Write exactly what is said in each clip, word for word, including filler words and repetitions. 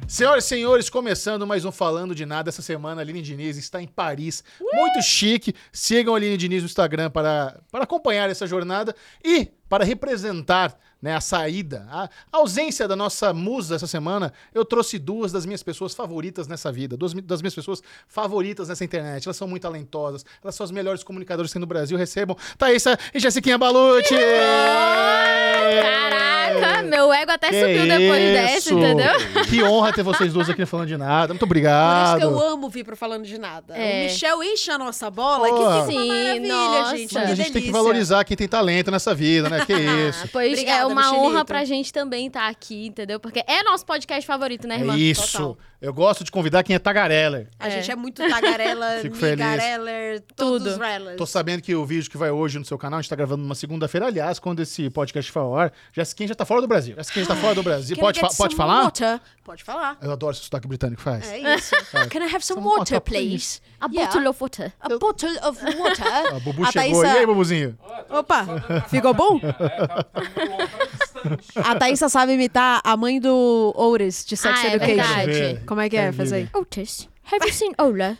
Senhoras e senhores, começando mais um Falando de Nada. Essa semana a Aline Diniz está em Paris, muito chique. Sigam a Aline Diniz no Instagram para, para acompanhar essa jornada e para representar, né, a saída, a ausência da nossa musa essa semana. Eu trouxe duas das minhas pessoas favoritas nessa vida, duas das minhas pessoas favoritas nessa internet. Elas são muito talentosas, elas são as melhores comunicadoras que tem no Brasil. Recebam Thaísa e Jessiquinha Balucci! Caraca, meu ego até Que subiu depois isso? dessa, entendeu? Que honra ter vocês duas aqui no Falando de Nada. Muito Por obrigado. isso que eu amo vir pro Falando de Nada. É. O Michel enche a nossa bola, Pô. que fica uma Sim, maravilha, nossa. gente. Mas Que a gente tem que delícia. valorizar quem tem talento nessa vida, né? Que isso. Ah, pois Obrigada, é uma Michelito. honra pra gente também estar aqui, entendeu? Porque é nosso podcast favorito, né, irmã? É isso. Total. Eu gosto de convidar quem é tagareller. A É. gente é muito tagarela, Fico feliz. migareller, todos Tudo. relas. Tô sabendo que o vídeo que vai hoje no seu canal, a gente tá gravando numa segunda-feira. Aliás, quando esse podcast for ao ar, Jessiquinha já tá fora do Brasil. Jessiquinha já tá fora do Brasil. Can I Pode, get fa- pode some falar? water? Pode falar. Eu adoro esse sotaque britânico, faz. É isso. Can I have some Some water, water, please? A Yeah. bottle of water. A bottle of water. A Bubu A chegou. Thaísa- E aí, Bubuzinho? Opa, ficou bom? A Thaísa sabe imitar a mãe do Otis, de Sex Ah, é Education. verdade. Deixa eu ver. Como é que é? Quero Faz aí. ver. Otis, have you seen Ola?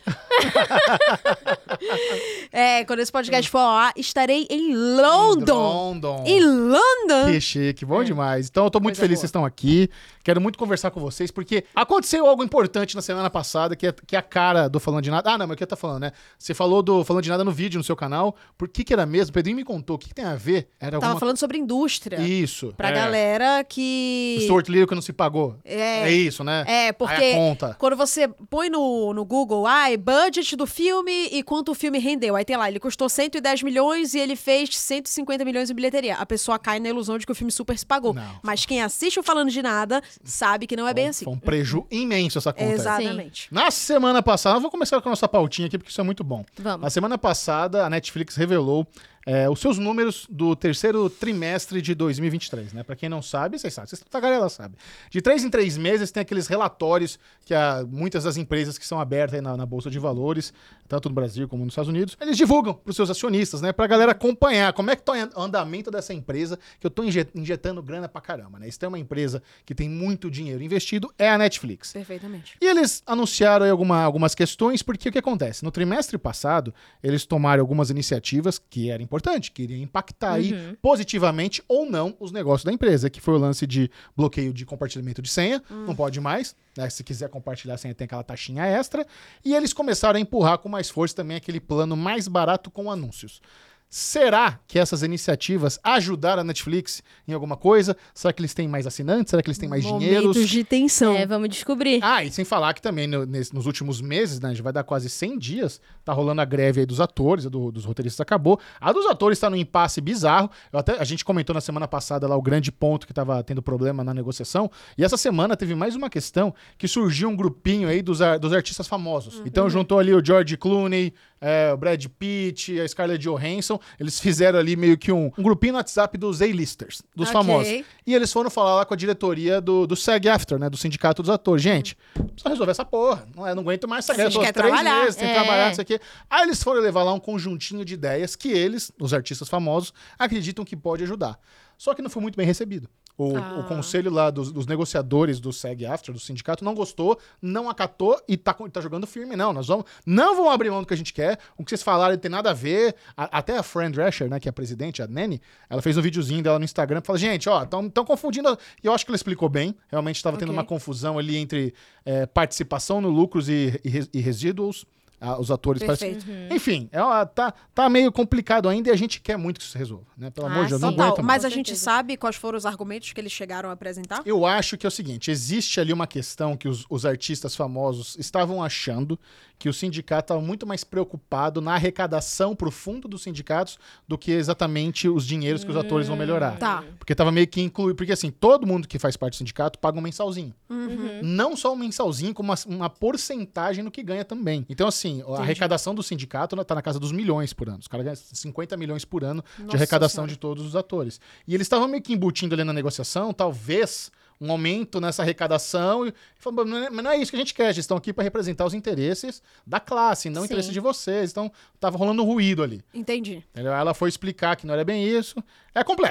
É, quando esse podcast for ao ar, estarei em London. London. Em London. Que chique, bom demais. Então eu tô muito Coisa feliz que boa. vocês estão aqui. Quero muito conversar com vocês, porque aconteceu algo importante na semana passada, que é, que é a cara do Falando de Nada. Ah, não, mas o que eu tô falando, né? Você falou do Falando de Nada no vídeo, no seu canal. Por que que era mesmo? O Pedrinho me contou. O que, que tem a ver? Era Tava alguma... falando sobre indústria. Isso. Pra é. galera que... O Stuart Little que não se pagou. É. É isso, né? É, porque Aí a conta. quando você põe no, no Google, ai, budget do filme e quanto o filme rendeu. Aí tem lá, ele custou cento e dez milhões e ele fez cento e cinquenta milhões em bilheteria. A pessoa cai na ilusão de que o filme super se pagou. Não. Mas quem assiste o Falando de Nada sabe que não é bem assim. Foi um preju imenso essa conta. aí. Exatamente. Na semana passada, eu vou começar com a nossa pautinha aqui, porque isso é muito bom. Vamos. Na semana passada, a Netflix revelou é, os seus números do terceiro trimestre de dois mil e vinte e três, né? Pra quem não sabe, vocês sabem, vocês tagarela sabe. De três em três meses tem aqueles relatórios que a, muitas das empresas que são abertas aí na, na Bolsa de Valores, tanto no Brasil como nos Estados Unidos, eles divulgam pros seus acionistas, né? Pra galera acompanhar como é que tá o andamento dessa empresa, que eu tô inje- injetando grana pra caramba, né? Isso é uma empresa que tem muito dinheiro investido, é a Netflix. Perfeitamente. E eles anunciaram aí alguma, algumas questões, porque o que acontece? No trimestre passado, eles tomaram algumas iniciativas que eram importantes, que iriam impactar aí positivamente ou não os negócios da empresa, que foi o lance de bloqueio de compartilhamento de senha, não pode mais, né? Se quiser compartilhar a senha tem aquela taxinha extra, e eles começaram a empurrar com mais força também aquele plano mais barato com anúncios. Será que essas iniciativas ajudaram a Netflix em alguma coisa? Será que eles têm mais assinantes? Será que eles têm mais dinheiros? Momentos de tensão. É, vamos descobrir. Ah, e sem falar que também no- nesse- nos últimos meses, né, já vai dar quase cem dias, tá rolando a greve aí dos atores, a do- dos roteiristas acabou. A dos atores tá num impasse bizarro. Eu até, a gente comentou na semana passada lá o grande ponto que tava tendo problema na negociação. E essa semana teve mais uma questão que surgiu um grupinho aí dos, ar- dos artistas famosos. Então juntou ali o George Clooney, é, o Brad Pitt, a Scarlett Johansson. Eles fizeram ali meio que um, um grupinho no WhatsApp dos A-listers, dos Ok. famosos. E eles foram falar lá com a diretoria do, do SAG-AFTRA, né? Do Sindicato dos Atores. Gente, precisa resolver essa porra. Não, é, não aguento mais essa A guerra. gente Tô quer três trabalhar. meses, tem que É. trabalhar, isso aqui. Aí eles foram levar lá um conjuntinho de ideias que eles, os artistas famosos, acreditam que pode ajudar. Só que não foi muito bem recebido. O, Ah. o conselho lá dos, dos negociadores do SAG-AFTRA, do sindicato, não gostou, não acatou e tá, com- tá jogando firme. Não, nós vamos, não vamos abrir mão do que a gente quer. O que vocês falaram não tem nada a ver. A- até a Fran Drescher, né, que é a presidente, a Nene, ela fez um videozinho dela no Instagram e falou, gente, ó, estão confundindo. E eu acho que ela explicou bem. Realmente estava tendo Ok. uma confusão ali entre é, participação no lucros e, e, res- e residuals. Ah, os atores parecem- Perfeito. Enfim, é, uma- tá, tá meio complicado ainda e a gente quer muito que isso se resolva, né? Pelo Ah, amor de Deus, não sim. aguento Total, mais. mas a Com gente certeza. sabe quais foram os argumentos que eles chegaram a apresentar? Eu acho que é o seguinte, existe ali uma questão que os, os artistas famosos estavam achando que o sindicato estava muito mais preocupado na arrecadação pro fundo dos sindicatos do que exatamente os dinheiros que os atores vão melhorar. Tá. Porque tava meio que incluído, porque assim, todo mundo que faz parte do sindicato paga um mensalzinho. Não só um mensalzinho, como uma, uma porcentagem no que ganha também. Então assim, a arrecadação do sindicato tá na casa dos milhões por ano. Os caras ganham cinquenta milhões por ano de Nossa arrecadação Senhora. de todos os atores. E eles estavam meio que embutindo ali na negociação, talvez um aumento nessa arrecadação e falando, mas não é, mas não é isso que a gente quer, eles estão aqui para representar os interesses da classe, não o Sim. interesse de vocês. Então, tava rolando um ruído ali. Entendi. Entendeu? Ela foi explicar que não era bem isso. É complexo.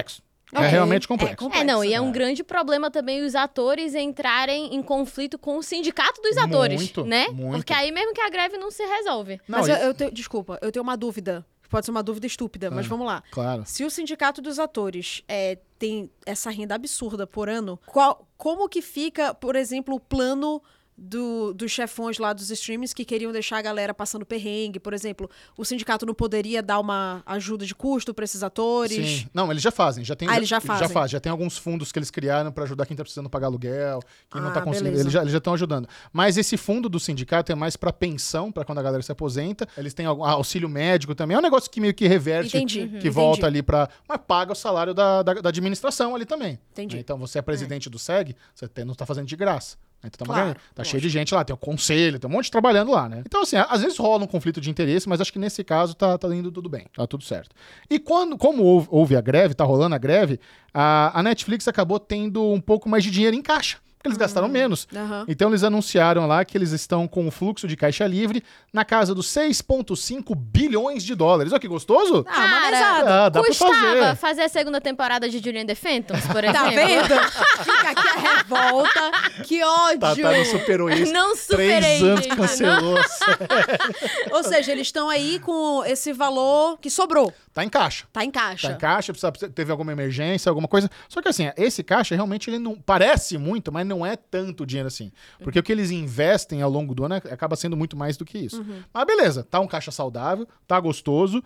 É Ok. realmente complexo. É complexo. É, não, e é um É. grande problema também os atores entrarem em conflito com o sindicato dos atores, Muito, né? muito. Porque aí mesmo que a greve não se resolve. Não, Mas e- eu, eu tenho, desculpa, eu tenho uma dúvida. Pode ser uma dúvida estúpida, mas Ah. vamos lá. Claro. Se o sindicato dos atores é, tem essa renda absurda por ano, qual, como que fica, por exemplo, o plano do, dos chefões lá dos streams que queriam deixar a galera passando perrengue? Por exemplo, o sindicato não poderia dar uma ajuda de custo para esses atores? Sim. Não, eles já fazem. Já tem, Ah, eles já fazem. Já faz. Já tem alguns fundos que eles criaram pra ajudar quem tá precisando pagar aluguel, quem não Ah, tá conseguindo. beleza. Eles já eles já estão ajudando. Mas esse fundo do sindicato é mais pra pensão, pra quando a galera se aposenta. Eles têm algum- auxílio médico também. É um negócio que meio que reverte, Entendi. que Entendi. volta ali pra... Mas paga o salário da, da, da administração ali também. Entendi. Então, você é presidente do S E G, você tem- não tá fazendo de graça. Então, tá, uma Claro, galera- tá cheio lógico. de gente lá, tem o conselho, tem um monte trabalhando lá, né? Então, assim, às vezes rola um conflito de interesse, mas acho que nesse caso tá, tá indo tudo bem, tá tudo certo. E quando, como houve, houve a greve, tá rolando a greve, a, a Netflix acabou tendo um pouco mais de dinheiro em caixa, porque eles gastaram menos. Aham. Então eles anunciaram lá que eles estão com um fluxo de caixa livre na casa dos seis vírgula cinco bilhões de dólares. Olha que gostoso! Ah, uma Cara, mesada. Ah, dá pra Custava fazer. fazer a segunda temporada de Julian the Phantoms, por exemplo. Tá vendo? Fica aqui a revolta. Que ódio! Tá, tá no superou isso. Não superei, Três anos gente, cancelou. Ou seja, eles estão aí com esse valor que sobrou. Tá em caixa. Tá em caixa. Tá em caixa, precisa, precisa- teve alguma emergência, alguma coisa. Só que assim, esse caixa realmente ele não parece muito, mas não é tanto dinheiro assim. Porque o que eles investem ao longo do ano acaba sendo muito mais do que isso. Mas beleza, tá um caixa saudável, tá gostoso.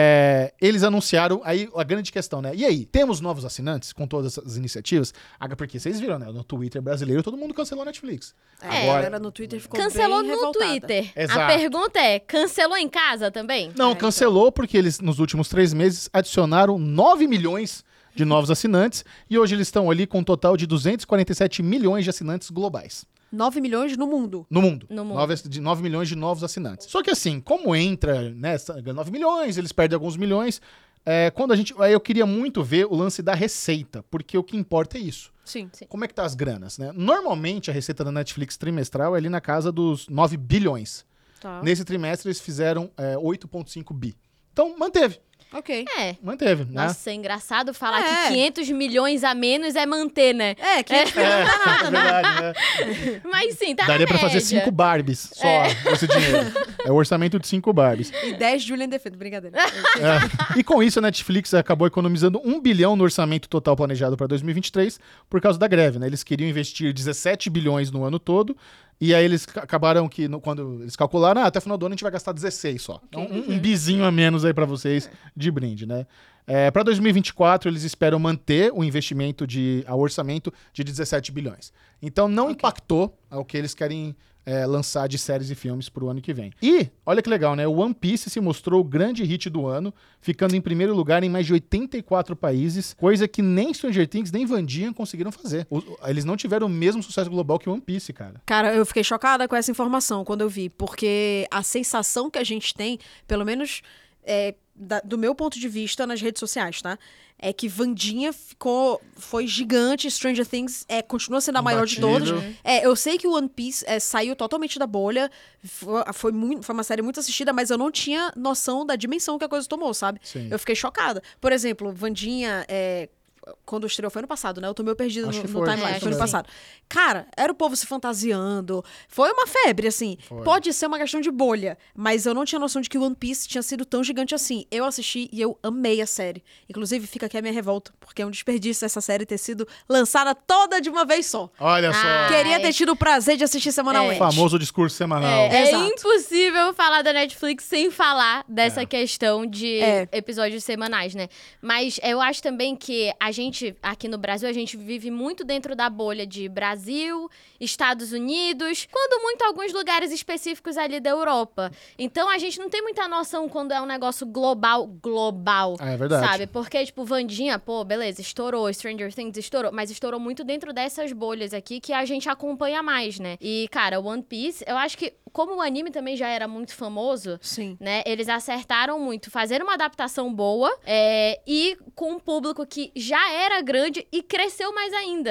É, eles anunciaram, aí a grande questão, né? E aí, temos novos assinantes com todas essas iniciativas? Ah, porque vocês viram, né? No Twitter brasileiro, todo mundo cancelou a Netflix. É, É. a galera no Twitter ficou Cancelou bem no revoltada. Twitter. Exato. A pergunta é, cancelou em casa também? Não, É, cancelou porque eles, nos últimos três meses, adicionaram nove milhões de novos assinantes e hoje eles estão ali com um total de duzentos e quarenta e sete milhões de assinantes globais. nove milhões no mundo. No mundo. No mundo. nove, de nove milhões de novos assinantes. Só que assim, como entra, né, nove milhões, eles perdem alguns milhões. É, quando a gente. Aí eu queria muito ver o lance da receita, porque o que importa é isso. Sim. Como é que tá as granas, né? Normalmente a receita da Netflix trimestral é ali na casa dos nove bilhões. Tá. Nesse trimestre eles fizeram é, oito vírgula cinco bi. Então manteve, Ok. É. manteve, né? Nossa, é engraçado falar É. que quinhentos milhões a menos é manter, né? É, que não É, dá nada, é né? verdade, né? Mas sim, tá Daria na pra fazer média. cinco Barbies só esse dinheiro. É o orçamento de cinco Barbies. E dez Julian Defeito, brincadeira. É. E com isso, a Netflix acabou economizando um bilhão no orçamento total planejado para dois mil e vinte e três por causa da greve, né? Eles queriam investir dezessete bilhões no ano todo, e aí eles ca- acabaram que, no- quando eles calcularam, ah, até o final do ano a gente vai gastar dezesseis só. Então, um, um bizinho a menos aí para vocês de brinde, né? É, para dois mil e vinte e quatro, eles esperam manter o investimento de, ao orçamento de dezessete bilhões. Então, não impactou ao que eles querem é, lançar de séries e filmes pro ano que vem. E, olha que legal, né? O One Piece se mostrou o grande hit do ano, ficando em primeiro lugar em mais de oitenta e quatro países, coisa que nem Stranger Things nem Vandinha conseguiram fazer. O- eles não tiveram o mesmo sucesso global que o One Piece, cara. Cara, eu fiquei chocada com essa informação quando eu vi, porque a sensação que a gente tem, pelo menos é, da- do meu ponto de vista nas redes sociais, tá? É que Vandinha ficou, foi gigante, Stranger Things é, continua sendo a maior de Imbatido. todas. É, eu sei que o One Piece é, saiu totalmente da bolha, foi, foi, muito, foi uma série muito assistida, mas eu não tinha noção da dimensão que a coisa tomou, sabe? Sim. Eu fiquei chocada. Por exemplo, Vandinha, é, quando estreou foi ano passado, né? Eu tô meio perdido Acho no, que no foi, timeline, acho foi ano que sim. passado. Cara, era o povo se fantasiando. Foi uma febre, assim. Foi. Pode ser uma questão de bolha, mas eu não tinha noção de que o One Piece tinha sido tão gigante assim. Eu assisti e eu amei a série. Inclusive, fica aqui a minha revolta, porque é um desperdício essa série ter sido lançada toda de uma vez só. Olha só. Ah, Queria ter é. tido o prazer de assistir O semanalmente. famoso discurso semanal. É, é Exato. impossível falar da Netflix sem falar dessa É. questão de É. episódios semanais, né? Mas eu acho também que a gente, aqui no Brasil, a gente vive muito dentro da bolha de Brasil, Estados Unidos, quando muito alguns lugares específicos ali da Europa. Então a gente não tem muita noção quando é um negócio global, global. Ah, é verdade. Sabe? Porque, tipo, Vandinha, pô, beleza, estourou, Stranger Things estourou, mas estourou muito dentro dessas bolhas aqui que a gente acompanha mais, né? E, cara, One Piece, eu acho que, como o anime também já era muito famoso, Sim. né? Eles acertaram muito, fazer uma adaptação boa é, e com um público que já era grande e cresceu mais ainda.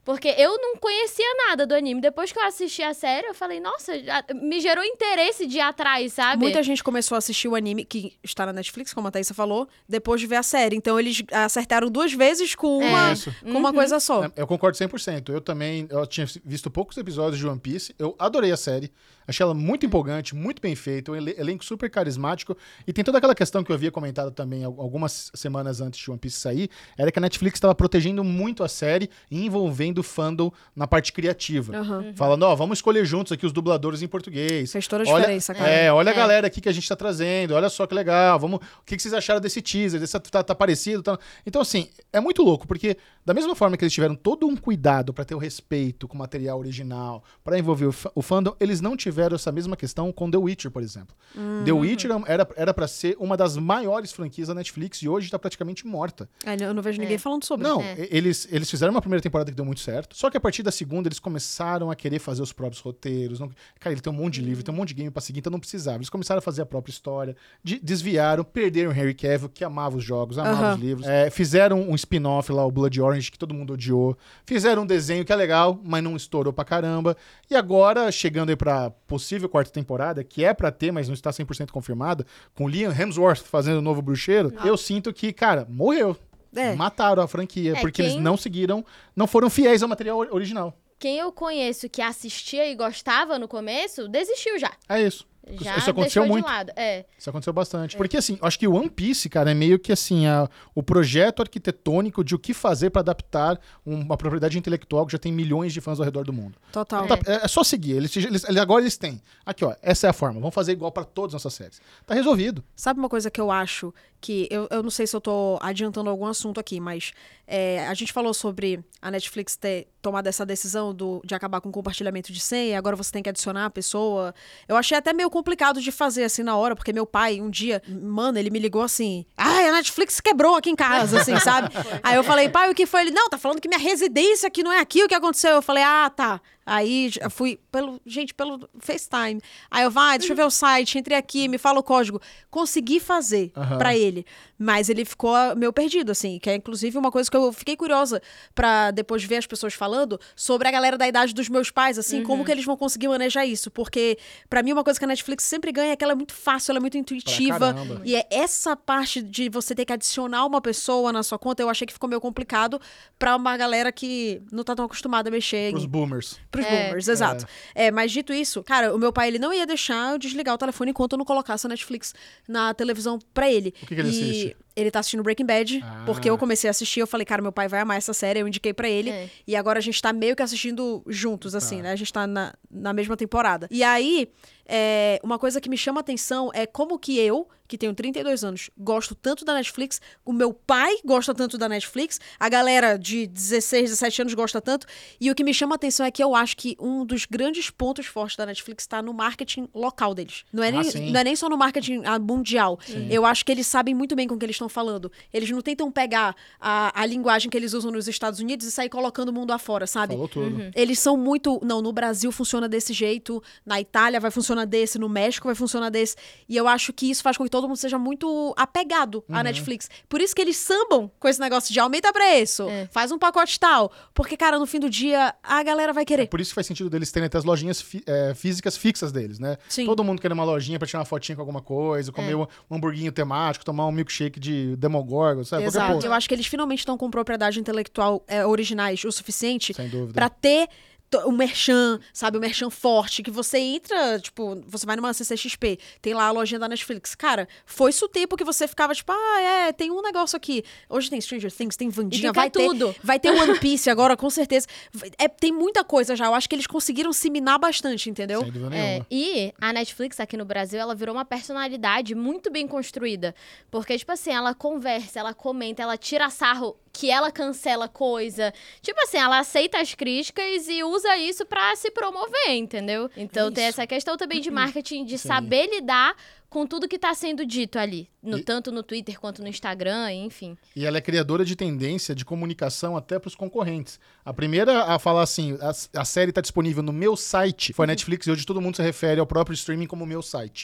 Porque eu não conhecia nada do anime. Depois que eu assisti a série, eu falei, nossa, me gerou interesse de ir atrás, sabe? Muita gente começou a assistir o anime, que está na Netflix, como a Thaísa falou, depois de ver a série. Então eles acertaram duas vezes com uma, É isso. com uma Uhum. coisa só. É, eu concordo cem por cento. Eu também eu tinha visto poucos episódios de One Piece. Eu adorei a série. Achei ela muito empolgante, muito bem feita. Um ele- elenco super carismático. E tem toda aquela questão que eu havia comentado também al- algumas semanas antes de One Piece sair. Era que a Netflix estava protegendo muito a série e envolvendo o fandom na parte criativa. Aham. Falando, ó, vamos escolher juntos aqui os dubladores em português. Fez toda a Olha- diferença, cara. É, olha É. a galera aqui que a gente tá trazendo, olha só que legal, vamos, o que, que vocês acharam desse teaser, desse tá, tá parecido, tá... Então, assim, é muito louco, porque da mesma forma que eles tiveram todo um cuidado pra ter o respeito com o material original, pra envolver o, fa- o fandom, eles não tiveram essa mesma questão com The Witcher, por exemplo. The Witcher era, era pra ser uma das maiores franquias da Netflix e hoje tá praticamente morta. É, eu não vejo ninguém É. falando sobre. Não, É. e- eles, eles fizeram uma primeira temporada que deu muito certo, só que a partir da segunda eles começaram a querer fazer os próprios roteiros. Não... Cara, ele tem um monte de livro, tem um monte de game pra seguir, então não precisava. Eles começaram a fazer a própria história, de- desviaram, perderam o Henry Cavill, que amava os jogos, amava Aham. os livros. É, fizeram um spin-off lá, o Blood Orange, que todo mundo odiou. Fizeram um desenho que é legal, mas não estourou pra caramba. E agora, chegando aí pra possível quarta temporada, que é pra ter, mas não está cem por cento confirmada, com o Liam Hemsworth fazendo o novo bruxeiro, eu sinto que, cara, morreu. É. Mataram a franquia, É, porque quem- eles não seguiram, não foram fiéis ao material or- original. Quem eu conheço que assistia e gostava no começo, desistiu já. É isso. Já Isso aconteceu deixou muito. de lado. É. Isso aconteceu bastante. Porque, assim, acho que o One Piece, cara, é meio que, assim, a- o projeto arquitetônico de o que fazer pra adaptar uma propriedade intelectual que já tem milhões de fãs ao redor do mundo. Total. Tá, é, é só seguir. Eles, eles- eles- agora eles têm. Aqui, ó, essa é a forma. Vamos fazer igual pra todas as nossas séries. Tá resolvido. Sabe uma coisa que eu acho que... Eu, eu não sei se eu tô adiantando algum assunto aqui, mas é, a gente falou sobre a Netflix ter tomado essa decisão do, de acabar com o compartilhamento de senha, agora você tem que adicionar a pessoa. Eu achei até meio complicado de fazer assim na hora, porque meu pai, um dia, mano, ele me ligou assim, ai, a Netflix quebrou aqui em casa, assim, sabe? Aí eu falei, pai, o que foi? Ele, não, tá falando que minha residência aqui não é aqui, o que aconteceu? Eu falei, ah, tá. Aí eu fui pelo, gente, pelo FaceTime. Aí eu, vai, deixa eu ver o site, entrei aqui, me fala o código. Consegui fazer Aham. pra ele, mas ele ficou meio perdido, assim, que é inclusive uma coisa que eu fiquei curiosa pra depois ver as pessoas falando sobre a galera da idade dos meus pais, assim, como que eles vão conseguir manejar isso, porque pra mim uma coisa que a Netflix sempre ganha é que ela é muito fácil, ela é muito intuitiva, caramba. e é essa parte de você ter que adicionar uma pessoa na sua conta, eu achei que ficou meio complicado pra uma galera que não tá tão acostumada a mexer Pros em boomers. Pros É. boomers, exato. É, mas dito isso, cara, o meu pai, ele não ia deixar eu desligar o telefone enquanto eu não colocasse a Netflix na televisão pra ele. O que que ele E assiste? ele tá assistindo Breaking Bad, Ah. porque eu comecei a assistir, eu falei, cara, meu pai vai amar essa série, eu indiquei pra ele, É. e agora a gente tá meio que assistindo juntos, assim, Tá. né? A gente tá na, na mesma temporada. E aí, é, uma coisa que me chama a atenção é como que eu, que tenho trinta e dois anos, gosto tanto da Netflix, o meu pai gosta tanto da Netflix, a galera de dezesseis, dezessete anos gosta tanto, e o que me chama a atenção é que eu acho que um dos grandes pontos fortes da Netflix está no marketing local deles. Não é, Ah, nem, sim. não é nem só no marketing ah, mundial. Eu acho que eles sabem muito bem com o que eles estão falando. Eles não tentam pegar a, a linguagem que eles usam nos Estados Unidos e sair colocando o mundo afora, sabe? Falou tudo. Eles são muito. Não, no Brasil funciona desse jeito, na Itália vai funcionar desse, no México vai funcionar desse. E eu acho que isso faz com que todo mundo seja muito apegado à Netflix. Por isso que eles sambam com esse negócio de aumenta preço, É. faz um pacote tal. Porque, cara, no fim do dia, a galera vai querer. Por isso que faz sentido deles terem até as lojinhas fi- é, físicas fixas deles, né? Sim. Todo mundo quer uma lojinha pra tirar uma fotinha com alguma coisa, comer um, um hamburguinho temático, tomar um milkshake de Demogorgon, sabe? Qualquer Exato. porra. Eu acho que eles finalmente estão com propriedade intelectual é, originais o suficiente Sem dúvida. pra ter to- o merchan, sabe? O merchan forte, que você entra, tipo, você vai numa C C X P, tem lá a lojinha da Netflix. Cara, foi-se o tempo que você ficava, tipo, ah, é, tem um negócio aqui. Hoje tem Stranger Things, tem Vandinha, E fica vai ter, tudo. vai ter One Piece agora, com certeza. É, tem muita coisa já. Eu acho que eles conseguiram se minar bastante, entendeu? Sem dúvida É, nenhuma. e a Netflix aqui no Brasil, ela virou uma personalidade muito bem construída. Porque, tipo assim, ela conversa, ela comenta, ela tira sarro que ela cancela coisa. Tipo assim, ela aceita as críticas e usa isso pra se promover, entendeu? Então tem Isso. essa questão também de marketing, de saber lidar com tudo que tá sendo dito ali. No, E- Tanto no Twitter quanto no Instagram, enfim. E ela é criadora de tendência de comunicação até pros concorrentes. A primeira a falar assim, a, a série tá disponível no meu site, foi a Netflix, e hoje todo mundo se refere ao próprio streaming como meu site.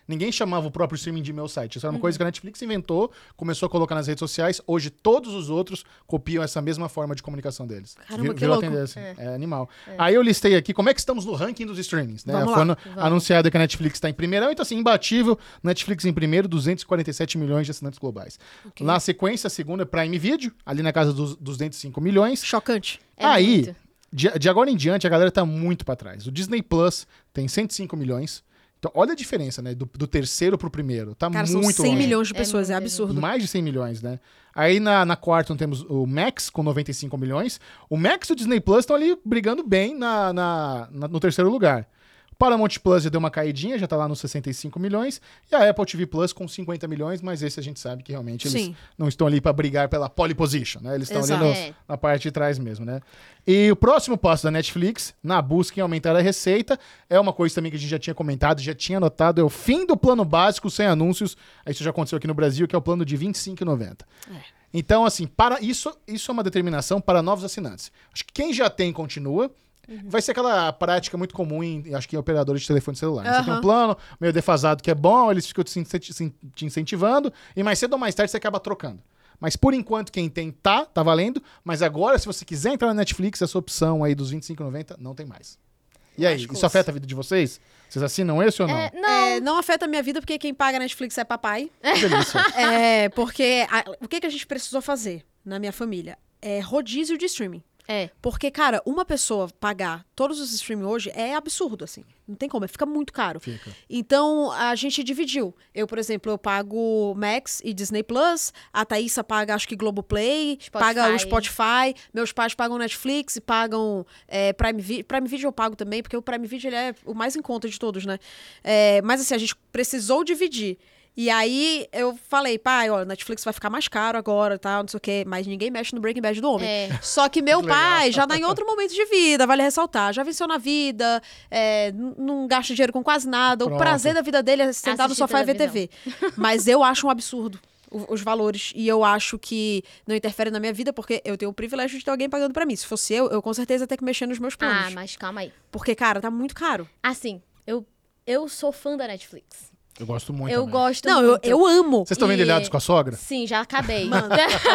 Ninguém chamava o próprio streaming de meu site. Isso era uma Uhum. coisa que a Netflix inventou, começou a colocar nas redes sociais. Hoje, todos os outros copiam essa mesma forma de comunicação deles. Caramba, Vir- que virou a louco. tendência. É, animal. Aí eu listei aqui como é que estamos no ranking dos streamings. Né? Vamos Foi lá. anu- Vamos. anunciado que a Netflix está em primeiro. Então, assim, imbatível. Netflix em primeiro, duzentos e quarenta e sete milhões de assinantes globais. Ok. Na sequência, a segunda é Prime Video, ali na casa dos duzentos e cinco milhões. Chocante. É Aí, muito. de, de agora em diante, a galera tá muito pra trás. O Disney Plus tem cento e cinco milhões. Então, olha a diferença, né? Do, do terceiro pro primeiro. Tá Cara, são muito cem longe. milhões de É pessoas, é, muita absurdo. Mais de cem milhões, né? Aí na, na quarta temos o Max com noventa e cinco milhões. O Max e o Disney Plus estão ali brigando bem na, na, na- no terceiro lugar. O Paramount Plus já deu uma caidinha, já tá lá nos sessenta e cinco milhões. E a Apple T V Plus com cinquenta milhões, mas esse a gente sabe que realmente eles Sim. não estão ali pra brigar pela pole position, né? Eles estão ali Exato. no- É. na parte de trás mesmo, né? E o próximo passo da Netflix, na busca em aumentar a receita, é uma coisa também que a gente já tinha comentado, já tinha notado, é o fim do plano básico sem anúncios. Isso já aconteceu aqui no Brasil, que é o plano de vinte e cinco reais e noventa centavos. Então, assim, para isso, isso é uma determinação para novos assinantes. Acho que quem já tem continua. Vai ser aquela prática muito comum em, acho que, em operadores de telefone celular. Você tem um Aham. plano meio defasado que é bom, eles ficam te incenti- te incentivando, e mais cedo ou mais tarde você acaba trocando. Mas por enquanto, quem tem tá, tá valendo. Mas agora, se você quiser entrar na Netflix, essa opção aí dos vinte e cinco reais e noventa centavos não tem mais. E aí, Lascou-se. isso afeta a vida de vocês? Vocês assinam esse ou não? É, não. É, não afeta a minha vida porque quem paga a Netflix é papai. Que delícia. É, porque a- o que, que a gente precisou fazer na minha família? É rodízio de streaming. É. Porque, cara, uma pessoa pagar todos os streaming hoje é absurdo, assim. Não tem como, fica muito caro. Fica. Então, a gente dividiu. Eu, por exemplo, eu pago Max e Disney Plus. A Thaísa paga, acho que Globoplay. Spotify. Paga o Spotify. Meus pais pagam Netflix e pagam é, Prime Video. Prime Video eu pago também, porque o Prime Video ele é o mais em conta de todos, né? É, mas, assim, a gente precisou dividir. E aí, eu falei, pai, ó, Netflix vai ficar mais caro agora, tal, não sei o quê. Mas ninguém mexe no Breaking Bad do homem. É. Só que meu Que legal. pai já tá em outro momento de vida, vale ressaltar. Já venceu na vida, é, n- não gasta dinheiro com quase nada. Pronto. O prazer da vida dele é sentar no Assistir sofá e ver T V. televisão. Mas eu acho um absurdo o- os valores. E eu acho que não interfere na minha vida, porque eu tenho o privilégio de ter alguém pagando pra mim. Se fosse eu, eu com certeza ia ter que mexer nos meus Ah, planos. mas calma aí. Porque, cara, tá muito caro. Assim, eu, eu sou fã da Netflix. Eu gosto muito. eu também. gosto Não, eu, muito. eu amo. Vocês estão vendo E- Ilhados com a sogra? Sim, já acabei. Mano,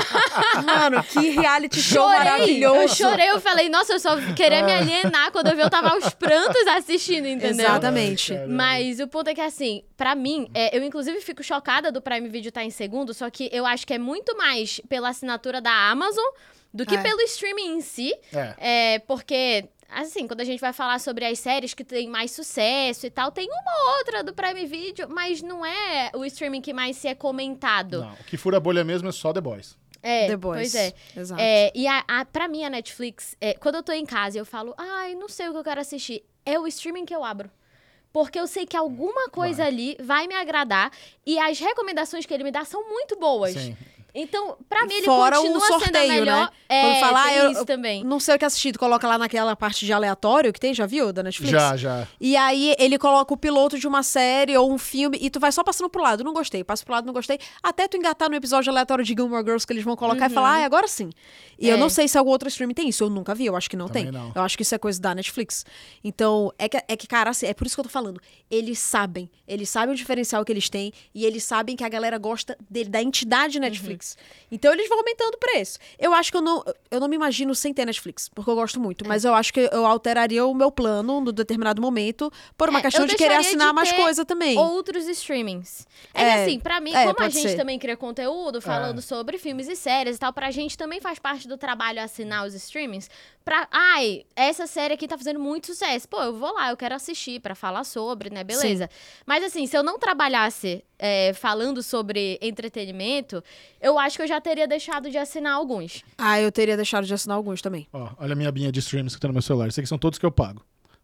Mano, que reality show Chorei, maravilhoso. eu chorei, eu falei, nossa, eu só queria me alienar quando eu vi, eu tava aos prantos assistindo, entendeu? Exatamente. Ai, cara. Mas o ponto é que, assim, pra mim, é, eu inclusive fico chocada do Prime Video estar em segundo, só que eu acho que é muito mais pela assinatura da Amazon do que É. pelo streaming em si. É. É, porque, assim, quando a gente vai falar sobre as séries que têm mais sucesso e tal, tem uma ou outra do Prime Video, mas não é o streaming que mais se é comentado. Não, o que fura a bolha mesmo é só The Boys. É, The Boys. pois é. Exato. É, e a, a, pra mim, a Netflix, é, quando eu tô em casa e eu falo, ai, não sei o que eu quero assistir, é o streaming que eu abro. Porque eu sei que alguma coisa Vai. ali vai me agradar e as recomendações que ele me dá são muito boas. Sim. Então, pra mim, ele Fora o continua sendo a sorteio, melhor. né? É, Quando falar, tem eu- isso também. Não sei o que assistir, tu coloca lá naquela parte de aleatório que tem, já viu, da Netflix? Já, já. E aí ele coloca o piloto de uma série ou um filme e tu vai só passando pro lado. Não gostei, passa pro lado, não gostei. Até tu engatar no episódio aleatório de Gilmore Girls que eles vão colocar e falar, ah, agora sim. E É. eu não sei se algum outro streaming tem isso. Eu nunca vi, eu acho que não Também tem. não. Eu acho que isso é coisa da Netflix. Então, é que, é que, cara, assim, é por isso que eu tô falando. Eles sabem. Eles sabem o diferencial que eles têm e eles sabem que a galera gosta dele, da entidade Netflix. Então, eles vão aumentando o preço. Eu acho que eu não, eu não me imagino sem ter Netflix, porque eu gosto muito. Mas eu acho que eu alteraria o meu plano num determinado momento por uma É, questão eu de querer deixaria assinar de mais ter coisa também. Outros streamings. É, É, que assim, pra mim, é, como a pode gente ser. também cria conteúdo falando É. sobre filmes e séries e tal, pra gente também faz parte do trabalho assinar os streamings. Pra, ai, essa série aqui tá fazendo muito sucesso. Pô, eu vou lá, eu quero assistir pra falar sobre, né? Beleza. Mas assim, se eu não trabalhasse é, falando sobre entretenimento, eu acho que eu já teria deixado de assinar alguns. Ah, eu teria deixado de assinar alguns também. Ó, olha a minha binha de streams que tá no meu celular. Esses aqui são todos que eu pago.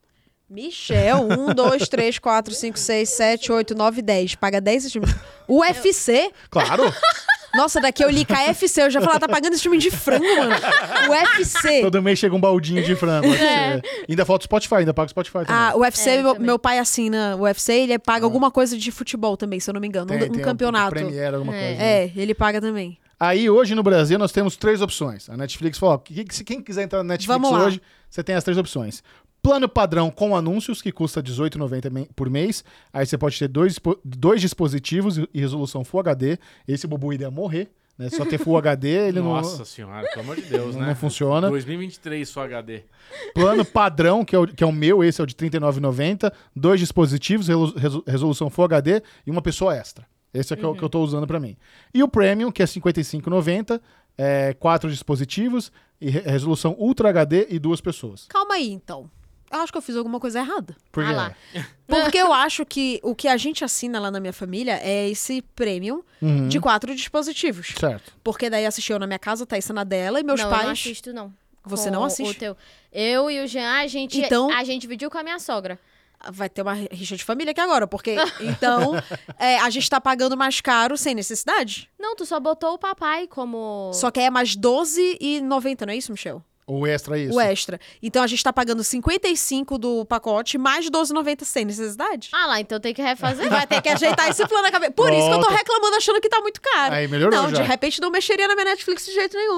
Michel, um, dois, três, quatro, cinco, seis, sete, oito, nove, dez. Paga dez streaming. U F C? Claro! Nossa, daqui eu li K F C. Eu já falei, tá pagando streaming de frango, mano. U F C. Todo mês chega um baldinho de frango. U F C. Ainda falta o Spotify, ainda pago o Spotify também. Ah, o U F C, É, meu, também. meu pai assina o U F C, ele paga alguma coisa de futebol também, se eu não me engano. Tem- Um, um tem campeonato. Premiere, alguma É. coisa. né? É, ele paga também. Aí, hoje, no Brasil, nós temos três opções. A Netflix falou, ó, que- que- se quem quiser entrar na Netflix Vamos lá. hoje, você tem as três opções. Plano padrão com anúncios, que custa dezoito reais e noventa centavos por mês. Aí você pode ter dois, dispo- dois dispositivos e resolução Full H D. Esse bobo iria morrer, né? Só ter Full H D, ele Nossa não, senhora, pelo amor de Deus, não, né? não funciona. dois mil e vinte e três só H D. Plano padrão, que é, o, que é o meu, esse é o de trinta e nove reais e noventa centavos. Dois dispositivos, relu- resu- resolução Full H D e uma pessoa extra. Esse é que, é o que eu tô usando pra mim. E o Premium, que é cinquenta e cinco reais e noventa centavos. É, quatro dispositivos, e re- resolução Ultra H D e duas pessoas. Calma aí, então. Eu acho que eu fiz alguma coisa errada. Por Ah quê? lá. Porque eu acho que o que a gente assina lá na minha família é esse premium Uhum. de quatro dispositivos. Certo. Porque daí assistiu na minha casa, Thaís na dela, e meus não, eu não pais. assisto, não. Você Com não o- assiste? O teu. Eu e o Jean, a gente, Então- a gente dividiu com a minha sogra. Vai ter uma rixa de família aqui agora, porque então é, a gente tá pagando mais caro sem necessidade. Não, tu só botou o papai como... Só que é mais doze reais e noventa, não é isso, Michel? O extra é isso. O extra. Então a gente tá pagando cinquenta e cinco do pacote mais doze reais e noventa sem necessidade. Ah lá, então tem que refazer. Vai ter que ajeitar esse plano na cabeça. Por isso que eu tô Pronto. reclamando achando que tá muito caro. Aí, melhorou Não, já. de repente não mexeria na minha Netflix de jeito nenhum.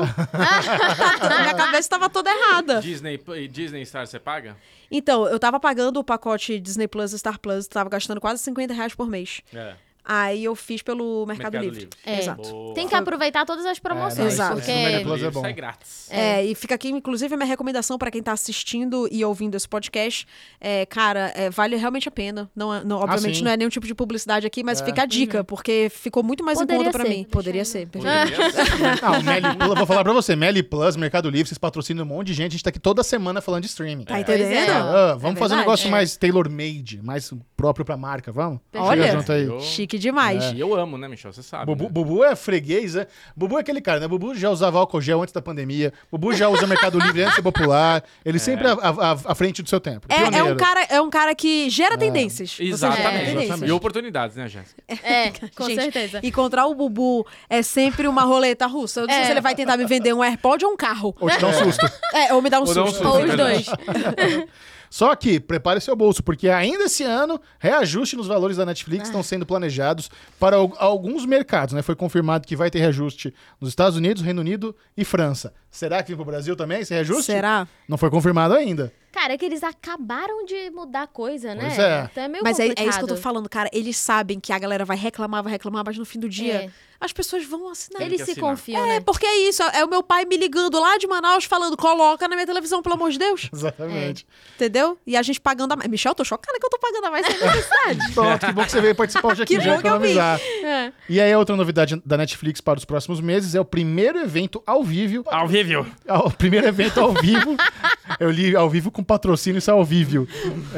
A minha cabeça tava toda errada. Disney, e Disney Star, você paga? Então, eu tava pagando o pacote Disney Plus e Star Plus, tava gastando quase cinquenta reais por mês. É. Aí eu fiz pelo Mercado, Mercado Livre. Livre. É. Exato. Boa. Tem que aproveitar todas as promoções, É, não, Exato. isso- isso no Mega porque... Plus é bom. Sai grátis. É, e fica aqui, inclusive, a minha recomendação pra quem tá assistindo e ouvindo esse podcast. É, cara, é, vale realmente a pena. Não, é- não, obviamente sim. não é nenhum tipo de publicidade aqui, mas É. fica a dica, porque ficou muito mais Poderia em conta pra ser. mim. Deixa Poderia eu- ser. Poderia ser. Não, Meli Plus, vou falar pra você, Meli Plus, Mercado Livre, vocês patrocinam um monte de gente, a gente tá aqui toda semana falando de streaming. Tá Pois entendendo? é. Ah, vamos É fazer um verdade. negócio É. mais tailor-made, mais próprio pra marca, vamos? Olha. Chega junto aí. Eu- Chique demais. E eu amo, né, Michel? Você sabe. Bubu, né? Bubu é freguês, né? Bubu é aquele cara, né? Bubu já usava álcool gel antes da pandemia. Bubu já usa Mercado Livre antes de ser popular. Ele sempre à, à- à frente do seu tempo. É, é, Pioneiro. um cara, é um cara que gera tendências. Você gera Exatamente. tendências. Exatamente. E oportunidades, né, Jéssica? É, com Gente, certeza. Encontrar o Bubu é sempre uma roleta russa. Eu não sei É. se ele vai tentar me vender um AirPod ou um carro. Ou te dá um susto. É, ou me dar um Ou dar um susto. susto. Ou os verdade. dois. Só que, prepare seu bolso, porque ainda esse ano, reajuste nos valores da Netflix estão sendo planejados para al- alguns mercados, né? Foi confirmado que vai ter reajuste nos Estados Unidos, Reino Unido e França. Será que vem pro Brasil também esse reajuste? Será? Não foi confirmado ainda. Cara, é que eles acabaram de mudar a coisa, né? Pois é. Então é meio Mas é, complicado. é isso que eu tô falando, cara. Eles sabem que a galera vai reclamar, vai reclamar, mas no fim do dia É. as pessoas vão assinar. Eles que se assinar. confiam, É, né? porque é isso. É o meu pai me ligando lá de Manaus falando, coloca na minha televisão, pelo amor de Deus. Exatamente. Entendeu? E a gente pagando a mais. Michel, eu tô chocada que eu tô pagando a mais sem necessidade. Pronto, que bom que você veio participar hoje aqui, Que já bom que eu vim. economizar. É. E aí, a outra novidade da Netflix para os próximos meses é o primeiro evento ao vivo. Ao vivo. O primeiro evento ao vivo. Eu li ao vivo com patrocínio, isso é ao vivo.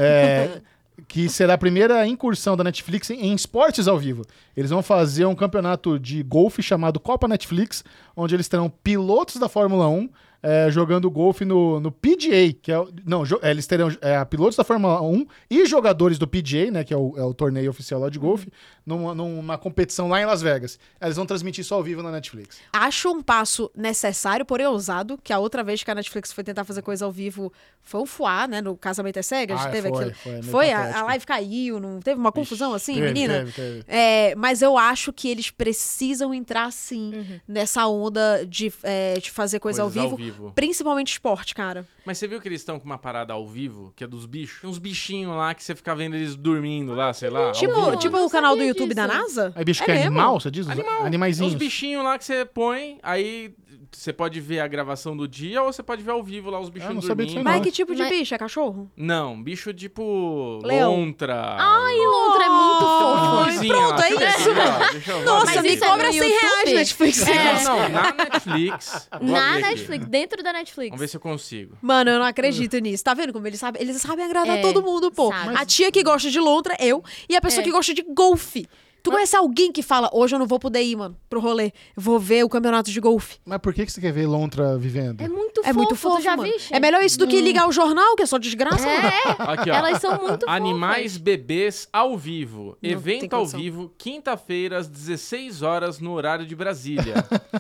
É, que será a primeira incursão da Netflix em, em esportes ao vivo. Eles vão fazer um campeonato de golfe chamado Copa Netflix, onde eles terão pilotos da Fórmula um é, jogando golfe no, no P G A, que é o, não, jo- é, eles terão é, pilotos da Fórmula um e jogadores do P G A, né, que é o, é o torneio oficial lá de golfe, numa, numa competição lá em Las Vegas. Eles vão transmitir isso ao vivo na Netflix. Acho um passo necessário, porém ousado, que a outra vez que a Netflix foi tentar fazer coisa ao vivo foi um fuá, né? No Casamento é Cegas, Ah, teve foi, aquilo. foi, meio Foi, a, patético. a live caiu, não teve uma confusão assim, Teve, menina? teve, teve. É, mas eu acho que eles precisam entrar sim nessa onda de, é, de fazer coisa ao Coisas vivo, ao vivo. principalmente esporte, cara. Mas você viu que eles estão com uma parada ao vivo, que é dos bichos? Tem uns bichinhos lá que você fica vendo eles dormindo lá, sei lá. ao Tipo, vivo. tipo não o canal do sabia YouTube da disso. NASA? Aí bicho É que é mesmo? animal, você diz? Os Animal. Animaizinhos. Uns bichinhos lá que você põe, aí você pode ver a gravação do dia ou você pode ver ao vivo lá os bichinhos Ah, não sabia disso dormindo. aí, Mas que tipo de Mas- bicho? É cachorro? Não, bicho tipo Leão. lontra. Ai, lontra é muito fofo. Coisinha pronto, lá. é Deixa eu isso. ver aqui, ó, deixa eu ver. Nossa, Mas me isso é cobra no cem reais, YouTube? Netflix. É. Não, não, na Netflix. Vou Na abrir aqui. Netflix, dentro da Netflix. Vamos ver se eu consigo. Mano, eu não acredito nisso. Tá vendo como eles sabem? Eles sabem agradar É, todo mundo, pô. sabe. A tia que gosta de lontra, eu. E a pessoa É. que gosta de golfe. Tu conhece alguém que fala, hoje eu não vou poder ir, mano, pro rolê. Eu vou ver o campeonato de golfe. Mas por que que você quer ver lontra vivendo? É muito É fofo, muito fofo, tu já mano. viste? É melhor isso do que ligar o jornal, que é só desgraça. mano. É, Aqui, ó. elas são muito fofas. Animais bebês ao vivo. tem Evento ao condição. vivo, quinta-feira, às dezesseis horas, no horário de Brasília.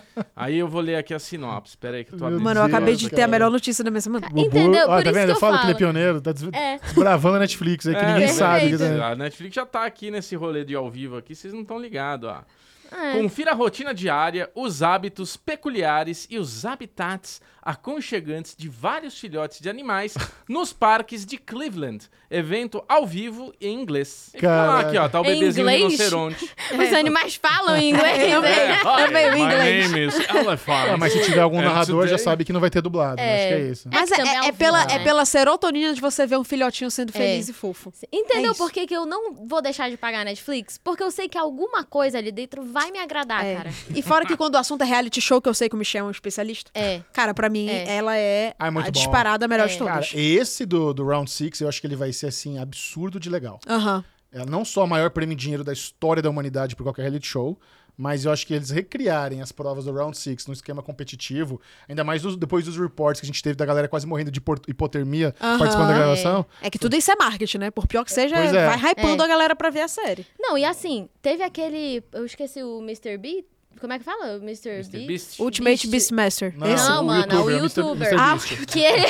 Aí eu vou ler aqui a sinopse. Espera aí que eu tô Meu abrindo. Mano, eu Deus, acabei de ter a cara. melhor notícia da minha semana. Bubu- Entendeu? Ó, Por tá isso vendo? que Eu eu falo que ele é falo. pioneiro, tá des... É. desbravando a Netflix aí, que É, ninguém sabe. perfeito. Que tá- A Netflix já tá aqui nesse rolê de ao vivo aqui, vocês não estão ligados, ó. É. Confira a rotina diária, os hábitos peculiares e os habitats aconchegantes de vários filhotes de animais nos parques de Cleveland. Evento ao vivo em inglês. E fica lá, Caraca. aqui, ó, tá o Em bebezinho inglês? rinoceronte. Os animais falam em inglês, É, né? Também, o My inglês. name is Elephant. Ah, mas se tiver algum And narrador, já today- sabe que não vai ter dublado. né? Acho que é isso. Mas É é, que também é é ao pela, vivo, é né? pela serotonina de você ver um filhotinho sendo feliz É. e fofo. Entendeu É isso. por que, que eu não vou deixar de pagar a Netflix? Porque eu sei que alguma coisa ali dentro vai me agradar, É. cara. E fora que quando o assunto é reality show, que eu sei que o Michel é um especialista, É. cara, pra mim, É. ela é Ah, é muito a bom. disparada a melhor É. de Cara, todas. esse do, do Round Six, eu acho que ele vai ser, assim, absurdo de legal. Aham. É não só o maior prêmio de dinheiro da história da humanidade por qualquer reality show, mas eu acho que eles recriarem as provas do Round Six num esquema competitivo, ainda mais dos- depois dos reports que a gente teve da galera quase morrendo de por- hipotermia Aham. participando da gravação. É que tudo isso é marketing, né? Por pior que seja, Pois é. vai hypando É. a galera pra ver a série. Não, e assim, teve aquele. Eu esqueci o mister B. Como é que fala? O mister mister B? Beast. Ultimate Beast. Beastmaster. Não, Esse. Não, o mano, youtuber, o o mister youtuber. mister Ah, Beast. Que ele.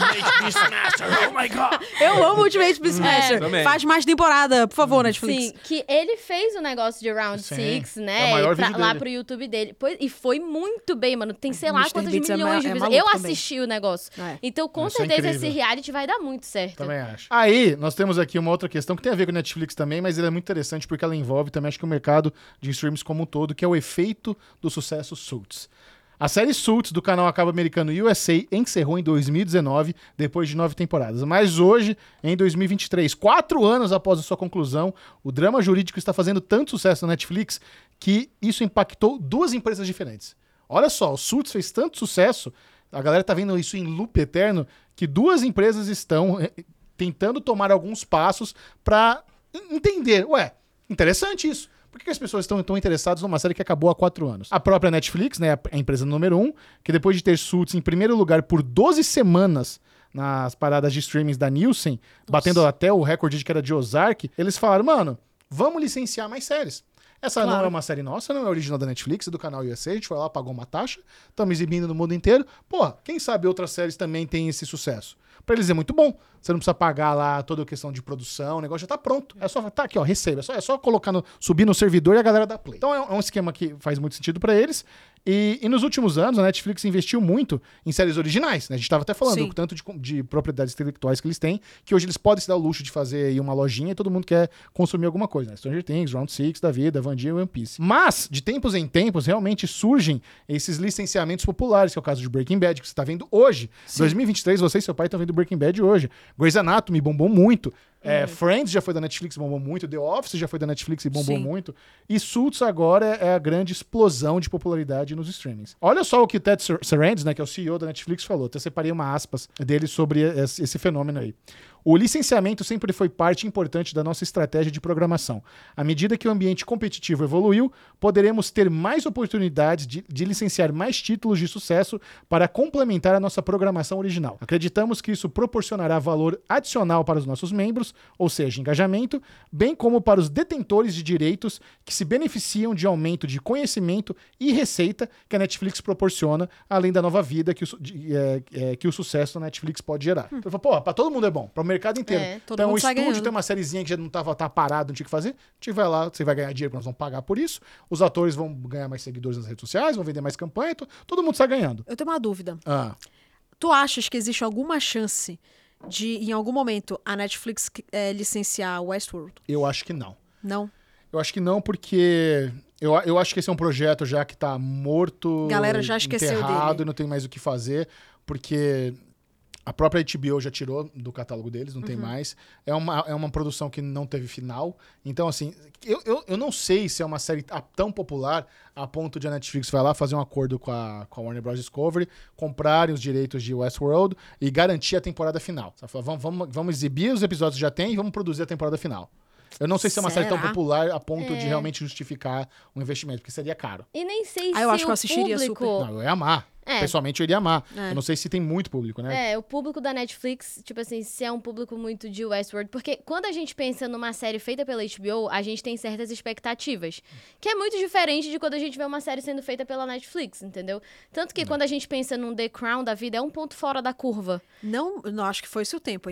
Oh my God. Eu amo Ultimate Beastmaster. É. Também. Faz mais temporada, por favor, Netflix. Sim, que ele fez o negócio de Round Sim, Six, é né? o maior e pra- vídeo lá dele. pro YouTube dele. Pois- e foi muito bem, mano. Tem sei lá mister quantos Beats é milhões ma- de é visualizações. maluco Eu também. assisti o negócio. É. Então, com Isso é certeza, incrível. esse reality vai dar muito certo. Também acho. Aí, nós temos aqui uma outra questão que tem a ver com a Netflix também, mas ela é muito interessante porque ela envolve também, acho que o mercado de streams como um todo, que é o efeito do sucesso Suits. A série Suits do canal a cabo americano U S A encerrou em dois mil e dezenove, depois de nove temporadas. Mas hoje, em dois mil e vinte e três, quatro anos após a sua conclusão, o drama jurídico está fazendo tanto sucesso na Netflix que isso impactou duas empresas diferentes. Olha só, o Suits fez tanto sucesso, a galera tá vendo isso em loop eterno, que duas empresas estão eh, tentando tomar alguns passos para entender. Ué, interessante isso. Por que que as pessoas estão tão interessadas numa série que acabou há quatro anos? A própria Netflix, né, a empresa número um, que depois de ter Suits em primeiro lugar por doze semanas nas paradas de streamings da Nielsen, batendo até o recorde de que era de Ozark, eles falaram, mano, vamos licenciar mais séries. Essa não Claro. é uma série nossa, não é original da Netflix, é do canal U S A, a gente foi lá, pagou uma taxa, estamos exibindo no mundo inteiro. Pô, quem sabe outras séries também têm esse sucesso? Pra eles é muito bom. Você não precisa pagar lá toda a questão de produção, o negócio já tá pronto. É só, tá aqui, ó, receba. É só, é só colocar no, subir no servidor e a galera dá play. Então é, um- é um esquema que faz muito sentido pra eles. E, e nos últimos anos, a Netflix investiu muito em séries originais, né? A gente tava até falando Sim. o tanto de, de propriedades intelectuais que eles têm, que hoje eles podem se dar o luxo de fazer aí uma lojinha e todo mundo quer consumir alguma coisa, né? Stranger Things, Round Six da vida, Vandia e One Piece. Mas, de tempos em tempos, realmente surgem esses licenciamentos populares, que é o caso de Breaking Bad, que você tá vendo hoje. dois mil e vinte e três, você e seu pai estão vendo Breaking Bad hoje. Grey's Anatomy bombou muito. É, Friends já foi da Netflix e bombou muito. The Office já foi da Netflix e bombou Sim. muito. E Suits agora é a grande explosão de popularidade nos streamings. Olha só o que o Ted Sar- Sarandos, né, que é o C E O da Netflix, falou. Até separei uma aspas dele sobre esse, esse fenômeno aí. O licenciamento sempre foi parte importante da nossa estratégia de programação. À medida que o ambiente competitivo evoluiu, poderemos ter mais oportunidades de, de licenciar mais títulos de sucesso para complementar a nossa programação original. Acreditamos que isso proporcionará valor adicional para os nossos membros, ou seja, engajamento, bem como para os detentores de direitos que se beneficiam de aumento de conhecimento e receita que a Netflix proporciona, além da nova vida que o, su- de- é, é, que o sucesso da Netflix pode gerar. Então, ele falou, pô, pra todo mundo é bom, para o mercado inteiro. É, todo Então, mundo o sai estúdio ganhando. tem uma sériezinha que já não tava tá parado, não tinha o que fazer. A gente vai lá, você vai ganhar dinheiro, porque nós vamos pagar por isso. Os atores vão ganhar mais seguidores nas redes sociais, vão vender mais campanha, então, todo mundo sai ganhando. Eu tenho uma dúvida. Ah, Tu achas que existe alguma chance de, em algum momento, a Netflix eh, licenciar Westworld? eu acho que não. Não? Eu acho que não, porque eu, eu acho que esse é um projeto já que tá morto, Galera já esqueceu enterrado dele. e não tem mais o que fazer, porque a própria H B O já tirou do catálogo deles, não tem mais. É uma, é uma produção que não teve final. Então, assim, eu, eu, eu não sei se é uma série a- tão popular a ponto de a Netflix vai lá fazer um acordo com a, com a Warner Bros. Discovery, comprarem os direitos de Westworld e garantir a temporada final. Só falar, vamos, vamos, vamos exibir os episódios que já tem e vamos produzir a temporada final. Eu não sei se é uma série tão Será? popular a ponto de É. realmente justificar um investimento, porque seria caro. E nem sei Ah, se eu acho que eu o assistiria público... super. Não, eu ia amar. É. Pessoalmente, eu iria amar. É. Eu não sei se tem muito público, né? É, o público da Netflix, tipo assim, se é um público muito de Westworld, porque quando a gente pensa numa série feita pela H B O, a gente tem certas expectativas, que é muito diferente de quando a gente vê uma série sendo feita pela Netflix, entendeu? Tanto que quando a gente pensa num The Crown da vida, é um ponto fora da curva. Não, não acho que foi esse o tempo, hein?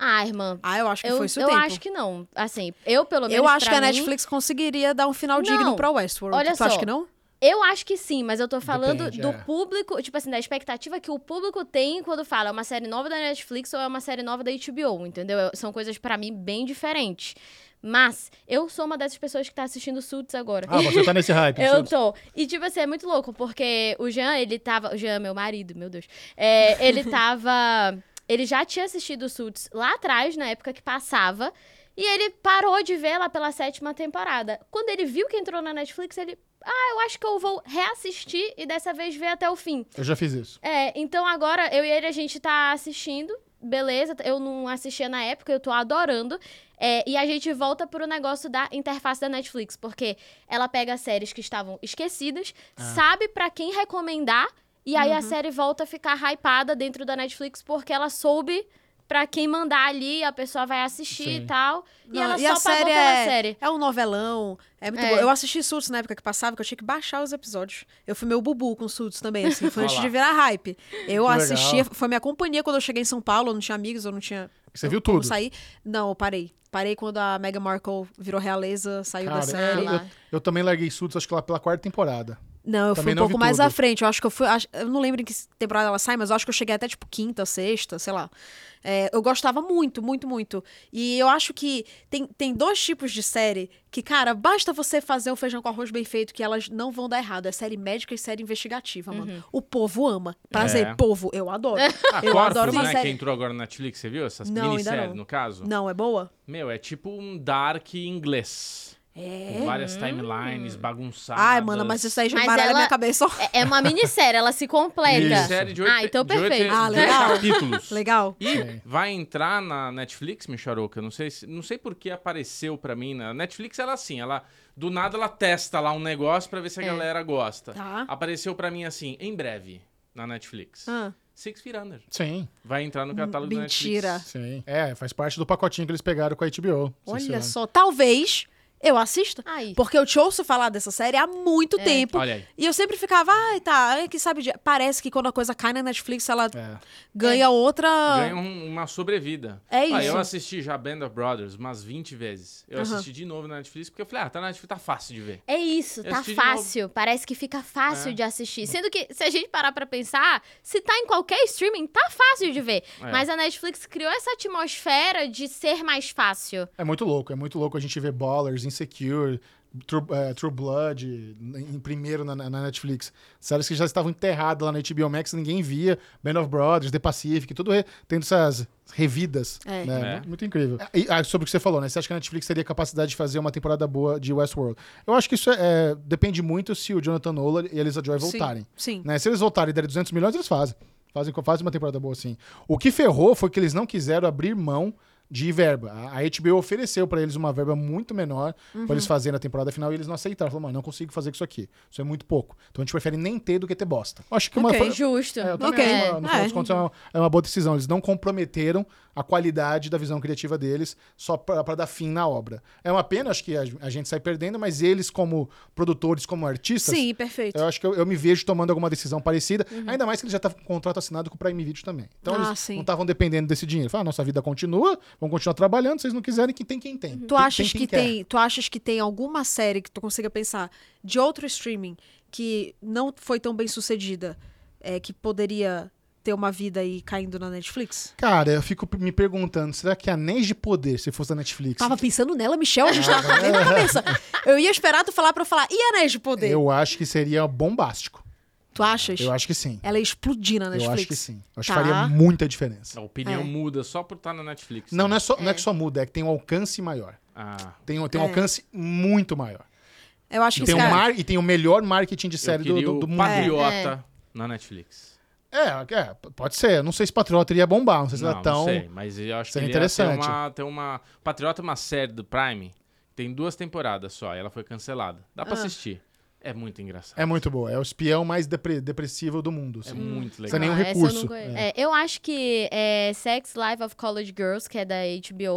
Ah, irmã. Ah, eu acho que Eu, foi isso o eu tempo. acho que não. Assim, eu pelo menos Eu acho pra que a mim, Netflix conseguiria dar um final digno Não, pra Westworld. olha tu acha só. que não? Eu acho que sim, mas eu tô falando Depende, do é. público, tipo assim, da expectativa que o público tem quando fala é uma série nova da Netflix ou é uma série nova da H B O, entendeu? Eu- São coisas pra mim bem diferentes. Mas eu sou uma dessas pessoas que tá assistindo Suits agora. Ah, você tá nesse hype. Eu Suits. tô. E, tipo assim, é muito louco, porque o Jean, ele tava... O Jean, meu marido, meu Deus. É, ele tava... Ele já tinha assistido Suits lá atrás, na época que passava, e ele parou de ver lá pela sétima temporada. Quando ele viu que entrou na Netflix, ele... Ah, eu acho que eu vou reassistir e dessa vez ver até o fim. Eu já fiz isso. É, então agora eu e ele, a gente tá assistindo, beleza, eu não assistia na época, eu tô adorando. É, e a gente volta pro negócio da interface da Netflix, porque ela pega séries que estavam esquecidas, sabe pra quem recomendar, e aí a série volta a ficar hypada dentro da Netflix, porque ela soube pra quem mandar ali, a pessoa vai assistir Sim. e tal. E Não, ela e só a pagou série pela é, série. é um novelão, é muito É. bom. Eu assisti Suits na época que passava, que eu tinha que baixar os episódios. Eu fui meu bubu com Suits também, assim, foi Olha antes lá. de virar hype. Eu Que assistia, legal. foi minha companhia quando eu cheguei em São Paulo, eu não tinha amigos, eu não tinha... Você viu como tudo? sair. Não, eu parei. Parei quando a Meghan Markle virou realeza, saiu Cara, da série. eu, eu, eu também larguei Suits, acho que lá pela quarta temporada. Não, eu Também fui um não pouco vi mais tudo. à frente. Eu acho que eu fui. acho- Eu não lembro em que temporada ela sai, mas eu acho que eu cheguei até tipo quinta, sexta, sei lá. É, eu gostava muito, muito, muito. E eu acho que tem, tem dois tipos de série que, cara, basta você fazer um feijão com arroz bem feito que elas não vão dar errado. É série médica e série investigativa, mano. O povo ama. Prazer, É. povo, eu adoro. A eu Corpus, adoro uma né, série. que entrou agora na Netflix, você viu? Essas Não, ainda minisséries, não. no caso. Não, é boa? Meu, é tipo um Dark inglês. É. Com várias timelines bagunçadas. Ai, mano, mas isso aí já Mas embaralha ela- minha cabeça. É, é uma minissérie, ela se completa. Isso. Minissérie de oito, Ah, então de oito- perfeito. Ah, de oito legal. capítulos. Legal. E Sim. vai entrar na Netflix, Micharouca. Não sei, se- não sei por que apareceu pra mim. Na Netflix ela assim, ela do nada ela testa lá um negócio pra ver se a É. galera gosta. Tá. Apareceu pra mim assim, em breve, na Netflix. Ah, Six Feet Under. Sim, Vai entrar no catálogo da mentira. Netflix. sim. É, faz parte do pacotinho que eles pegaram com a H B O. Não sei se Olha você só, talvez eu assista. Aí. Porque eu te ouço falar dessa série há muito É. tempo. Olha aí. E eu sempre ficava, ai, tá, ai, que sabe, de... parece que quando a coisa cai na Netflix, ela lembra. É. ganha outra... Ganha um- uma sobrevida. É Ah, isso. eu assisti já Band of Brothers umas vinte vezes. Eu Aham. assisti de novo na Netflix, porque eu falei, ah, tá na Netflix, tá fácil de ver. É isso, Eu tá assisti de fácil. Parece que fica fácil É. de assistir. Sendo que, se a gente parar pra pensar, se tá em qualquer streaming, tá fácil de ver. É. Mas a Netflix criou essa atmosfera de ser mais fácil. É muito louco, é muito louco a gente ver Ballers, Insecure, True, é, True Blood em primeiro na, na Netflix. Séries que já estavam enterradas lá na H B O Max, ninguém via. Band of Brothers, The Pacific, tudo re- tendo essas revidas. É. Né? É. Muito incrível. E, ah, sobre o que você falou, né? Você acha que a Netflix teria capacidade de fazer uma temporada boa de Westworld? Eu acho que isso é, é, depende muito se o Jonathan Nolan e a Elisa Joy voltarem. Sim. Né? Se eles voltarem e derem duzentos milhões, eles fazem. Fazem, fazem uma temporada boa assim. O que ferrou foi que eles não quiseram abrir mão de verba. A a H B O ofereceu pra eles uma verba muito menor Uhum. pra eles fazerem a temporada final e eles não aceitaram. Falaram, mano, não consigo fazer com isso aqui. Isso é muito pouco. Então a gente prefere nem ter do que ter bosta. Acho que uma Ok. foi- Justo. é, eu também Ok. acho, no final É. dos contos, é uma, é uma boa decisão. Eles não comprometeram a qualidade da visão criativa deles só pra, pra dar fim na obra. É uma pena, acho que a, a gente sai perdendo, mas eles, como produtores, como artistas, Sim, perfeito. eu acho que eu, eu me vejo tomando alguma decisão parecida, ainda mais que eles já estavam com contrato assinado com o Prime Video também. Então Ah, eles sim. não estavam dependendo desse dinheiro. Falaram, ah, nossa vida continua, vamos continuar trabalhando, se vocês não quiserem, que tem quem tem. Tu Tem- achas tem que quem quer. tem, tu achas que tem alguma série que tu consiga pensar de outro streaming que não foi tão bem sucedida, é, que poderia ter uma vida aí caindo na Netflix? Cara, eu fico me perguntando, será que Anéis de Poder, se fosse da Netflix? Tava pensando nela, Michel, a gente tava com a mesma cabeça. Eu ia esperar tu falar pra eu falar, e Anéis de Poder? Eu acho que seria bombástico. Tu achas? Eu acho que sim. Ela ia explodir na Netflix. Eu acho que sim. Eu acho Tá. que faria muita diferença. A opinião É. muda só por estar na Netflix. Não, né? não é, só, não é que só muda, é que tem um alcance maior. Ah, Tem, um- tem um É. alcance muito maior. Eu acho E que tem, esse um cara... mar, e tem o melhor marketing de eu série do, queria do, o do mundo. Patriota na Netflix. É, é, pode ser. Não sei se Patriota iria bombar, não sei se Não, ela é tão... não sei, mas eu acho que seria ele ia ter interessante. uma, ter uma... Patriota é uma série do Prime, tem duas temporadas só, e ela foi cancelada. Dá pra Ah. assistir. É muito engraçado. É muito boa. É o espião mais depre- depressivo do mundo. É assim. muito Sem legal. nenhum Ah, essa eu recurso. não conheço. É. É, eu acho que é Sex Life of College Girls, que é da H B O,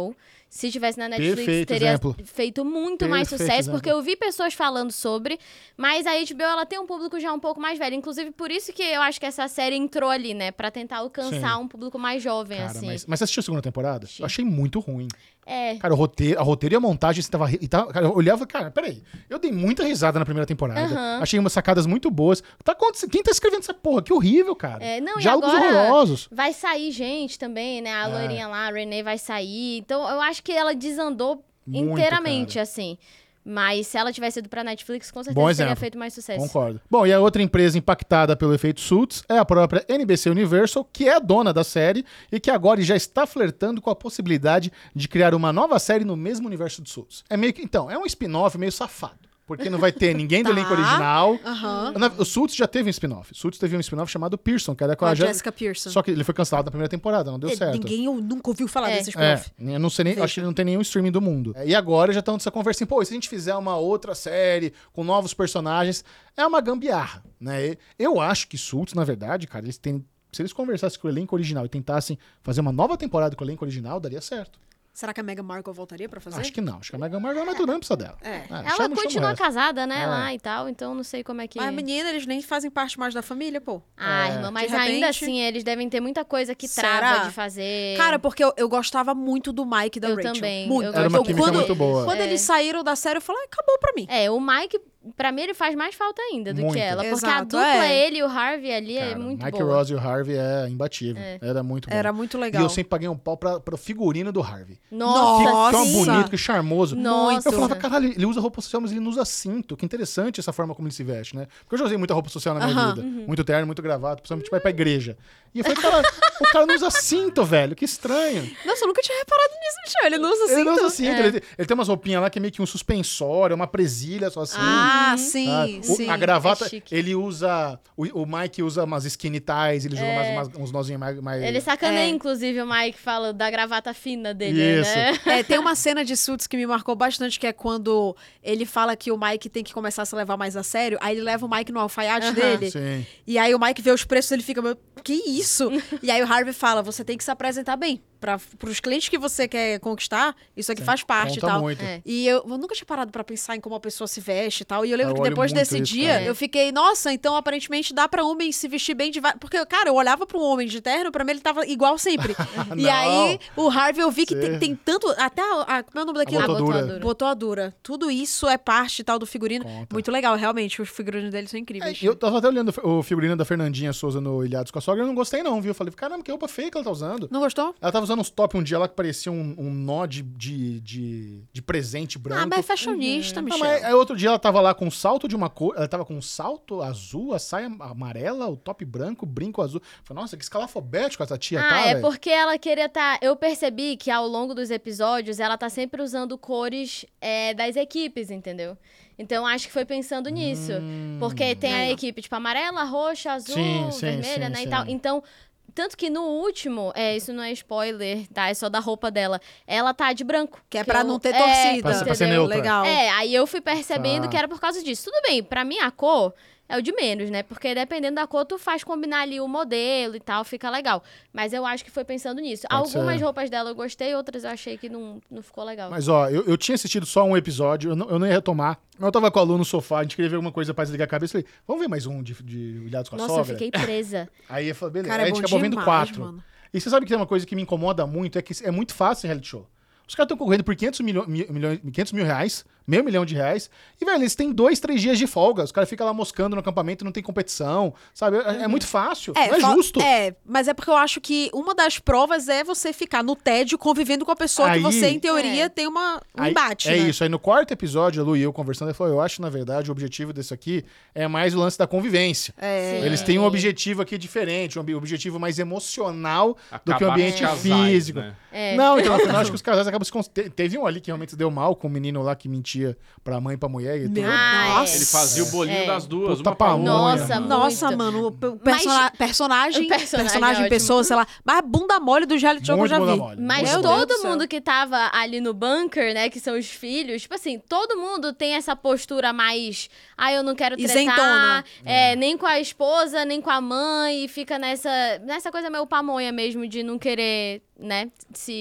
se tivesse na Netflix, Perfeito teria exemplo. feito muito mais Perfeito sucesso, exemplo. porque eu vi pessoas falando sobre, mas a H B O, ela tem um público já um pouco mais velho. Inclusive, por isso que eu acho que essa série entrou ali, né? Pra tentar alcançar Sim. um público mais jovem, Cara, assim. mas, mas você assistiu a segunda temporada? Eu achei muito ruim. É. Cara, o roteiro, a roteiro e a montagem, você tava, ri- e tava. Cara, eu olhava, cara, peraí. Eu dei muita risada na primeira temporada. Aham. Achei umas sacadas muito boas. Tá acontecendo? Quem tá escrevendo essa porra? Que horrível, cara. É, não, e Diálogos agora horrorosos. vai sair gente também, né? A É. loirinha lá, a Renee, vai sair. Então, eu acho que ela desandou Muito, inteiramente, cara. assim. Mas se ela tivesse ido pra Netflix, com Bom certeza teria exemplo. feito mais sucesso. Concordo. Bom, e a outra empresa impactada pelo efeito Suits é a própria N B C Universal, que é a dona da série e que agora já está flertando com a possibilidade de criar uma nova série no mesmo universo de Suits. É meio que, então, é um spin-off meio safado. Porque não vai ter ninguém do Tá. elenco original. Aham. Na- O Suits já teve um spin-off. O Suits teve um spin-off chamado Pearson, que era com Com a, a Je- Jessica Pearson. Só que ele foi cancelado na primeira temporada, não deu É, certo. Ninguém eu nunca ouviu falar É. desse É, spin-off. eu não sei nem, Veja. acho que não tem nenhum streaming do mundo. E agora já estão nessa conversa assim, pô, e se a gente fizer uma outra série com novos personagens, é uma gambiarra, né? E eu acho que Suits, na verdade, cara, eles têm, se eles conversassem com o elenco original e tentassem fazer uma nova temporada com o elenco original, daria certo. Será que a Meghan Markle voltaria pra fazer? Acho que não, acho que a Meghan Markle é mais não precisa dela. É. Ah, Ela chama- chama o continua resto. casada, né, É. lá e tal, então não sei como é que... Mas, menina, eles nem fazem parte mais da família, pô. Ah, É. irmã, mas De repente- ainda assim, eles devem ter muita coisa que Será? trava de fazer. Cara, porque eu, eu gostava muito do Mike e da Eu Rachel. também, Muito. eu Era uma gosto química quando, muito boa. Quando É. eles saíram da série, eu falei, ah, acabou pra mim. É, o Mike, pra mim, ele faz mais falta ainda do Muito. que ela. Porque a Exato, dupla, é. ele e o Harvey ali, é Cara, muito Mike boa. Ross e o Harvey é imbatível. Era muito bom. Era muito E legal. eu sempre paguei um pau pra, pro figurino do Harvey. Nossa, Nossa. Tão sim. bonito, que charmoso. Nossa. Eu falava, caralho, ele usa roupa social, mas ele não usa cinto. Que interessante essa forma como ele se veste, né? Porque eu já usei muita roupa social na minha Aham. vida. Muito terno, muito gravata, principalmente vai pra igreja. E eu falei, cara, o cara não usa cinto, velho. Que estranho. Nossa, eu nunca tinha reparado nisso, Michel. Ele não usa Ele não cinto. usa cinto. É. Ele, ele tem umas roupinhas lá que é meio que um suspensório, uma presilha só assim. Ah, Uhum. sim, sabe? O- sim. a gravata, É chique. ele usa. O, o Mike usa umas skinny ties, ele usa É. umas, umas- uns nozinhos mais. mais... Ele sacaneia, É. inclusive, o Mike fala da gravata fina dele, Isso. né? É, tem uma cena de Suits que me marcou bastante, que é quando ele fala que o Mike tem que começar a se levar mais a sério, aí ele leva o Mike no alfaiate Aham. dele, Sim. e aí o Mike vê os preços e ele fica, "Meu, que isso?" E aí o Harvey fala, você tem que se apresentar bem. Para os clientes que você quer conquistar, isso aqui faz parte e Conta tal. muito. É. E eu, eu nunca tinha parado pra pensar em como a pessoa se veste e tal. E eu lembro Eu que olho depois muito desse isso, dia, cara. eu fiquei, nossa, então aparentemente dá pra homem se vestir bem de vários. Porque, cara, eu olhava pra um homem de terno, pra mim ele tava igual sempre. E Não. aí, o Harvey, eu vi que Sim. tem, tem tanto. Até a, a- como é o nome daquilo? A Ah, botou botadura. a dura. Botou a dura. Tudo isso é parte e tal do figurino. Conta. Muito legal, realmente. Os figurinos deles são É, incríveis. eu tava até olhando o figurino da Fernandinha Souza no Ilhados com a Sogra e eu não gostei, não, viu? Eu falei, caramba, que roupa feia que ela tá usando. Não gostou? Ela tava usando uns top um dia lá que parecia um, um nó de, de, de, de presente branco. Ah, mas é fashionista, Não, Michel. mas aí outro dia ela tava lá com um salto de uma cor. Ela tava com um salto azul, a saia amarela, o top branco, o brinco azul. Eu falei, nossa, que escalafobético essa tia Ah, tá, é velho. porque ela queria tá. Eu percebi que ao longo dos episódios ela tá sempre usando cores é, das equipes, entendeu? Então acho que foi pensando nisso. Porque tem a Legal. equipe, tipo, amarela, roxa, azul, Sim, sim, vermelha, sim, né? sim. E tal. Então. Tanto que no último, é, isso não é spoiler, tá? É só da roupa dela. Ela tá de branco. Que é pra eu- não ter é, torcida. Pra ser- pra ser entendeu? neutra. Legal. É, aí eu fui percebendo Tá. que era por causa disso. Tudo bem, pra mim a cor é o de menos, né? Porque dependendo da cor, tu faz combinar ali o modelo e tal, fica legal. Mas eu acho que foi pensando nisso. Pode Algumas ser. roupas dela eu gostei, outras eu achei que não, não ficou legal. Mas ó, eu, eu tinha assistido só um episódio, eu não, eu não ia retomar. Eu tava com a Lu no sofá, a gente queria ver alguma coisa pra desligar a cabeça. Eu falei, vamos ver mais um de, de Ilhados com a Nossa, eu Sogra? fiquei presa. Aí eu falei, beleza. Cara, Aí é a gente bom acabou vendo demais, quatro. mano. E você sabe que tem uma coisa que me incomoda muito, é que é muito fácil em reality show. Os caras estão concorrendo por quinhentos, milho, mi- milhões, quinhentos mil reais, meio milhão de reais, e, velho, eles têm dois, três dias de folga. Os caras ficam lá moscando no acampamento, não tem competição, sabe? É, é muito fácil, não é fa- justo. É, mas é porque eu acho que uma das provas é você ficar no tédio convivendo com a pessoa Aí- que você, em teoria, É. tem uma, um Aí- embate, É né? isso. Aí no quarto episódio, a Lu e eu conversando, ele falou, eu acho, na verdade, o objetivo desse aqui é mais o lance da convivência. É. Sim. Eles têm um objetivo aqui diferente, um ob- objetivo mais emocional do que o Acabar ambiente com os casais, físico. né? É. Não, então, no final, acho que os casais acabam se... cons- te- Teve um ali que realmente deu mal, com o menino lá que mentia pra mãe e pra mulher. E tudo. Meu Ah, nossa. Ele fazia o bolinho É. das duas, Puta uma pra pamonha. outra. Nossa, mano. Nossa, muito. mano, o pe- o Mas- persona- personagem, o personagem personagem, é ótimo. pessoa, sei lá, mais bunda mole do reality show que eu Muito já bunda vi. mole. Mas Meu Deus todo do céu. mundo que tava ali no bunker, né, que são os filhos, tipo assim, todo mundo tem essa postura mais, ah, eu não quero tretar, Isentona. é, nem com a esposa, nem com a mãe, e fica nessa, nessa coisa meio pamonha mesmo de não querer, né, se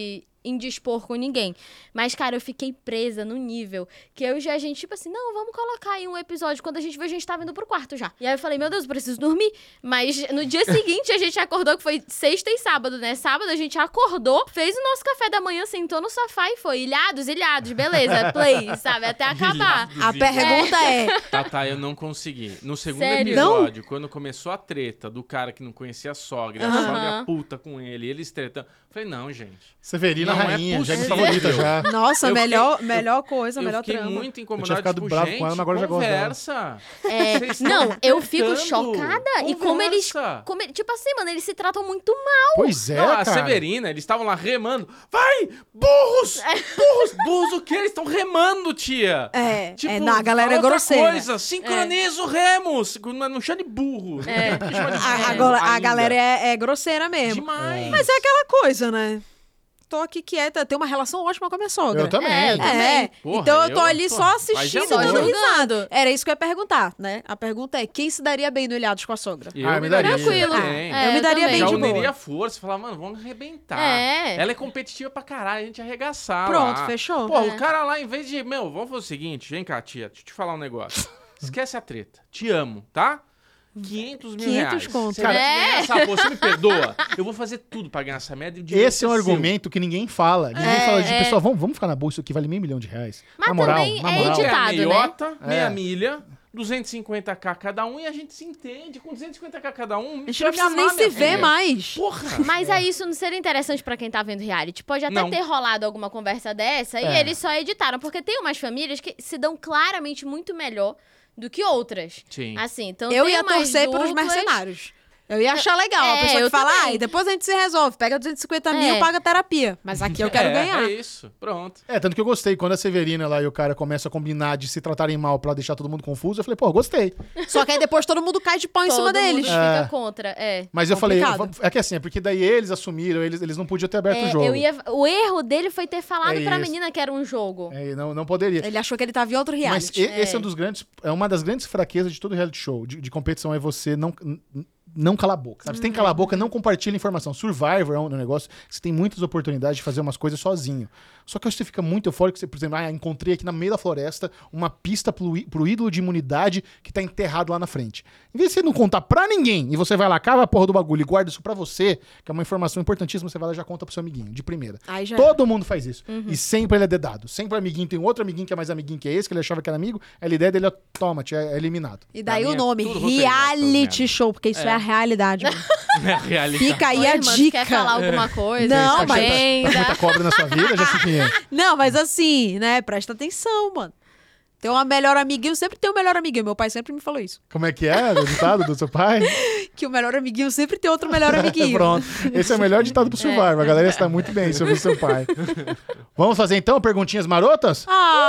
indispor com ninguém. Mas, cara, eu fiquei presa no nível que eu já, a gente, tipo assim, não, vamos colocar aí um episódio. Quando a gente viu, a gente tava indo pro quarto já. E aí eu falei, meu Deus, eu preciso dormir. Mas no dia seguinte, a gente acordou, que foi sexta e sábado, né? Sábado a gente acordou, fez o nosso café da manhã, sentou no sofá e foi, ilhados, ilhados, beleza, play, sabe? Até acabar. A pergunta é... Tá, tá, eu não consegui. No segundo Sério? episódio, quando começou a treta do cara que não conhecia a sogra, a Aham. sogra puta com ele, eles tretando, eu falei, não, gente. Severina Não é rainha, já é minha possível. favorita já. Nossa, Eu melhor, fiquei- melhor coisa, Eu melhor fiquei trama. muito Eu incomodado, tinha ficado tipo, bravo gente, com ela, mas agora eu já gosto dela. conversa. É, Vocês estão não, eu fico tretando. chocada. E como eles, Conversa. como ele- tipo assim, mano, eles se tratam muito mal. Pois é, Não, a cara. Severina, eles estavam lá remando. Vai, burros! Burros! Burros o quê? Eles estão remando, tia! É, Tipo, é, não, a galera é outra grosseira. coisa, sincroniza o remo! Não, não chama de burro. É. Não tem que chamar de A, burro agora, a ainda. galera é, é grosseira mesmo. Demais. Mas é aquela coisa, né? Tô aqui quieta, tenho uma relação ótima com a minha sogra. Eu também. É, eu também. É, Porra, então eu tô eu ali tô- só Mas assistindo e é dando amor. risada. Era isso que eu ia perguntar, né? A pergunta é, quem se daria bem no Ilhados com a sogra? Eu Ah, me me daria daria. Tranquilo. também. É, eu me daria também. bem Já de boa. uniria a força, falar, mano, vamos arrebentar. É. Ela é competitiva pra caralho, a gente ia arregaçar Pronto, lá. fechou. Pô, É. o cara lá, em vez de, meu, vamos fazer o seguinte, vem cá, tia, deixa eu te falar um negócio. Esquece a treta. Te amo, tá? quinhentos mil quinhentos reais. conto. Você vai te É. ganhar essa porra, você me perdoa? Eu vou fazer tudo pra ganhar essa merda e o dinheiro Esse é um vai ser seu. argumento que ninguém fala. Ninguém É, fala de, é. pessoal, vamos, vamos ficar na bolsa, isso aqui vale meio milhão de reais. Mas na moral, também na é moral. É a editado, né? meiota, meia É. milha, duzentos e cinquenta k cada um e a gente se entende. Com duzentos e cinquenta k cada um, A gente não precisa nem se ver mais. Porra! Mas aí isso não seria interessante pra quem tá vendo reality? Pode até Não. ter rolado alguma conversa dessa e É. eles só editaram. Porque tem umas famílias que se dão claramente muito melhor do que outras. Sim. Assim, então Eu tem ia umas torcer pros duplas- mercenários. Eu ia achar legal. É, a pessoa eu que fala, também. ai, depois a gente se resolve. Pega duzentos e cinquenta É. mil, paga terapia. Mas aqui eu quero é, ganhar. É isso, pronto. É, tanto que eu gostei. Quando a Severina lá e o cara começam a combinar de se tratarem mal pra deixar todo mundo confuso, eu falei, pô, gostei. Só que aí depois todo mundo cai de pau em Todo cima mundo deles. fica É. contra, é. Mas eu Complicado. falei, é que assim, é porque daí eles assumiram, eles, eles não podiam ter aberto É, o jogo. eu ia, o erro dele foi ter falado É pra isso. menina que era um jogo. É, não, não poderia. Ele achou que ele tava em outro Mas reality. e- esse é um dos grandes, é uma das grandes fraquezas de todo reality show, de, de competição, é você não, n- não calar a boca. Sabe? Você tem que calar a boca, não compartilha informação. Survivor é um negócio que você tem muitas oportunidades de fazer umas coisas sozinho. Só que você fica muito eufórico, você, por exemplo, ah, encontrei aqui no meio da floresta uma pista pro, í- pro ídolo de imunidade que tá enterrado lá na frente. Em vez de você não contar pra ninguém, e você vai lá, cava a porra do bagulho e guarda isso pra você, que é uma informação importantíssima, você vai lá e já conta pro seu amiguinho, de primeira. Aí já Todo mundo faz isso. E sempre ele é dedado. Sempre o amiguinho tem um outro amiguinho que é mais amiguinho que esse, que ele achava que era amigo, aí ele dele, ele toma, te é eliminado. E daí Pra o mim é nome, tudo roteirizado, essas reality merda. show, porque isso é, É. a realidade. mano. É a realidade. Fica aí Oi, a irmã, tu dica. quer falar alguma coisa? Não, Tá cheio- Agenda. tá com muita cobra na sua vida, Jessiquinha? Não, mas assim, né? Presta atenção, mano. Tem uma melhor amiguinho, sempre tem um melhor amiguinho. Meu pai sempre me falou isso. Como é que é o ditado do seu pai? Que o melhor amiguinho sempre tem outro melhor amiguinho. Pronto. Esse é o melhor ditado pro Survivor. A galera está muito bem sobre o seu pai. Vamos fazer então perguntinhas marotas?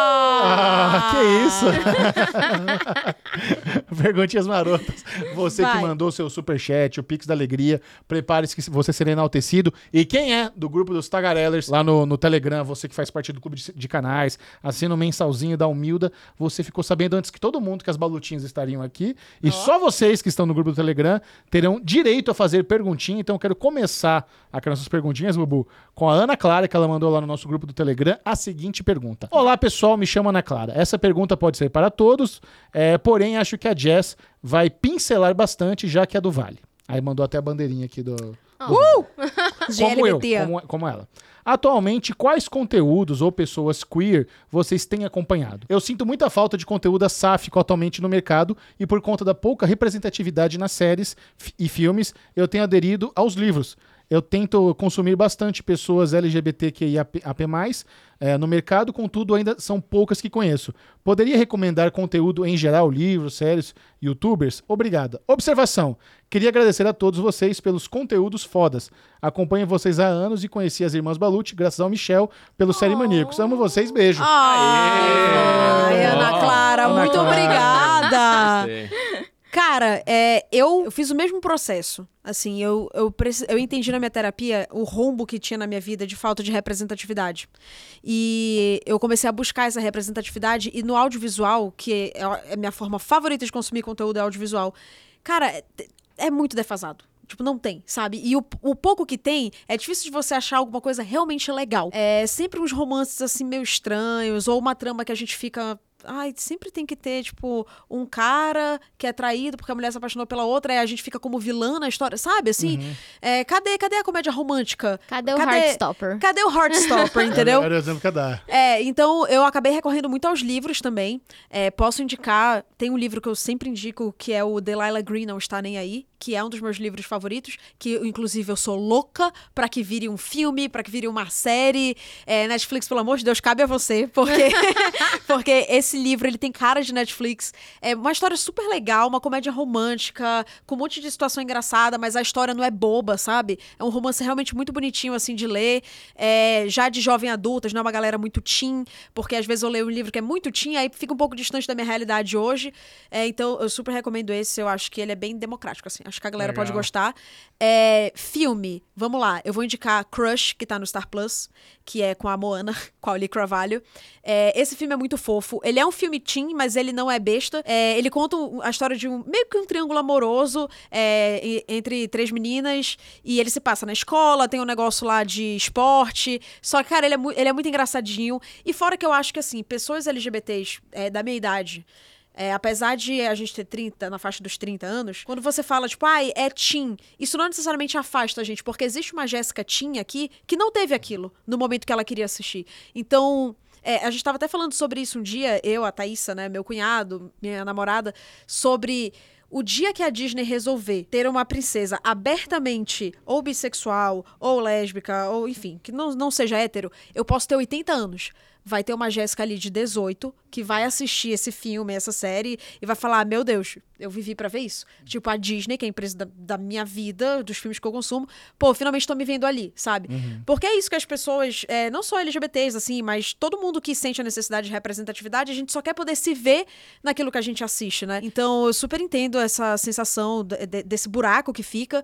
Ah, Ah, que isso! Perguntinhas marotas. Você Vai. que mandou seu superchat, o Pix da Alegria, prepare-se que você será enaltecido. E quem é do grupo dos Tagarellers, lá no, no Telegram, você que faz parte do clube de, de canais, assina o mensalzinho da Humilda, você ficou sabendo antes que todo mundo que as balutinhas estariam aqui. E só vocês que estão no grupo do Telegram terão direito a fazer perguntinha. Então eu quero começar aqui nossas perguntinhas, Bubu, com a Ana Clara, que ela mandou lá no nosso grupo do Telegram, a seguinte pergunta. Olá, pessoal, me chamo Ana Clara. Essa pergunta pode ser para todos, é, porém acho que a Jess vai pincelar bastante, já que é do Vale. Aí mandou até a bandeirinha aqui do... do Uh! como eu, G L B T. como, como ela. Atualmente, quais conteúdos ou pessoas queer vocês têm acompanhado? Eu sinto muita falta de conteúdo sáfico atualmente no mercado e por conta da pouca representatividade nas séries f- e filmes, eu tenho aderido aos livros. Eu tento consumir bastante pessoas L G B T Q I A P mais, eh, no mercado, contudo ainda são poucas que conheço. Poderia recomendar conteúdo em geral, livros, séries, youtubers? Obrigada. Observação. Queria agradecer a todos vocês pelos conteúdos fodas. Acompanho vocês há anos e conheci as Irmãs Balucci graças ao Michel pelo Série Maníacos. Amo vocês, beijo. Ai, Aê! Ana Clara, Ana muito Clara. obrigada. Sei. Cara, é, eu, eu fiz o mesmo processo. Assim, eu, eu, preci- eu entendi na minha terapia o rombo que tinha na minha vida de falta de representatividade. E eu comecei a buscar essa representatividade. E no audiovisual, que é a é a minha forma favorita de consumir conteúdo é audiovisual, cara, é, é muito defasado. Tipo, não tem, sabe? E o, o pouco que tem, é difícil de você achar alguma coisa realmente legal. É sempre uns romances, assim, meio estranhos, ou uma trama que a gente fica... Ai, sempre tem que ter, tipo, um cara que é traído porque a mulher se apaixonou pela outra, e a gente fica como vilã na história, sabe? Assim, Uhum. é, cadê, cadê a comédia romântica? Cadê o Cadê- Heartstopper? Cadê o Heartstopper, entendeu? Era o exemplo que eu dar. É, então eu acabei recorrendo muito aos livros também. É, posso indicar, tem um livro que eu sempre indico, que é o Delilah Green Não Está Nem Aí, que é um dos meus livros favoritos, que inclusive eu sou louca pra que vire um filme, pra que vire uma série. É, Netflix, pelo amor de Deus, cabe a você, porque, porque esse livro, ele tem cara de Netflix. É uma história super legal, uma comédia romântica, com um monte de situação engraçada, mas a história não é boba, sabe? É um romance realmente muito bonitinho, assim, de ler. É, já de jovem adultas, não é uma galera muito teen, porque às vezes eu leio um livro que é muito teen, aí fica um pouco distante da minha realidade hoje. É, então, eu super recomendo esse, eu acho que ele é bem democrático, assim. Acho que a galera Legal. pode gostar. É, filme, vamos lá. Eu vou indicar Crush, que tá no Star Plus, que é com a Moana, com a Oli Carvalho. É, esse filme é muito fofo. Ele é um filme teen, mas ele não é besta. É, ele conta um- a história de um meio que um triângulo amoroso é, e- entre três meninas, e ele se passa na escola, tem um negócio lá de esporte. Só que, cara, ele é, mu- ele é muito engraçadinho. E fora que eu acho que, assim, pessoas L G B Ts é, da minha idade... É, apesar de a gente ter trinta, na faixa dos trinta anos, quando você fala, tipo, ai, é teen, isso não necessariamente afasta a gente, porque existe uma Jéssica teen aqui que não teve aquilo no momento que ela queria assistir. Então, é, a gente tava até falando sobre isso um dia, eu, a Thaísa, né, meu cunhado, minha namorada, sobre... O dia que a Disney resolver ter uma princesa abertamente ou bissexual, ou lésbica, ou enfim, que não, não seja hétero, eu posso ter oitenta anos. Vai ter uma Jéssica ali de dezoito que vai assistir esse filme, essa série, e vai falar: meu Deus, eu vivi pra ver isso. Tipo, a Disney, que é a empresa da, da minha vida, dos filmes que eu consumo, pô, finalmente tô me vendo ali, sabe? Uhum. Porque é isso que as pessoas, é, não só L G B Ts, assim, mas todo mundo que sente a necessidade de representatividade, a gente só quer poder se ver naquilo que a gente assiste, né? Então, eu super entendo essa sensação de- de- desse buraco que fica.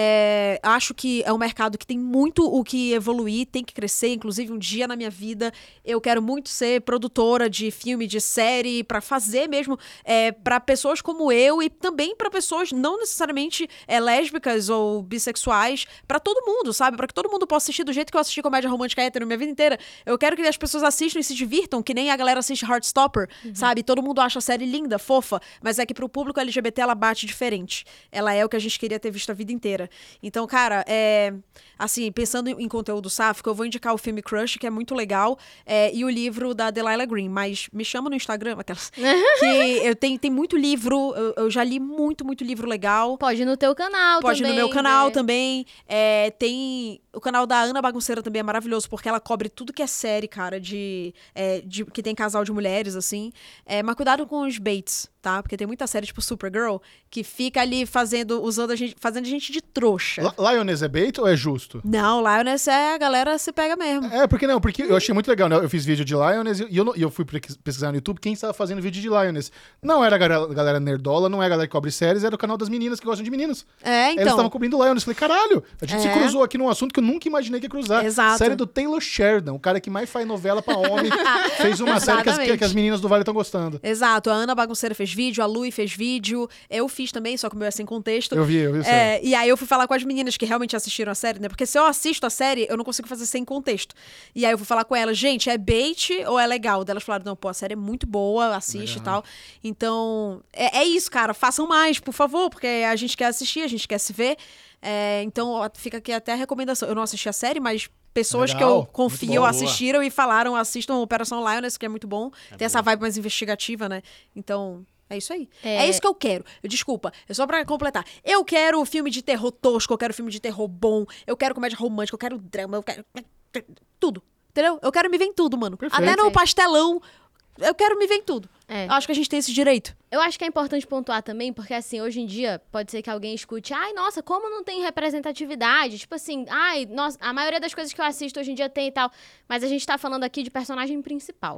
É, acho que é um mercado que tem muito o que evoluir, tem que crescer. Inclusive, um dia na minha vida, eu quero muito ser produtora de filme, de série, pra fazer mesmo é, para pessoas como eu e também pra pessoas não necessariamente é, lésbicas ou bissexuais, pra todo mundo, sabe? Pra que todo mundo possa assistir do jeito que eu assisti comédia romântica hétero minha vida inteira. Eu quero que as pessoas assistam e se divirtam, que nem a galera assiste Heartstopper, sabe? Todo mundo acha a série linda, fofa, mas é que pro público L G B T ela bate diferente. Ela é o que a gente queria ter visto a vida inteira. Então, cara, é... assim, pensando em conteúdo sáfico, eu vou indicar o filme Crush, que é muito legal, é, e o livro da Delilah Green, mas me chama no Instagram, aquelas... que eu tenho, tem muito livro, eu, eu já li muito, muito livro legal. Pode ir no teu canal Pode ir também. no meu canal ver. também. É, tem... O canal da Ana Bagunceira também é maravilhoso, porque ela cobre tudo que é série, cara, de, é, de que tem casal de mulheres, assim. É, mas cuidado com os baits, tá? Porque tem muita série, tipo Supergirl, que fica ali fazendo, usando a gente, fazendo a gente de trouxa. Li- Lioness é bait ou é justo? Não, Lioness é a galera se pega mesmo. É, porque não, porque eu achei muito legal, né? Eu fiz vídeo de Lioness e eu, não- e eu fui pesquis- pesquisar no YouTube quem estava fazendo vídeo de Lioness. Não era a galera, a galera nerdola, não é a galera que cobre séries, era o canal das meninas que gostam de meninos. É, Eles então. estavam cobrindo Lioness. Falei, caralho, a gente se É. cruzou aqui num assunto que eu nunca imaginei que ia cruzar. Exato. Série do Taylor Sheridan, o cara que mais faz novela pra homem, fez uma série que as, que, que as meninas do Vale estão gostando. Exato, a Ana Bagunceira fez vídeo, a Lui fez vídeo, eu fiz também, só que o meu é sem contexto. Eu vi, eu vi isso. É, e aí eu fui falar com as meninas que realmente assistiram a série, né? Porque se eu assisto a série, eu não consigo fazer sem contexto. E aí eu fui falar com elas, gente, é bait ou é legal? Daí elas falaram, não, pô, a série é muito boa, assiste Legal. e tal. Então, é, é isso, cara, façam mais, por favor, porque a gente quer assistir, a gente quer se ver. É, então, ó, fica aqui até a recomendação. Eu não assisti a série, mas pessoas Legal, que eu muito confio boa. assistiram e falaram, assistam Operação Lioness, que é muito bom. Tem essa vibe mais investigativa, né? Então... É isso aí. É... É. isso que eu quero. Eu, desculpa, é só pra completar. Eu quero filme de terror tosco, eu quero filme de terror bom, eu quero comédia romântica, eu quero drama, eu quero... Tudo. Entendeu? Eu quero me ver em tudo, mano. Perfeito. Até no pastelão, eu quero me ver em tudo. É. Eu acho que a gente tem esse direito. Eu acho que é importante pontuar também, porque assim, hoje em dia, pode ser que alguém escute, ai, nossa, como não tem representatividade? Tipo assim, ai, nossa, a maioria das coisas que eu assisto hoje em dia tem e tal. Mas a gente tá falando aqui de personagem principal.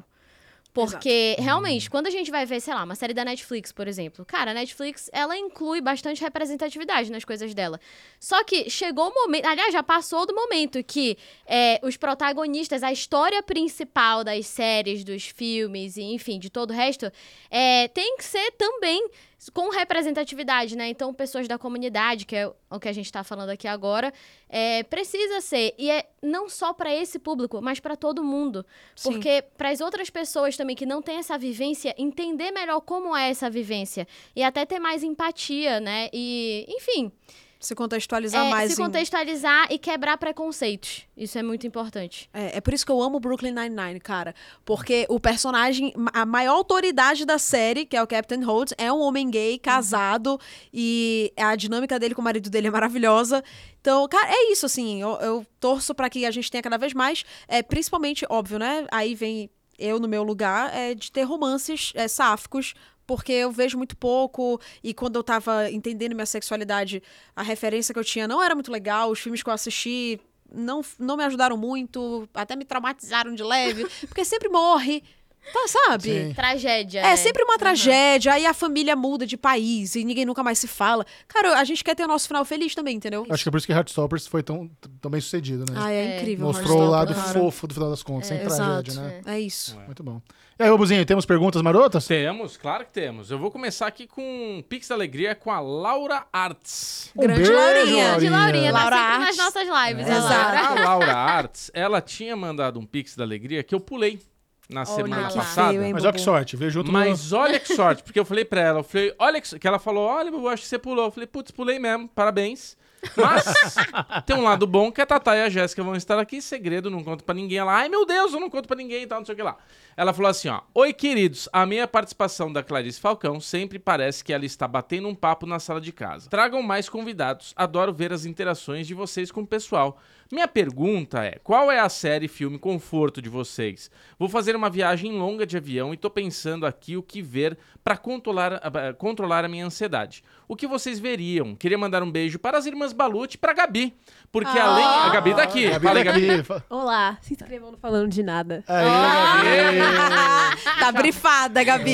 Porque, realmente, quando a gente vai ver, sei lá, uma série da Netflix, por exemplo, cara, a Netflix, ela inclui bastante representatividade nas coisas dela. Só que chegou o momento, aliás, já passou do momento que é, os protagonistas, a história principal das séries, dos filmes, e enfim, de todo o resto, é, tem que ser também com representatividade, né? Então, pessoas da comunidade, que é o que a gente tá falando aqui agora, é, precisa ser. E é não só para esse público, mas para todo mundo. Sim. Porque para as outras pessoas também que não têm essa vivência, entender melhor como é essa vivência. E até ter mais empatia, né? E, enfim... Se contextualizar é, mais. Se em... contextualizar e quebrar preconceitos. Isso é muito importante. É, é por isso que eu amo Brooklyn Nine-Nine, cara. Porque o personagem, a maior autoridade da série, que é o Captain Holt, é um homem gay, casado, uhum. e a dinâmica dele com o marido dele é maravilhosa. Então, cara, é isso, assim. Eu, eu torço pra que a gente tenha cada vez mais, é, principalmente, óbvio, né? Aí vem eu no meu lugar, é, de ter romances é, sáficos, porque eu vejo muito pouco, e quando eu tava entendendo minha sexualidade, a referência que eu tinha não era muito legal, os filmes que eu assisti não, não me ajudaram muito, até me traumatizaram de leve, porque sempre morre, tá, sabe? Sim. Tragédia, É né? sempre uma Uhum. tragédia, aí a família muda de país, e ninguém nunca mais se fala. Cara, a gente quer ter o nosso final feliz também, entendeu? Acho que é por isso que Heartstoppers foi tão, tão bem sucedido, né? Ah, é, É. incrível. Mostrou o lado Heartstopper, cara. fofo, do final das contas, sem Exato. tragédia, né? É isso. Muito bom. E aí, Robuzinho, temos perguntas marotas? Temos, claro que temos. Eu vou começar aqui com um Pix da Alegria com a Laura Arts. Um Grande beijo, Laurinha. De Laurinha, tá Laura sempre Arts. nas nossas lives. É. a Exato. Laura. A Laura Arts, ela tinha mandado um Pix da Alegria que eu pulei na semana que passada. feio, hein? Mas olha que sorte, veio junto Mas olha que sorte, porque eu falei pra ela, eu falei, olha que, que ela falou, olha, eu acho que você pulou. Eu falei, putz, pulei mesmo, parabéns. Mas tem um lado bom que a Tatá e a Jéssica vão estar aqui, segredo, não conto pra ninguém. Ela, ai meu Deus, eu não conto pra ninguém e tal, não sei o que lá. Ela falou assim, ó, oi queridos, a minha participação da Clarice Falcão sempre parece que ela está batendo um papo na sala de casa. Tragam mais convidados, adoro ver as interações de vocês com o pessoal. Minha pergunta é, qual é a série, filme, conforto de vocês? Vou fazer uma viagem longa de avião e tô pensando aqui o que ver pra controlar, uh, controlar a minha ansiedade. O que vocês veriam? Queria mandar um beijo para as irmãs Balucci e pra Gabi. Porque Ah. além... A Gabi tá aqui. Gabi Fala aí, tá Gabi. aqui. Olá, se inscrevam no Falando de Nada. Aí, Gabi. Tá brifada, Gabi.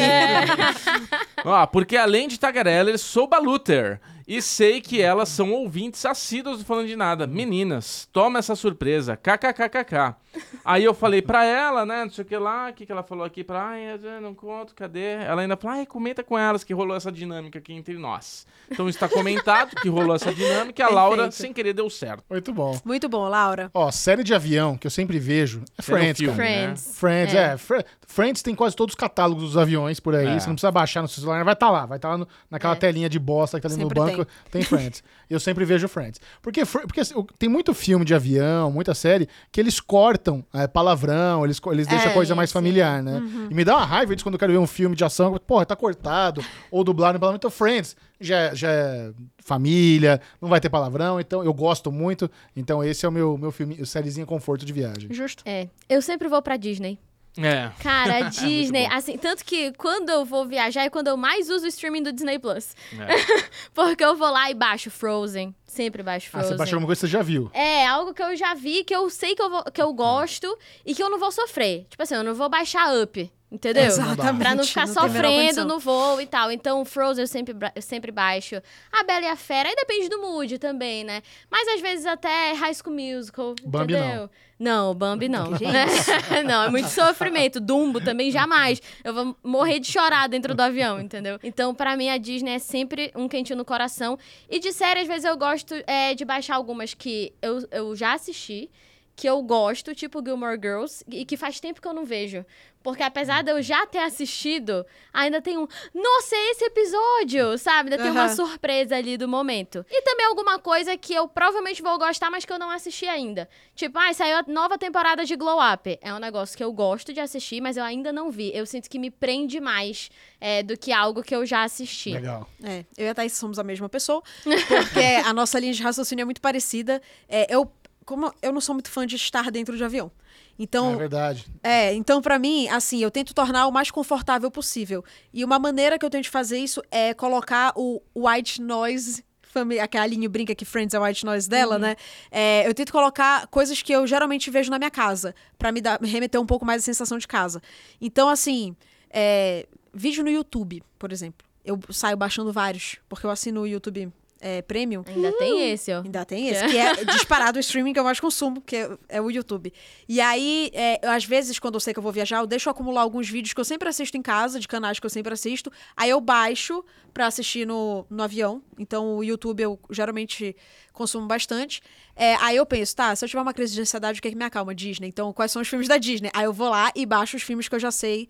Ó, porque além de tagarelas, sou baluter. E sei que elas são ouvintes assíduos do Falando de Nada. Meninas, toma essa surpresa. KKKKK. Aí eu falei pra ela, né, não sei o que lá, o que, que ela falou aqui pra... Ai, eu não conto, cadê? Ela ainda falou, ai, comenta com elas que rolou essa dinâmica aqui entre nós. Então está comentado que rolou essa dinâmica e a Laura, Perfeito. sem querer, deu certo. Muito bom. Muito bom, Laura. Ó, série de avião que eu sempre vejo é Tem no Friends, filme, cara. né? Friends. Friends, é. Fr- Friends tem quase todos os catálogos dos aviões por aí. É. Você não precisa baixar no seu celular, vai estar lá. Vai estar lá no- naquela É. telinha de bosta que tá ali Sempre no banco. Tem, Friends. Eu sempre vejo Friends. Porque, fr- porque assim, o- tem muito filme de avião, muita série, que eles cortam é, palavrão, eles, co- eles deixam a É, coisa mais sim. familiar, né? E me dá uma raiva disso quando eu quero ver um filme de ação. Porra, tá cortado. Ou dublado em palavrão. Então, Friends já, já é família, não vai ter palavrão. Então, eu gosto muito. Então, esse é o meu, meu filme, sériezinha conforto de viagem. Justo. É, eu sempre vou pra Disney. É. Cara, a Disney, bom. assim, tanto que quando eu vou viajar é quando eu mais uso o streaming do Disney Plus. É. Porque eu vou lá e baixo Frozen. Sempre baixo Ah, Frozen. você baixou alguma coisa que você já viu. É, algo que eu já vi, que eu sei que eu, vou- que eu gosto e que eu não vou sofrer. Tipo assim, eu não vou baixar Up, entendeu? Exatamente. Pra não ficar tem a menor sofrendo condição. no voo e tal. Então, Frozen eu sempre, bra- eu sempre baixo. A Bela e a Fera, aí depende do mood também, né? Mas às vezes até High School Musical, Bambi entendeu? Não, Bambi não. Não, é muito sofrimento. Dumbo também jamais. Eu vou morrer de chorar dentro do avião, entendeu? Então, pra mim, a Disney é sempre um quentinho no coração. E de série, às vezes, eu gosto é, de baixar algumas que eu, eu já assisti, que eu gosto, tipo Gilmore Girls, e que faz tempo que eu não vejo. Porque apesar de eu já ter assistido, ainda tem um, nossa, é esse episódio, sabe? Ainda tem uma Aham. surpresa ali do momento. E também alguma coisa que eu provavelmente vou gostar, mas que eu não assisti ainda. Tipo, ah, saiu a nova temporada de Glow Up. É um negócio que eu gosto de assistir, mas eu ainda não vi. Eu sinto que me prende mais é, do que algo que eu já assisti. Legal. É, eu e a Thaís somos a mesma pessoa, porque a nossa linha de raciocínio é muito parecida. É, eu, como eu não sou muito fã de estar dentro de avião. É Então, verdade. é, então pra mim, assim, eu tento tornar o mais confortável possível. E uma maneira que eu tento fazer isso é colocar o white noise, fami- aquela linha brinca que Friends é o white noise dela, né? É, eu tento colocar coisas que eu geralmente vejo na minha casa, pra me, dar, me remeter um pouco mais à sensação de casa. Então, assim, é, vídeo no YouTube, por exemplo. Eu saio baixando vários, porque eu assino o YouTube é, Premium. Ainda tem esse, ó. Ainda tem esse, que é disparado o streaming que eu mais consumo, que é, é o YouTube. E aí, é, eu, às vezes, quando eu sei que eu vou viajar, eu deixo acumular alguns vídeos que eu sempre assisto em casa, de canais que eu sempre assisto. Aí eu baixo pra assistir no, no avião. Então, o YouTube eu geralmente consumo bastante. É, aí eu penso, tá, se eu tiver uma crise de ansiedade, o que é que me acalma? Disney. Então, quais são os filmes da Disney? Aí eu vou lá e baixo os filmes que eu já sei...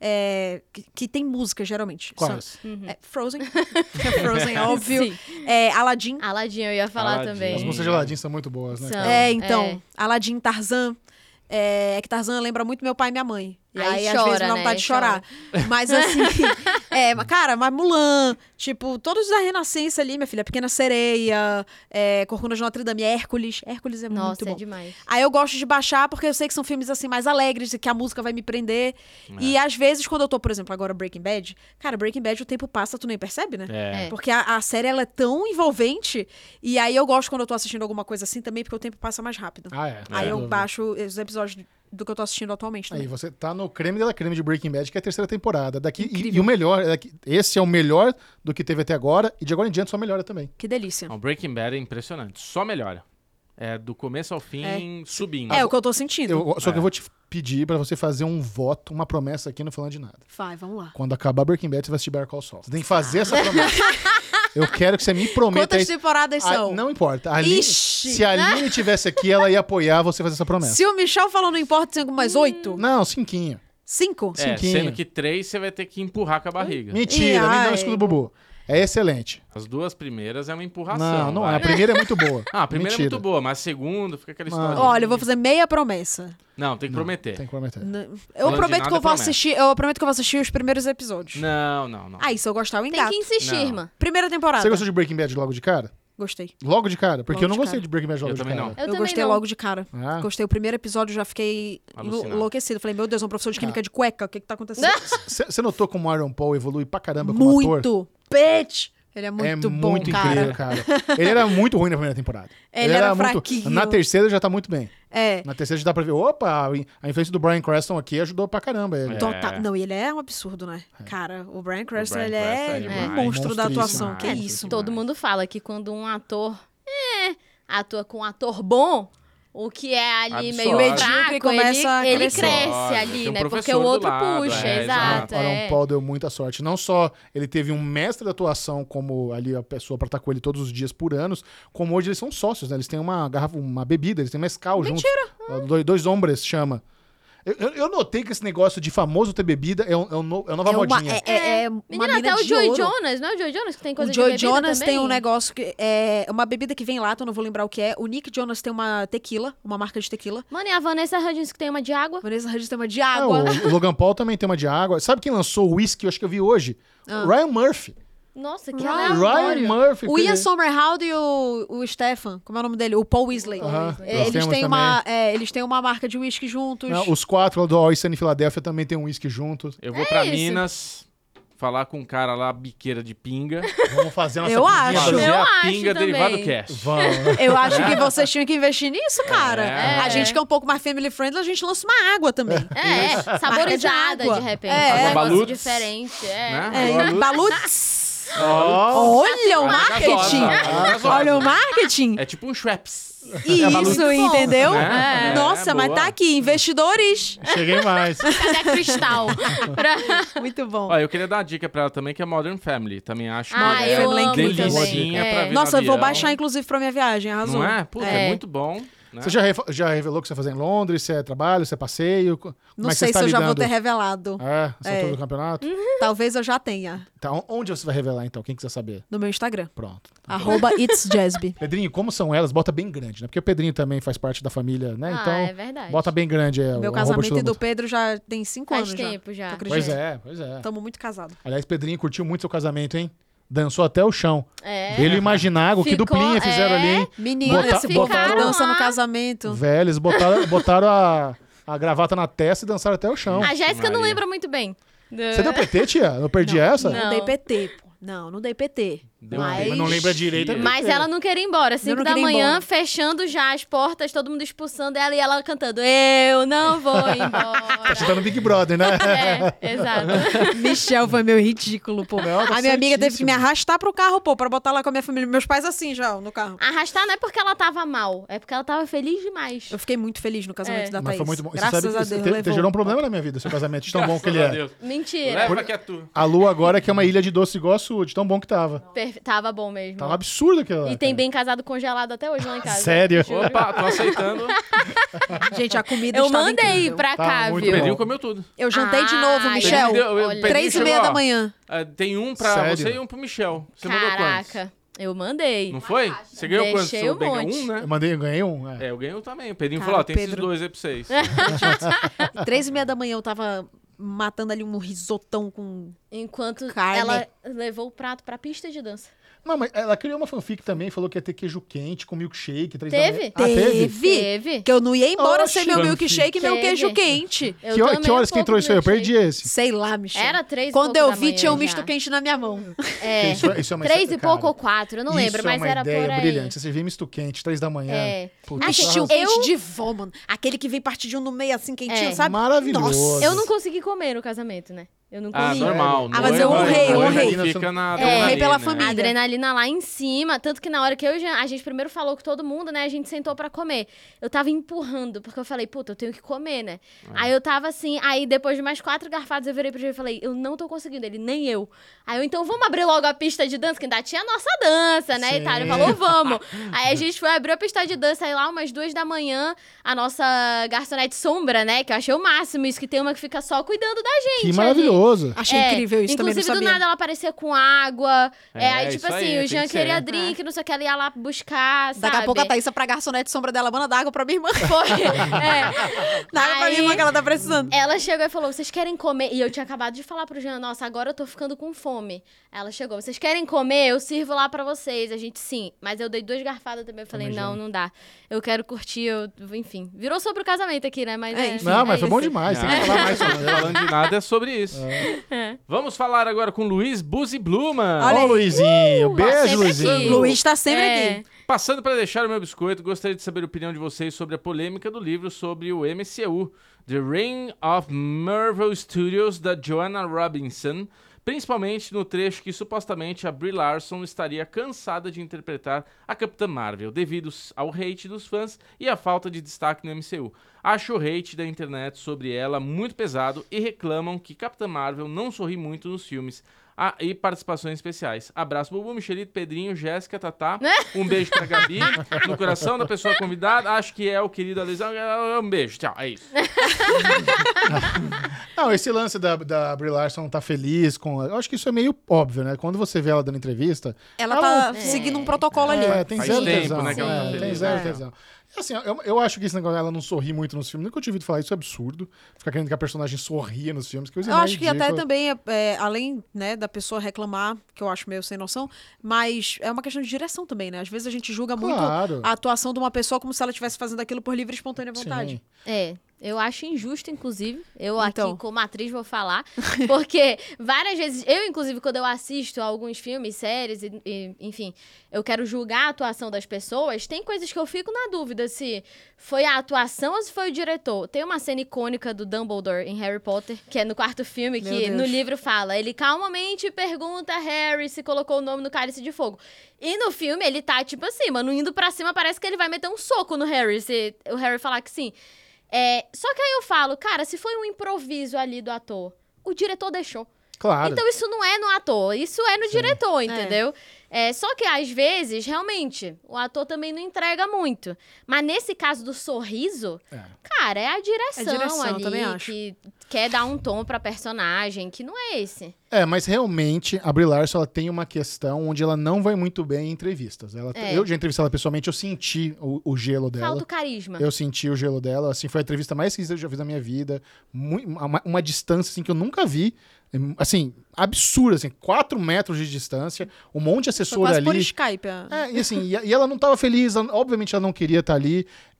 É, que, que tem música, geralmente. Quais? São, é, Frozen. Frozen, óbvio. Sim. É, Aladdin. Aladdin, eu ia falar Aladdin. também. As músicas de Aladdin são muito boas, né? São. cara? É, então, é. Aladdin, Tarzan. É, é que Tarzan lembra muito meu pai e minha mãe. E Aí aí, chora, às vezes, me dá né? vontade de Chora. chorar. Mas, assim, é, mas, cara, mas Mulan, tipo, todos da Renascença ali, minha filha, Pequena Sereia, é, Corcunda de Notre Dame, Hércules. Hércules é Nossa, muito bom. é demais. Aí eu gosto de baixar porque eu sei que são filmes, assim, mais alegres e que a música vai me prender. E, às vezes, quando eu tô, por exemplo, agora Breaking Bad, cara, Breaking Bad, o tempo passa, tu nem percebe, né? É. É. Porque a, a série, ela é tão envolvente. E aí eu gosto quando eu tô assistindo alguma coisa assim também, porque o tempo passa mais rápido. Ah, é. Aí Sem eu dúvida. baixo os episódios do que eu tô assistindo atualmente também. Aí você tá no creme dela creme de Breaking Bad, que é a terceira temporada. Daqui, e, Incrível. e o melhor, é que esse é o melhor do que teve até agora, e de agora em diante só melhora também. Que delícia. O Breaking Bad é impressionante. Só melhora. É do começo ao fim subindo. É o que eu tô sentindo. Eu- só que É. eu vou te pedir pra você fazer um voto, uma promessa aqui, não falando de nada. Vai, vamos lá. Quando acabar Breaking Bad, você vai assistir Better Call Saul. Você tem que fazer essa promessa. Eu quero que você me prometa Quantas isso. temporadas Ah, são? não importa. A Aline- Ixi! se a Aline tivesse aqui, ela ia apoiar você fazer essa promessa. Se o Michel falou não importa, tem mais oito? Não, cinquinho. Cinco? É, cinquinho. sendo que três você vai ter que empurrar com a barriga. Mentira, Ih, nem dá ai. um escudo bubu. É excelente. As duas primeiras é uma empurração. Não, não é. vai. A primeira é muito boa. Ah, a primeira Mentira. é muito boa, mas a segunda fica aquela Mano. história. Olha, eu vou fazer meia promessa. Não, tem que prometer. Tem que prometer. N- Eu Falando de prometo nada, que eu vou promete. assistir. Eu prometo que eu vou assistir os primeiros episódios. Não, não, não. Aí, se eu gostar, eu Tem engato. que insistir, Não. irmã. Primeira temporada. Você gostou de Breaking Bad logo de cara? Gostei. Logo de cara? Porque Logo eu não de gostei cara. de Breaking Bad logo Eu de também cara. não. Eu Eu, também gostei não. logo de cara. Ah. Gostei. O primeiro episódio eu já fiquei enlou- Alucinado. enlouquecido. Falei, meu Deus, um professor de química de cueca. O que que tá acontecendo? Você notou como o Aaron Paul evolui pra caramba como ator? Muito. Bitch! Ele é muito é bom, muito cara. incrível, cara. Ele era muito ruim na primeira temporada. Ele era muito... fraquinho. Na terceira já tá muito bem. É. Na terceira já dá pra ver. Opa, a influência do Bryan Cranston aqui ajudou pra caramba ele. É. Total. Não, ele é um absurdo, né? Cara, o Bryan Cranston, Bryan ele Cranston é, é um demais. monstro da Monstríssimo. atuação. Que É, isso. Todo mundo fala que quando um ator é, atua com um ator bom, o que é ali Absorve. meio Medíocre fraco, começa a ele, ele crescer. cresce Absorve. ali, Tem um né? Porque professor o do outro lado, puxa, é, exato. Aaron é. Paul deu muita sorte. Não só ele teve um mestre da atuação, como ali a pessoa pra estar com ele todos os dias por anos, como hoje eles são sócios, né? Eles têm uma garrafa, uma bebida, eles têm mescal juntos. Mentira! Dois, dois hombres chama. Eu, eu- eu notei que esse negócio de famoso ter bebida é, um, é, um no- é uma nova É uma, modinha. é, é, é uma Menina, mina até o de Joey ouro. Jonas, não é o Joey Jonas que tem coisa O de Joey bebida Jonas também? tem um negócio que é uma bebida que vem lá, eu não vou lembrar o que é. O Nick Jonas tem uma tequila, uma marca de tequila. Mano, e a Vanessa Hudgens que tem uma de água? Vanessa Hudgens tem uma de É, água. o, o Logan Paul também tem uma de água. Sabe quem lançou o whisky? Eu acho que eu vi hoje. Ah. Ryan Murphy. Nossa, que Ryan aleatório. Ryan Murphy. O Ian que- Somerhalder e o, o Stefan, como é o nome dele? O Paul Weasley. Aham, É, nós eles, temos têm uma, é, eles têm uma marca de whisky juntos. Não, os quatro lá do Always Sunny em Filadélfia também tem um whisky juntos. Eu vou pra isso. Minas falar com um cara lá, biqueira de pinga. Vamos fazer nossa Eu pinguinha acho. Fazer brasileira. Eu a acho pinga também. derivado cast. Vamos. Eu acho que vocês tinham que investir nisso, cara. É. A gente que é um pouco mais family friendly, a gente lança uma água também. É, saborizada água. de repente. É. um negócio Balutes. diferente. É. Né? É, Agora- Balutes. Ó, Olha o Água marketing. gasosa, água gasosa. Olha o marketing. É tipo um Schweppes. Isso, entendeu? Né? É, Nossa, mas boa. tá aqui, investidores. cheguei mais. Cadê a Cristal? Pra- Muito bom. Ó, eu queria dar uma dica pra ela também, que é Modern Family. Também acho Ah, uma eu Family amo incrível. também. delicinha É. pra ver no Nossa, eu vou avião. baixar, inclusive, pra minha viagem, arrasou. Não é? Puta, é, É. muito bom. Né? Você já, re- já revelou o que você vai fazer em Londres? Se é trabalho, se é passeio? Co- Como Não é que sei você se está eu já vou lidando? ter revelado. É, essa É. altura do campeonato? Talvez eu já tenha. Tá, on- onde você vai revelar, então? Quem quiser saber? No meu Instagram. Pronto. Arroba It's Jasby. Pedrinho, como são elas? Bota bem grande, né? Porque o Pedrinho também faz parte da família, né? Ah, Então, é verdade. bota bem grande. É, Meu o casamento arroba e do Estilo Pedro já tem cinco Faz anos tempo já. já. Tu Pois acredita? é, pois é. Tamo muito casados. Aliás, Pedrinho curtiu muito seu casamento, hein? Dançou até o chão. É. Ele imaginava o que Ficou, duplinha fizeram é. ali, hein? Menina, Bota- esse povo que botaram dança no lá. casamento. Velho, eles botaram, botaram a, a gravata na testa e dançaram até o chão. A Jéssica não Maria. lembra muito bem. Você deu P T, tia? Eu perdi essa? Não, Não. dei P T, pô. Não, não dei P T. Deu Mas- Mas não lembra direito. é Mas ela não queria ir embora. Cinco não da queria ir manhã, embora. fechando já as portas, todo mundo expulsando ela e ela cantando: Eu não vou Tá embora. chutando Big Brother, né? É, exato. Michel foi meu ridículo, pô. Não, tá a minha amiga teve que me certíssimo. arrastar pro carro, pô, pra botar lá com a minha família. Meus pais assim já, ó, no carro. Arrastar não é porque ela tava mal, é porque ela tava feliz demais. Eu fiquei muito feliz no casamento É. da Mas Thaís. foi muito bom. Você Graças sabe a que Deus, te, te levou. gerou um problema na minha vida, seu casamento, de tão bom que ele Graças a é. Deus. Mentira. Leva que é tu. A Lu agora que é uma ilha de doce igual a sua, de tão bom que tava. Perfe- Tava bom mesmo. Tava absurdo aquilo lá. E tem cara. bem casado congelado até hoje lá em casa. Sério? Juro. Opa, tô aceitando. Gente, a comida Eu estava mandei incrível. pra Tá cá, muito O viu? bom. Pedrinho comeu tudo. Eu jantei de Ah, novo, Pedrinho Michel. Pedrinho deu- olha. Pedrinho Três e meia chegou, da ó, manhã. ah, tem um pra Sério? você e um pro Michel. Você mandou quantos? Caraca, eu mandei. Não foi? Você ganhou quantos? Deixei Você um ganhou monte. um, né? Eu mandei, eu ganhei um. É. É, eu ganhei um também. O Pedrinho Cara, falou, ó, tem esses Pedro. dois aí pra vocês. Três e meia da manhã eu tava matando ali um risotão com... Enquanto Carne. ela levou o prato pra pista de dança. Não, mas ela criou uma fanfic também, falou que ia ter queijo quente com milkshake. Três da Teve? manhã. Ah, teve? Teve. Teve. Que eu não ia embora Oxi. sem meu milkshake e meu Teve. queijo quente. Eu Que, hora- tomei que horas um que entrou pouco isso aí? Eu do milkshake. perdi esse. Sei lá, Michel. Era três e Quando pouco eu da vi, manhã tinha um já. misto quente na minha mão. É, Isso, isso é uma três e cara, pouco ou quatro, eu não lembro, isso mas é uma era ideia por aí. brilhante. Você servia misto quente, três da manhã. É. Putz, Assistiu um arrasou. Eu- quente de vó, mano. Aquele que vem partidinho no meio assim, quentinho, É. sabe? Maravilhoso. Nossa. Eu não consegui comer no casamento, né? Eu não Ah, comi. normal. Ah, mas eu Noiva- honrei, eu noiva honrei. Fica na É. adrenalina, Honrei pela né? família. A adrenalina lá em cima, tanto que na hora que eu e Jean, a gente primeiro falou com todo mundo, né? A gente sentou pra comer. Eu tava empurrando, porque eu falei, puta, eu tenho que comer, né? Aí eu tava assim, aí depois de mais quatro garfadas eu virei pro Jean e falei, eu não tô conseguindo, ele nem eu. Aí eu, então vamos abrir logo a pista de dança, que ainda tinha a nossa dança, né? Sim. E tal. Ele falou, vamos. Aí a gente foi abrir a pista de dança, aí lá umas duas da manhã, a nossa garçonete Sombra, né? Que eu achei o máximo, isso que tem uma que fica só cuidando da gente. Que ali. maravilhoso. Achei É, incrível isso, também não Inclusive, do sabia. nada ela aparecia com água. É, É, aí, isso tipo aí, assim, tem o Jean que ser. queria drink, não sei o que, ela ia lá buscar, sabe? Daqui a pouco a Thaísa pra garçonete sombra dela, manda dar água pra minha irmã. Foi. É. Dá água pra minha Aí- irmã que ela tá precisando. Ela chegou e falou, vocês querem comer? E eu tinha acabado de falar pro Jean, nossa, agora eu tô ficando com fome. Ela chegou, vocês querem comer? Eu sirvo lá pra vocês. A gente, sim. Mas eu dei duas garfadas também. Eu falei, Imagina. não, não dá. Eu quero curtir, eu... enfim. Virou sobre o casamento aqui, né? Mas É, é, enfim. Não, é mas foi bom isso. demais. Tem que Não, falar mais sobre não isso. falando de nada é sobre isso. Vamos falar agora com Luiz Buzi Bluman. Olha Ó, aí. Luizinho. Uh, Beijo, sempre Luizinho. aqui. Luiz tá sempre É. aqui. Passando para deixar o meu biscoito, gostaria de saber a opinião de vocês sobre a polêmica do livro sobre o M C U, The Reign of Marvel Studios, da Joanna Robinson, principalmente no trecho que supostamente a Brie Larson estaria cansada de interpretar a Capitã Marvel, devido ao hate dos fãs e à falta de destaque no M C U. Acho o hate da internet sobre ela muito pesado e reclamam que Capitã Marvel não sorri muito nos filmes. Ah, e participações especiais. Abraço, Bubu, Michelito, Pedrinho, Jéssica, Tatá. Um beijo pra Gabi, no coração da pessoa convidada. Acho que é o querido Alisão. Um beijo, tchau, é isso. Não, esse lance da, da Brie Larson tá feliz com... Eu acho que isso é meio óbvio, né? Quando você vê ela dando entrevista... Ela Ela- tá seguindo um protocolo ali. É, tem Faz zero tempo, tesão. né, que ela tá É, feliz, tem zero né? tesão. Assim, eu, eu acho que esse negócio dela não sorri muito nos filmes. Nunca eu tive ouvido falar isso, é absurdo. Ficar querendo que a personagem sorria nos filmes. Que coisa Eu mais acho que até ridícula. também, é, é, além né, da pessoa reclamar, que eu acho meio sem noção, mas é uma questão de direção também, né? Às vezes a gente julga muito Claro. a atuação de uma pessoa como se ela estivesse fazendo aquilo por livre e espontânea vontade. Sim. É, eu acho injusto, inclusive. Eu Então. aqui, como atriz, vou falar. Porque várias vezes, eu, inclusive, quando eu assisto a alguns filmes, séries, e, e, enfim, eu quero julgar a atuação das pessoas, tem coisas que eu fico na dúvida se foi a atuação ou se foi o diretor. Tem uma cena icônica do Dumbledore em Harry Potter, que é no quarto filme, Meu que Deus. no livro fala, ele calmamente pergunta a Harry se colocou o nome no cálice de fogo. E no filme ele tá, tipo assim, mano, indo pra cima, parece que ele vai meter um soco no Harry, se o Harry falar que sim. É, só que aí eu falo, cara, se foi um improviso ali do ator, o diretor deixou. Claro. Então isso não é no ator, isso é no diretor, entendeu? É, só que às vezes, realmente, o ator também não entrega muito. Mas nesse caso do sorriso, É. cara, é a direção, É direção, ali também acho. que quer dar um tom pra personagem, que não é esse. É, mas realmente a Brie Larson ela tem uma questão onde ela não vai muito bem em entrevistas. Ela, É. Eu já entrevistei ela pessoalmente, eu senti o, o gelo dela. Falta o carisma. Eu senti o gelo dela, assim, foi a entrevista mais que eu já fiz na minha vida. Mui- uma, uma distância, assim, que eu nunca vi. Assim, absurda, assim, quatro metros de distância, um monte de Foi assessor quase ali. por Skype. a- É, e assim, e, e ela não tava feliz, ela- obviamente ela não queria estar ali.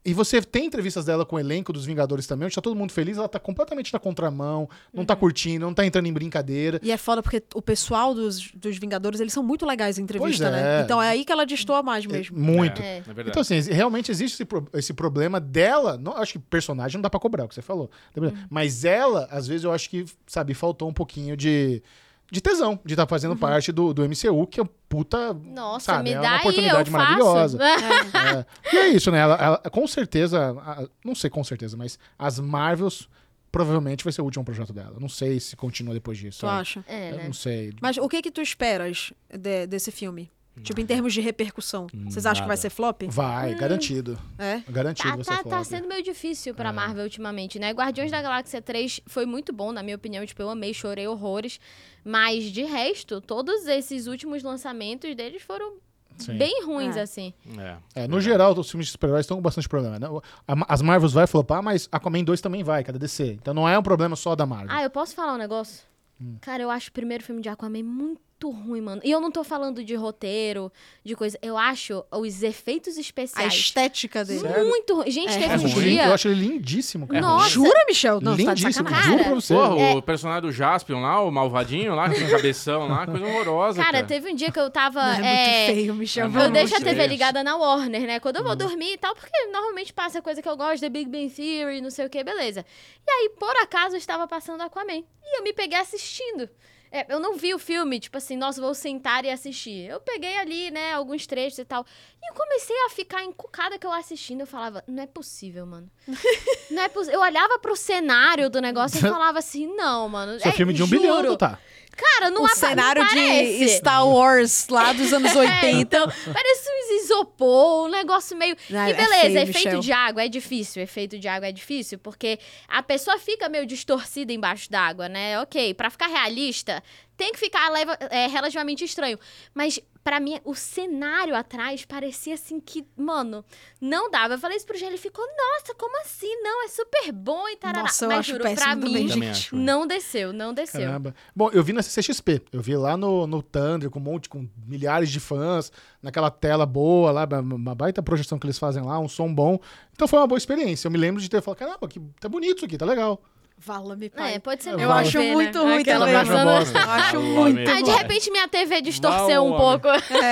E você tem entrevistas dela com o elenco dos Vingadores também, onde tá todo mundo feliz, ela tá completamente na contramão, não tá curtindo, não tá entrando em brincadeira. E é foda porque o pessoal dos, dos Vingadores, eles são muito legais em entrevista, Pois é. né? Então é aí que ela destoa mais mesmo. Muito. É. É verdade. Então, assim, realmente existe esse, pro- esse problema dela. Não, acho que personagem não dá pra cobrar, o que você falou. Mas ela, às vezes, eu acho que, sabe, faltou um pouquinho de, de tesão de estar fazendo parte do, do M C U, que é um puta. Nossa, sabe, me é dá uma aí, oportunidade eu maravilhosa. faço. É. E é isso, né? Ela, ela- com certeza, a- não sei com certeza, mas as Marvels provavelmente vai ser o último projeto dela. Não sei se continua depois disso. Tu sabe? acha? É, Eu né? não sei. Mas o que que tu esperas de- desse filme? Tipo, em termos de repercussão. Vocês acham que vai Nada. ser flop? Vai, garantido. É? Garantido Tá, vai tá, ser tá flop. sendo meio difícil É. pra Marvel ultimamente, né? Guardiões da Galáxia três foi muito bom, na minha opinião. Tipo, eu amei, chorei horrores. Mas, de resto, todos esses últimos lançamentos deles foram Sim. bem ruins, É. assim. É. É, no geral, os filmes de super-heróis estão com bastante problema. Né? A- As Marvels vai flopar, mas Aquaman dois também vai, cada D C. Então não é um problema só da Marvel. Ah, eu posso falar um negócio? Hum. Cara, eu acho o primeiro filme de Aquaman muito ruim, mano. E eu não tô falando de roteiro, de coisa. Eu acho os efeitos A especiais estética dele. Sério? muito ruins. Gente, É teve eu, um acho ele, dia... eu acho ele lindíssimo, cara. Nossa. Jura, Michel? Não, você tá de lindíssimo, sacanagem. juro pra você. Porra, É. o personagem do Jaspion lá, o malvadinho lá, que tem cabeção lá, coisa horrorosa, Cara, cara. teve um dia que eu tava... Não, é, é, muito feio, Michel. Eu pelo Eu amor deixo a de T V Deus. ligada na Warner, né? Quando eu vou dormir e tal, porque normalmente passa coisa que eu gosto, The Big Bang Theory, não sei o que, beleza. E aí, por acaso, estava passando Aquaman. E eu me peguei assistindo. É, eu não vi o filme, tipo assim, nossa, vou sentar e assistir. Eu peguei ali, né, alguns trechos e tal. E eu comecei a ficar encucada que eu assistindo. Eu falava, não é possível, mano. Não é possível. Eu olhava pro cenário do negócio e falava assim, não, mano. Isso é é, filme de um juro. bilhão, tá? Cara, não O apa- cenário não de parece. Star Wars lá dos anos É, oitenta. então, parece uns isopor, um negócio meio... Ah, e é beleza, feio, efeito Michel. de água é difícil, efeito de água é difícil, porque a pessoa fica meio distorcida embaixo d'água, né? Ok, pra ficar realista, tem que ficar leva- é, relativamente estranho. Mas, pra mim, o cenário atrás parecia assim que, mano, não dava. Eu falei isso pro Jean, ele ficou, nossa, como assim? Não, é super bom e tarará. Nossa, eu Mas acho juro, péssimo pra também, mim, Também acho, é. não desceu, não desceu. Caramba. Bom, eu vi na C C X P. Eu vi lá no, no Thunder, com um monte, com milhares de fãs, naquela tela boa lá, uma baita projeção que eles fazem lá, um som bom. Então foi uma boa experiência. Eu me lembro de ter falado, caramba, que tá bonito isso aqui, tá legal. Vala-me, pai. É, pode ser Eu Eu bom acho ver, né? muito ruim Aquela também. passando- bosta. Eu acho Vala-me. muito Ah, de ruim. repente minha T V distorceu um Mal, pouco.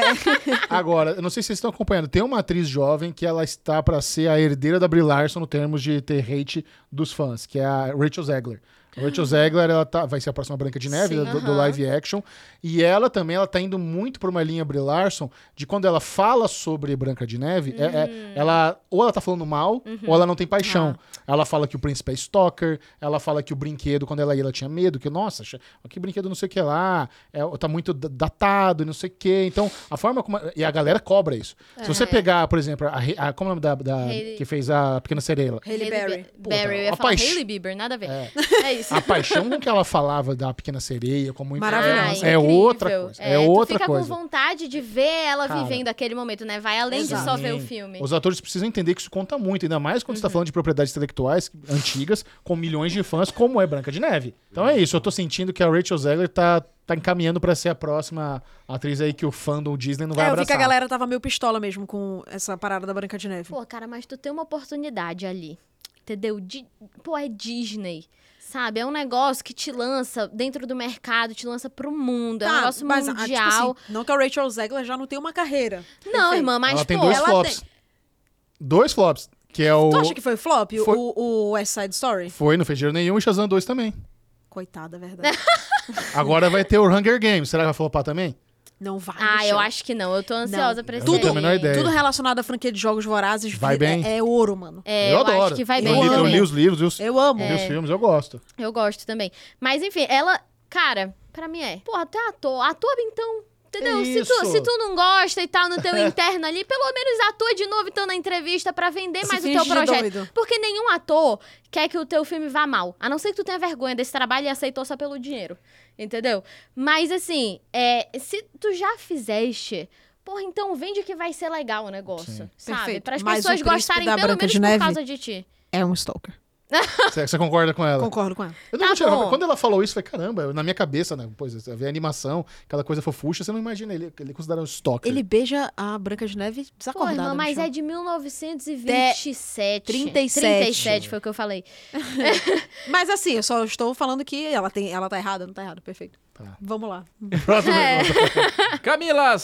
Agora, eu não sei se vocês estão acompanhando, tem uma atriz jovem que ela está pra ser a herdeira da Brie Larson no termos de ter hate dos fãs, que é a Rachel Zegler. A Rachel Zegler, ela tá, vai ser a próxima Branca de Neve Sim. do, do Aham. live action. E ela também, ela tá indo muito por uma linha Brie Larson, de quando ela fala sobre Branca de Neve, é- é- ela ou ela tá falando mal, ou ela não tem paixão. Ela fala que o príncipe é stalker, ela fala que o brinquedo, quando ela ia, ela tinha medo, que, nossa, que brinquedo não sei o que lá, é, tá muito da- datado, não sei o que. Então, a forma como... E a galera cobra isso. Se você É. pegar, por exemplo, a, Re- a- como é o nome da, da- Hailey- que fez a Pequena Sereia? Hailey Berry. Berry, eu ia a falar paix- Hailey Bieber, nada a ver. É. É isso. A paixão com que ela falava da Pequena Sereia, como Maravilhosa. é incrível. outra coisa. É, tu outra fica coisa. com vontade de ver ela Cara, vivendo aquele momento, né? Vai além de só Exato. ver o filme. Os atores precisam entender que isso conta muito, ainda mais quando você tá falando de propriedades intelectuais antigas, com milhões de fãs, como é Branca de Neve. Então é isso, eu tô sentindo que a Rachel Zegler tá, tá encaminhando pra ser a próxima atriz aí que o fandom Disney não vai É, eu vi abraçar. que a galera tava meio pistola mesmo com essa parada da Branca de Neve. Pô, cara, mas tu tem uma oportunidade ali, entendeu? De... Pô, é Disney, sabe? É um negócio que te lança dentro do mercado, te lança pro mundo. É um Tá, negócio mas, ah, mundial. tipo assim, não que a Rachel Zegler já não tem uma carreira. Não, Enfim. irmã, mas Ela tem pô, dois ela flops. tem... Dois flops, que é o... Tu acha que foi flop? O- Foi. O, o West Side Story? Foi, não fez dinheiro nenhum, e Shazam dois também. Coitada, é verdade. Agora vai ter o Hunger Games, será que vai flopar também? Não vai, Ah, Michel. eu acho que não. Eu tô ansiosa Não. pra esse Eu não tenho a aí, menor hein? ideia. Tudo relacionado à franquia de Jogos Vorazes Vai vi- bem. É, é ouro, mano. É, eu eu adoro. acho que vai eu bem li, eu também. li os livros, vi os, Eu amo. vi os filmes, eu gosto. Eu gosto também. Mas enfim, ela, cara, pra mim é. Porra, tu é ator. Ator, então. Entendeu? Que Se tu, isso? se tu não gosta e tal no teu interno ali, pelo menos atua de novo então na entrevista pra vender Se mais o finge teu de projeto. doido. Porque nenhum ator quer que o teu filme vá mal. A não ser que tu tenha vergonha desse trabalho e aceitou só pelo dinheiro. Entendeu? Mas assim, é, se tu já fizeste. Porra, então vende que vai ser legal o negócio, Sim. sabe? Perfeito. Para as Mas pessoas o príncipe gostarem da pelo Branca menos de por Neve- causa de ti. É um stalker. Você, você concorda com ela? Concordo com ela. Eu não Tá vou tirar, bom. quando ela falou isso, eu falei, caramba, na minha cabeça, né? Pois, você vê a animação, aquela coisa fofucha, você não imagina ele, ele é considerado um stalker. Ele beija a Branca de Neve Pô, desacordada. irmã, no mas chão. é de mil novecentos e vinte e sete. trinta e sete. trinta e sete foi o que eu falei. Mas assim, eu só estou falando que ela, tem, ela tá errada, não tá errada. Perfeito. Tá. Vamos lá. Próxima É. pergunta. Camila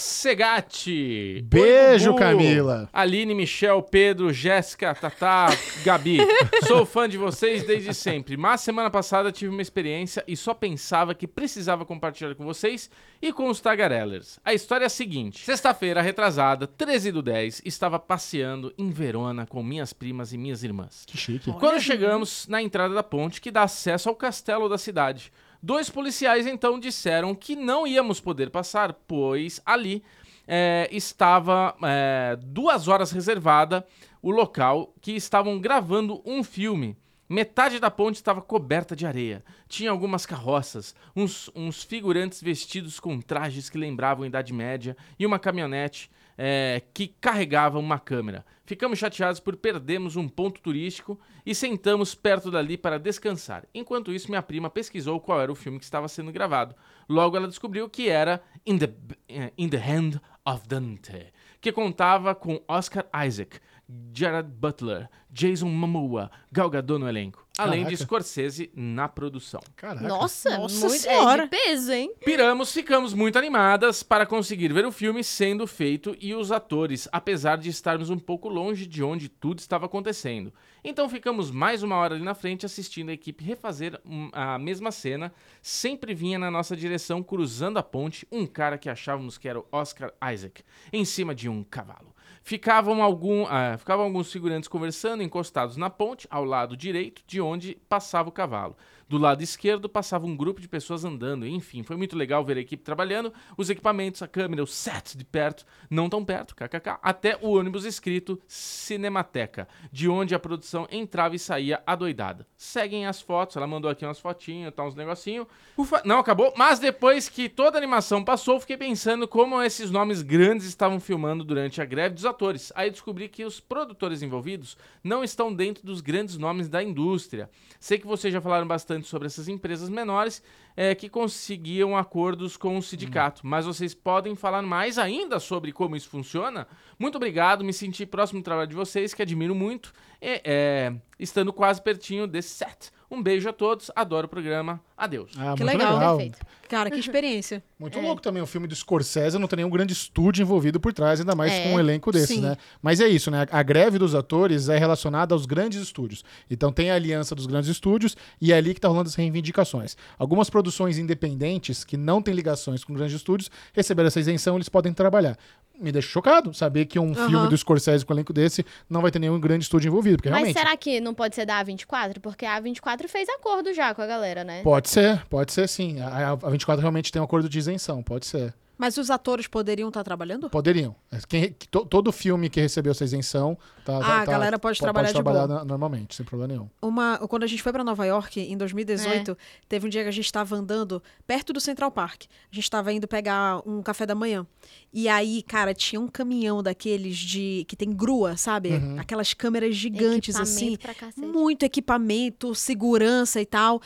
Segatti. Beijo, Oi, Bubu. Camila. Aline, Michel, Pedro, Jéssica, Tatá, Gabi. Sou fã de vocês desde sempre, mas semana passada tive uma experiência e só pensava que precisava compartilhar com vocês e com os tagarellers. A história é a seguinte. Sexta-feira, retrasada, treze do dez, estava passeando em Verona com minhas primas e minhas irmãs. Que chique. Quando chegamos na entrada da ponte que dá acesso ao castelo da cidade, dois policiais então disseram que não íamos poder passar, pois ali é, estava é, duas horas reservada o local que estavam gravando um filme. Metade da ponte estava coberta de areia. Tinha algumas carroças, uns, uns figurantes vestidos com trajes que lembravam a Idade Média e uma caminhonete é, que carregava uma câmera. Ficamos chateados por perdermos um ponto turístico e sentamos perto dali para descansar. Enquanto isso, minha prima pesquisou qual era o filme que estava sendo gravado. Logo, ela descobriu que era In the, In the Hand of Dante, que contava com Oscar Isaac, Gerard Butler, Jason Momoa, Gal Gadot no elenco, além de Caraca. Scorsese na produção. Caraca. Nossa, Nossa muito, senhora. é de peso, hein? Piramos, ficamos muito animadas para conseguir ver o filme sendo feito e os atores, apesar de estarmos um pouco longe de onde tudo estava acontecendo. Então ficamos mais uma hora ali na frente assistindo a equipe refazer hum, a mesma cena. Sempre vinha na nossa direção, cruzando a ponte, um cara que achávamos que era o Oscar Isaac, em cima de um cavalo. Ficavam, algum, ah, ficavam alguns figurantes conversando, encostados na ponte, ao lado direito de onde passava o cavalo. Do lado esquerdo passava um grupo de pessoas andando. Enfim, foi muito legal ver a equipe trabalhando, os equipamentos, a câmera, o set de perto, não tão perto, kkk, até o ônibus escrito Cinemateca, de onde a produção entrava e saía adoidada. Seguem as fotos, ela mandou aqui umas fotinhas, tá, uns negocinhos. Ufa, não acabou, mas depois que toda a animação passou, fiquei pensando como esses nomes grandes estavam filmando durante a greve dos atores. Aí descobri que os produtores envolvidos não estão dentro dos grandes nomes da indústria. Sei que vocês já falaram bastante sobre essas empresas menores é, que conseguiam acordos com o sindicato, mas vocês podem falar mais ainda sobre como isso funciona? Muito obrigado, me senti próximo do trabalho de vocês, que admiro muito, e, é, estando quase pertinho desse set. Um beijo a todos, adoro o programa, adeus. Ah, Que muito legal. legal. Perfeito. Cara, que experiência. Muito É. louco também o filme do Scorsese, não tem nenhum grande estúdio envolvido por trás, ainda mais É. com um elenco desse, Sim. né? Mas é isso, né? A greve dos atores é relacionada aos grandes estúdios. Então tem a aliança dos grandes estúdios e é ali que tá rolando as reivindicações. Algumas produções independentes que não têm ligações com grandes estúdios receberam essa isenção, eles podem trabalhar. Me deixa chocado saber que um Aham. filme do Scorsese com um elenco desse não vai ter nenhum grande estúdio envolvido, porque Mas realmente... será que não pode ser da A vinte e quatro? Porque a A vinte e quatro fez acordo já com a galera, né? Pode ser, pode ser sim. A, a vinte e quatro realmente tem um acordo de isenção, pode ser. Mas os atores poderiam estar trabalhando? Poderiam. Quem, que to- todo filme que recebeu essa isenção... Tá, Ah, tá- a galera pode po- trabalhar de trabalhar boa. na- normalmente, sem problema nenhum. Uma, quando a gente foi pra Nova York, em dois mil e dezoito, teve um dia que a gente estava andando perto do Central Park. A gente estava indo pegar um café da manhã. E aí, cara, tinha um caminhão daqueles de que tem grua, sabe? Uhum. Aquelas câmeras gigantes, assim. Equipamento pra cacete. Muito equipamento, segurança e tal.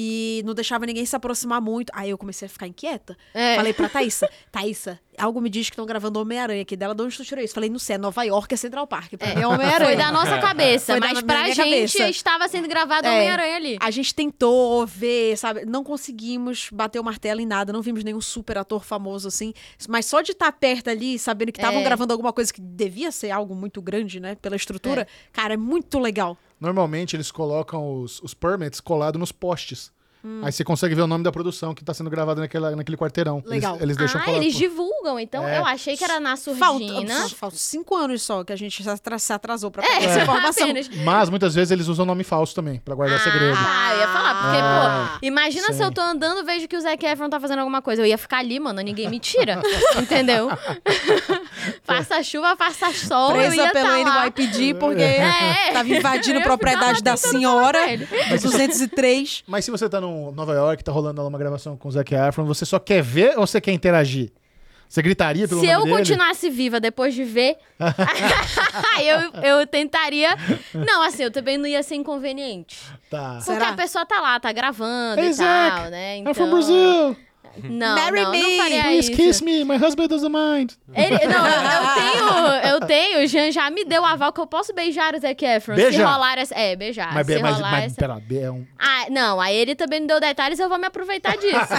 E não deixava ninguém se aproximar muito. Aí eu comecei a ficar inquieta. É. Falei pra Thaísa, Thaísa, algo me diz que estão gravando Homem-Aranha aqui dela. De onde tu tirou isso? Falei, não sei, é Nova York, é Central Park. Pra mim é Homem-Aranha. Foi da nossa cabeça, Foi da- mas da pra minha gente cabeça. estava sendo gravado É. Homem-Aranha ali. A gente tentou ver, sabe? Não conseguimos bater o martelo em nada. Não vimos nenhum super ator famoso assim. Mas só de estar perto ali, sabendo que estavam É. gravando alguma coisa que devia ser algo muito grande, né? Pela estrutura. Cara, é muito legal. Normalmente eles colocam os, os permits colados nos postes. Hum. Aí você consegue ver o nome da produção que tá sendo gravada naquela, naquele quarteirão. Legal. Eles, eles deixam Ah, colado. eles divulgam, então É. eu achei que era na Falta, surdina. faltam cinco anos só que a gente se atra- se atrasou pra pegar essa É, informação. apenas. Mas muitas vezes eles usam nome falso também, pra guardar segredo. Ah, eu ia falar, porque, Ah, pô, imagina sim. se eu tô andando, vejo que o Zac Efron tá fazendo alguma coisa. Eu ia ficar ali, mano, ninguém me tira. Entendeu? faça chuva, faça sol, eu Presa ia pelo tá N lá. Y P D porque É. tava invadindo Eu propriedade ficava da tentando senhora falar com ele. do duzentos e três. Mas se você tá no Nova York, tá rolando lá uma gravação com o Zac Efron, você só quer ver ou você quer interagir? Você gritaria pelo Se nome eu dele? continuasse viva depois de ver, eu, eu tentaria... Não, assim, eu também não ia ser inconveniente. Tá. Porque Será? a pessoa tá lá, tá gravando Hey, e Zac, tal, né? I'm Então... from Brazil. Não, Marry não, me, não faria Please isso. kiss me. My husband doesn't mind. Ele, não, eu, eu tenho, eu tenho, o Jean já me deu o aval que eu posso beijar o Zac Efron. Se Beijar? rolar essa... É, beijar. Mas, se mas, rolar mas essa... pera, é um... Ah, não, aí ele também me deu detalhes e eu vou me aproveitar disso.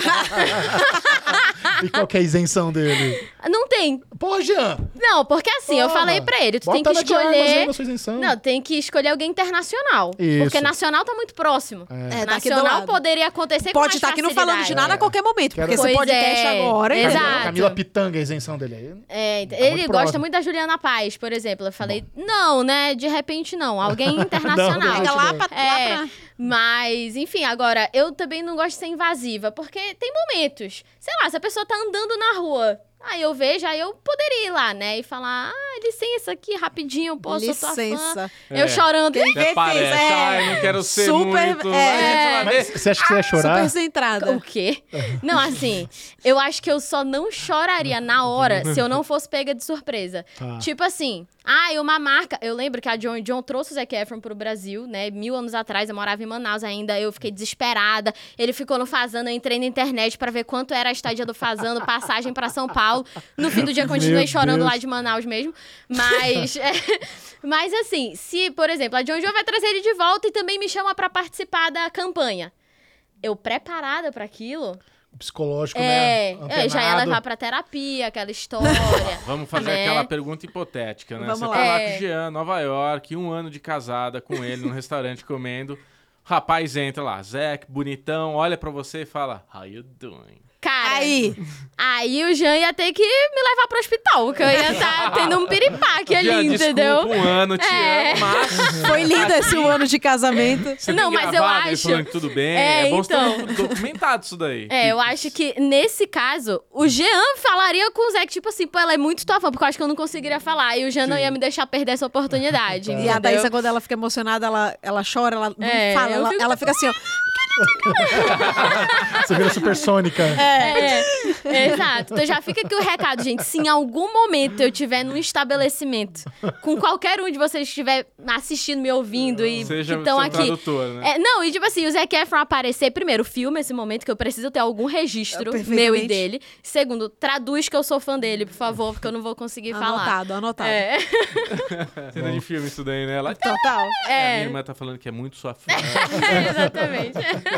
E qual que é a isenção dele? Não tem. Pô, Jean! Não, porque assim, eu Porra, falei pra ele, tu tem bota que na de armas aí escolher... na sua isenção. Não, tem que escolher alguém internacional. Isso. Porque nacional tá muito próximo. É, tá aqui do Nacional lado. poderia acontecer com Pode mais estar aqui não falando de facilidade. nada a qualquer momento, Quero- porque Pois esse podcast é. agora... Exato. Camila, Camila Pitanga, a isenção dele aí. É, ent- Tá ele muito gosta próximo. muito da Juliana Paz, por exemplo. Eu falei, não, né? De repente não. Alguém internacional. Não, Pega lá pra... É, lá pra... mas, enfim, agora, eu também não gosto de ser invasiva, porque tem momentos. Sei lá, se a pessoa tá andando na rua, aí eu vejo, aí eu poderia ir lá, né? E falar, ah, licença aqui, rapidinho, posso, eu sou tua fã. Licença. Eu É. chorando. Quem Até fez, parece. é. Ai, não quero ser Super- muito. é. A gente vai Mas ver. você acha que você ia chorar? Super centrada. O quê? Não, assim, eu acho que eu só não choraria na hora se eu não fosse pega de surpresa. Tá. Tipo assim, ah, uma marca... Eu lembro que a John John trouxe o Zac Efron pro Brasil, né? Mil anos atrás, eu morava em Manaus ainda, eu fiquei desesperada. Ele ficou no Fazano, eu entrei na internet pra ver quanto era a estadia do Fazano, passagem pra São Paulo. No fim do dia, continuei Meu chorando Deus. lá de Manaus mesmo. Mas, é, mas assim, se, por exemplo, a John John vai trazer ele de volta e também me chama pra participar da campanha. Eu preparada pra aquilo... Psicológico, É, né? eu já ia Antenado. levar pra terapia, aquela história. Vamos fazer né? aquela pergunta hipotética, né? Vamos Você lá. tá lá É. com o Jean, Nova York, um ano de casada com ele num restaurante comendo. Rapaz entra lá, Zac, bonitão, olha pra você e fala, how you doing? Cara, Aí, aí o Jean ia ter que me levar pro hospital, porque eu ia estar tendo um piripaque ali, Jean, entendeu? desculpa, um ano, te É. amo, mas... foi lindo esse um ano de casamento. Você Não, tem mas eu gravado ele acho- falando que tudo bem, É, é, bom então. você ter documentado isso daí. É, eu acho que nesse caso, o Jean falaria com o Zac, tipo assim, pô, ela é muito tua fã, porque eu acho que eu não conseguiria falar. E o Jean não ia me deixar perder essa oportunidade. E a entendeu? Thaísa, quando ela fica emocionada, ela, ela chora, ela não É, fala, eu ela, fico- ela fica assim, ó. Você vira supersônica. É, exato. Então já fica aqui o recado, gente. Se em algum momento eu estiver num estabelecimento com qualquer um de vocês que estiver assistindo, me ouvindo e Seja que estão seu aqui. tradutor, né? É, não, e tipo assim, o Zac Efron aparecer, primeiro, filma esse momento que eu preciso ter algum registro É, perfeitamente. meu e dele. Segundo, traduz que eu sou fã dele, por favor, porque eu não vou conseguir falar. Anotado, anotado. É. Cena de filme isso daí, né? Ela... Total. A minha É, irmã tá falando que é muito sua fã. exatamente.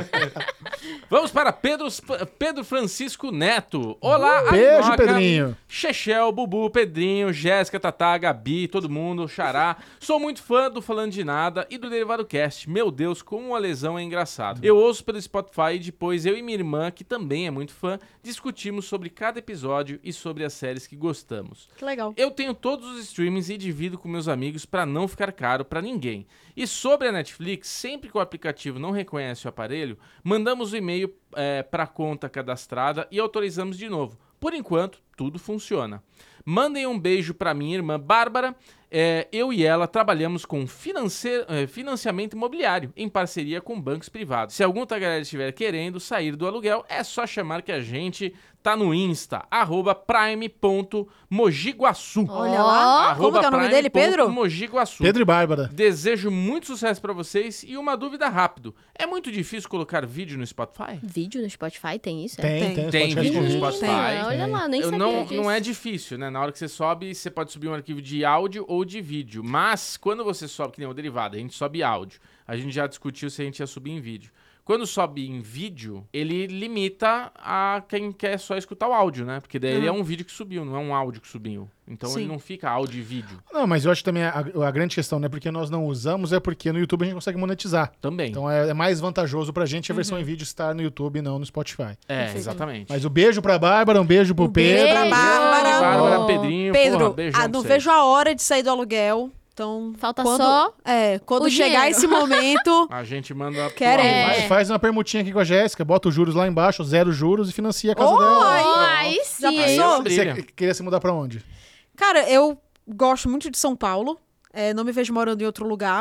Vamos para Pedro, Pedro Francisco Neto. Olá, Beijo, Alinoca, Pedrinho. Chechel, Bubu, Pedrinho, Jéssica, Tatá, Gabi, todo mundo, Xará. Sou muito fã do Falando de Nada e do Derivado Cast. Meu Deus, como a lesão é engraçado. Eu ouço pelo Spotify e depois eu e minha irmã, que também é muito fã, discutimos sobre cada episódio e sobre as séries que gostamos. Que legal. Eu tenho todos os streamings e divido com meus amigos pra não ficar caro pra ninguém. E sobre a Netflix, sempre que o aplicativo não reconhece o aparelho, mandamos o e-mail é, para a conta cadastrada e autorizamos de novo. Por enquanto, tudo funciona. Mandem um beijo pra minha irmã Bárbara. É, eu e ela trabalhamos com financie- é, financiamento imobiliário em parceria com bancos privados. Se algum tagarela estiver querendo sair do aluguel, é só chamar que a gente tá no Insta, arroba prime.mojiguaçu. Olha lá. Como que é o nome dele, Pedro? Mojiguaçu. Pedro e Bárbara. Desejo muito sucesso pra vocês e uma dúvida rápido. É muito difícil colocar vídeo no Spotify? Vídeo no Spotify tem isso? é? Tem, tem. Tem podcast vídeo com no vídeo. Spotify. Ah, olha lá, nem Eu sabia não, disso. não é difícil, né? Na hora que você sobe, você pode subir um arquivo de áudio ou de vídeo. Mas, quando você sobe, que nem o derivado, a gente sobe áudio. A gente já discutiu se a gente ia subir em vídeo. Quando sobe em vídeo, ele limita a quem quer só escutar o áudio, né? Porque daí ele é um vídeo que subiu, não é um áudio que subiu. Então Sim. ele não fica áudio e vídeo. Não, mas eu acho também a, a grande questão, né? Porque nós não usamos, é porque no YouTube a gente consegue monetizar. Também. Então é, é mais vantajoso pra gente a versão em vídeo estar no YouTube e não no Spotify. é, exatamente. Mas o beijo pra Bárbara, um beijo pro beijo Pedro. pra Bárbara. Bárbara, Oh. Pedrinho, Pedro, porra, beijão ah, não pra vocês. vejo a hora de sair do aluguel. Então, Falta quando, só É, quando o chegar dinheiro. esse momento, A gente manda... pro Queremos. almoço. É. Faz, faz uma permutinha aqui com a Jéssica, bota os juros lá embaixo, zero juros e financia a casa Oh, dela. aí. Oh, aí Já sim. pensou? Aí brilha. Você queria se mudar pra onde? cara, eu gosto muito de São Paulo. É, não me vejo morando em outro lugar.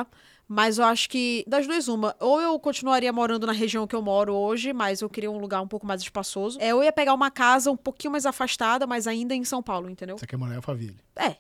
Mas eu acho que, das duas, uma. Ou eu continuaria morando na região que eu moro hoje, mas eu queria um lugar um pouco mais espaçoso. É, eu ia pegar uma casa um pouquinho mais afastada, mas ainda em São Paulo, entendeu? Você quer morar em Alphaville. É.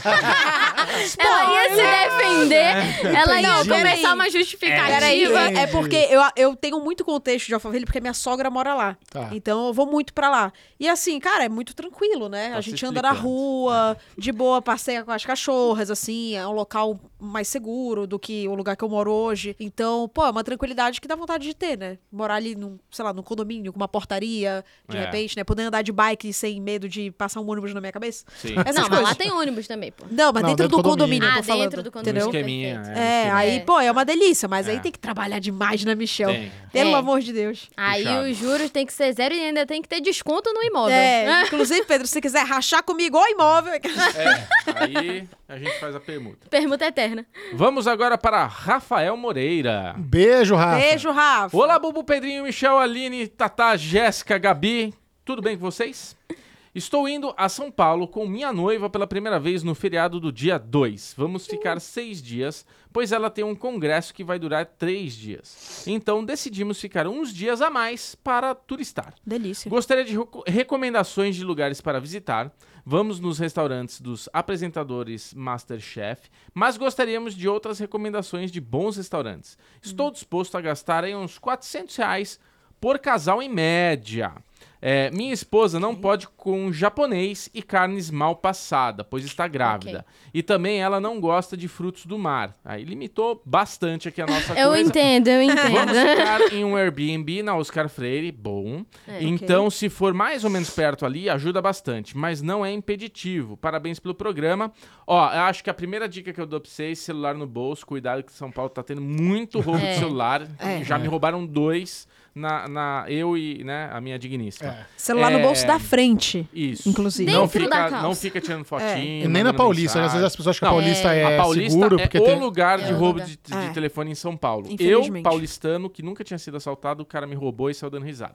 Ela ia se defender, ela ia Não, peraí. começar uma justificativa. Peraí, Entendi. é porque eu, eu tenho muito contexto de Alphaville, porque minha sogra mora lá. Tá. Então eu vou muito pra lá. E assim, cara, é muito tranquilo, né? Tá a se gente anda na explicando. rua, de boa, passeia com as cachorras, assim, é um local mais seguro do que o lugar que eu moro hoje. Então, pô, é uma tranquilidade que dá vontade de ter, né? Morar ali, num, sei lá, num condomínio, com uma portaria, de É. repente, né? Poder andar de bike sem medo de passar um ônibus na minha cabeça. Sim. Essas Não, mas coisas. lá tem ônibus também, pô. Não, mas Não, dentro, dentro do do condomínio. condomínio, eu Ah, tô falando. dentro do Um entendeu? condomínio. esqueminha. Perfeito. um É, esqueminha. aí, É. pô, é uma delícia, mas É. aí tem que trabalhar demais, né, Michel? Tem. Pelo É. amor de Deus. Aí Puxado. os juros tem que ser zero e ainda tem que ter desconto no imóvel. É, inclusive, Pedro, se você quiser rachar comigo o imóvel. É, aí a gente faz a permuta. Permuta eterna. Vamos agora para Rafael Moreira. Um beijo, Rafa. Beijo, Rafa. Olá, Bubu, Pedrinho, Michel, Aline, Tatá, Jéssica, Gabi. Tudo bem com vocês? Estou indo a São Paulo com minha noiva pela primeira vez no feriado do dia dois. Vamos ficar seis dias, pois ela tem um congresso que vai durar três dias. Então decidimos ficar uns dias a mais para turistar. Delícia. Gostaria de reco- recomendações de lugares para visitar. Vamos nos restaurantes dos apresentadores MasterChef, mas gostaríamos de outras recomendações de bons restaurantes. Estou disposto a gastar aí uns quatrocentos reais por casal em média. É, minha esposa não pode com japonês e carnes mal passada, pois está grávida. E também ela não gosta de frutos do mar. Aí limitou bastante aqui a nossa Eu coisa. entendo, eu Vamos entendo. ficar em um Airbnb na Oscar Freire, bom. É. Então, se for mais ou menos perto ali, ajuda bastante, mas não é impeditivo. Parabéns pelo programa. Ó, eu acho que a primeira dica que eu dou pra vocês, celular no bolso, cuidado que São Paulo tá tendo muito roubo É. de celular. É. Já me roubaram dois, na, na, eu e né, a minha digníssima. É. Celular É. no bolso da frente, Isso. inclusive. Não Dentro da fica, calça. não fica tirando fotinho. E nem na mandando Paulista. mensagem. Às vezes as pessoas acham que Não, a Paulista é, A Paulista seguro, é porque o tem... lugar de É o roubo lugar. de, de É. telefone em São Paulo. Eu, Infelizmente. paulistano, que nunca tinha sido assaltado, o cara me roubou e saiu dando risada.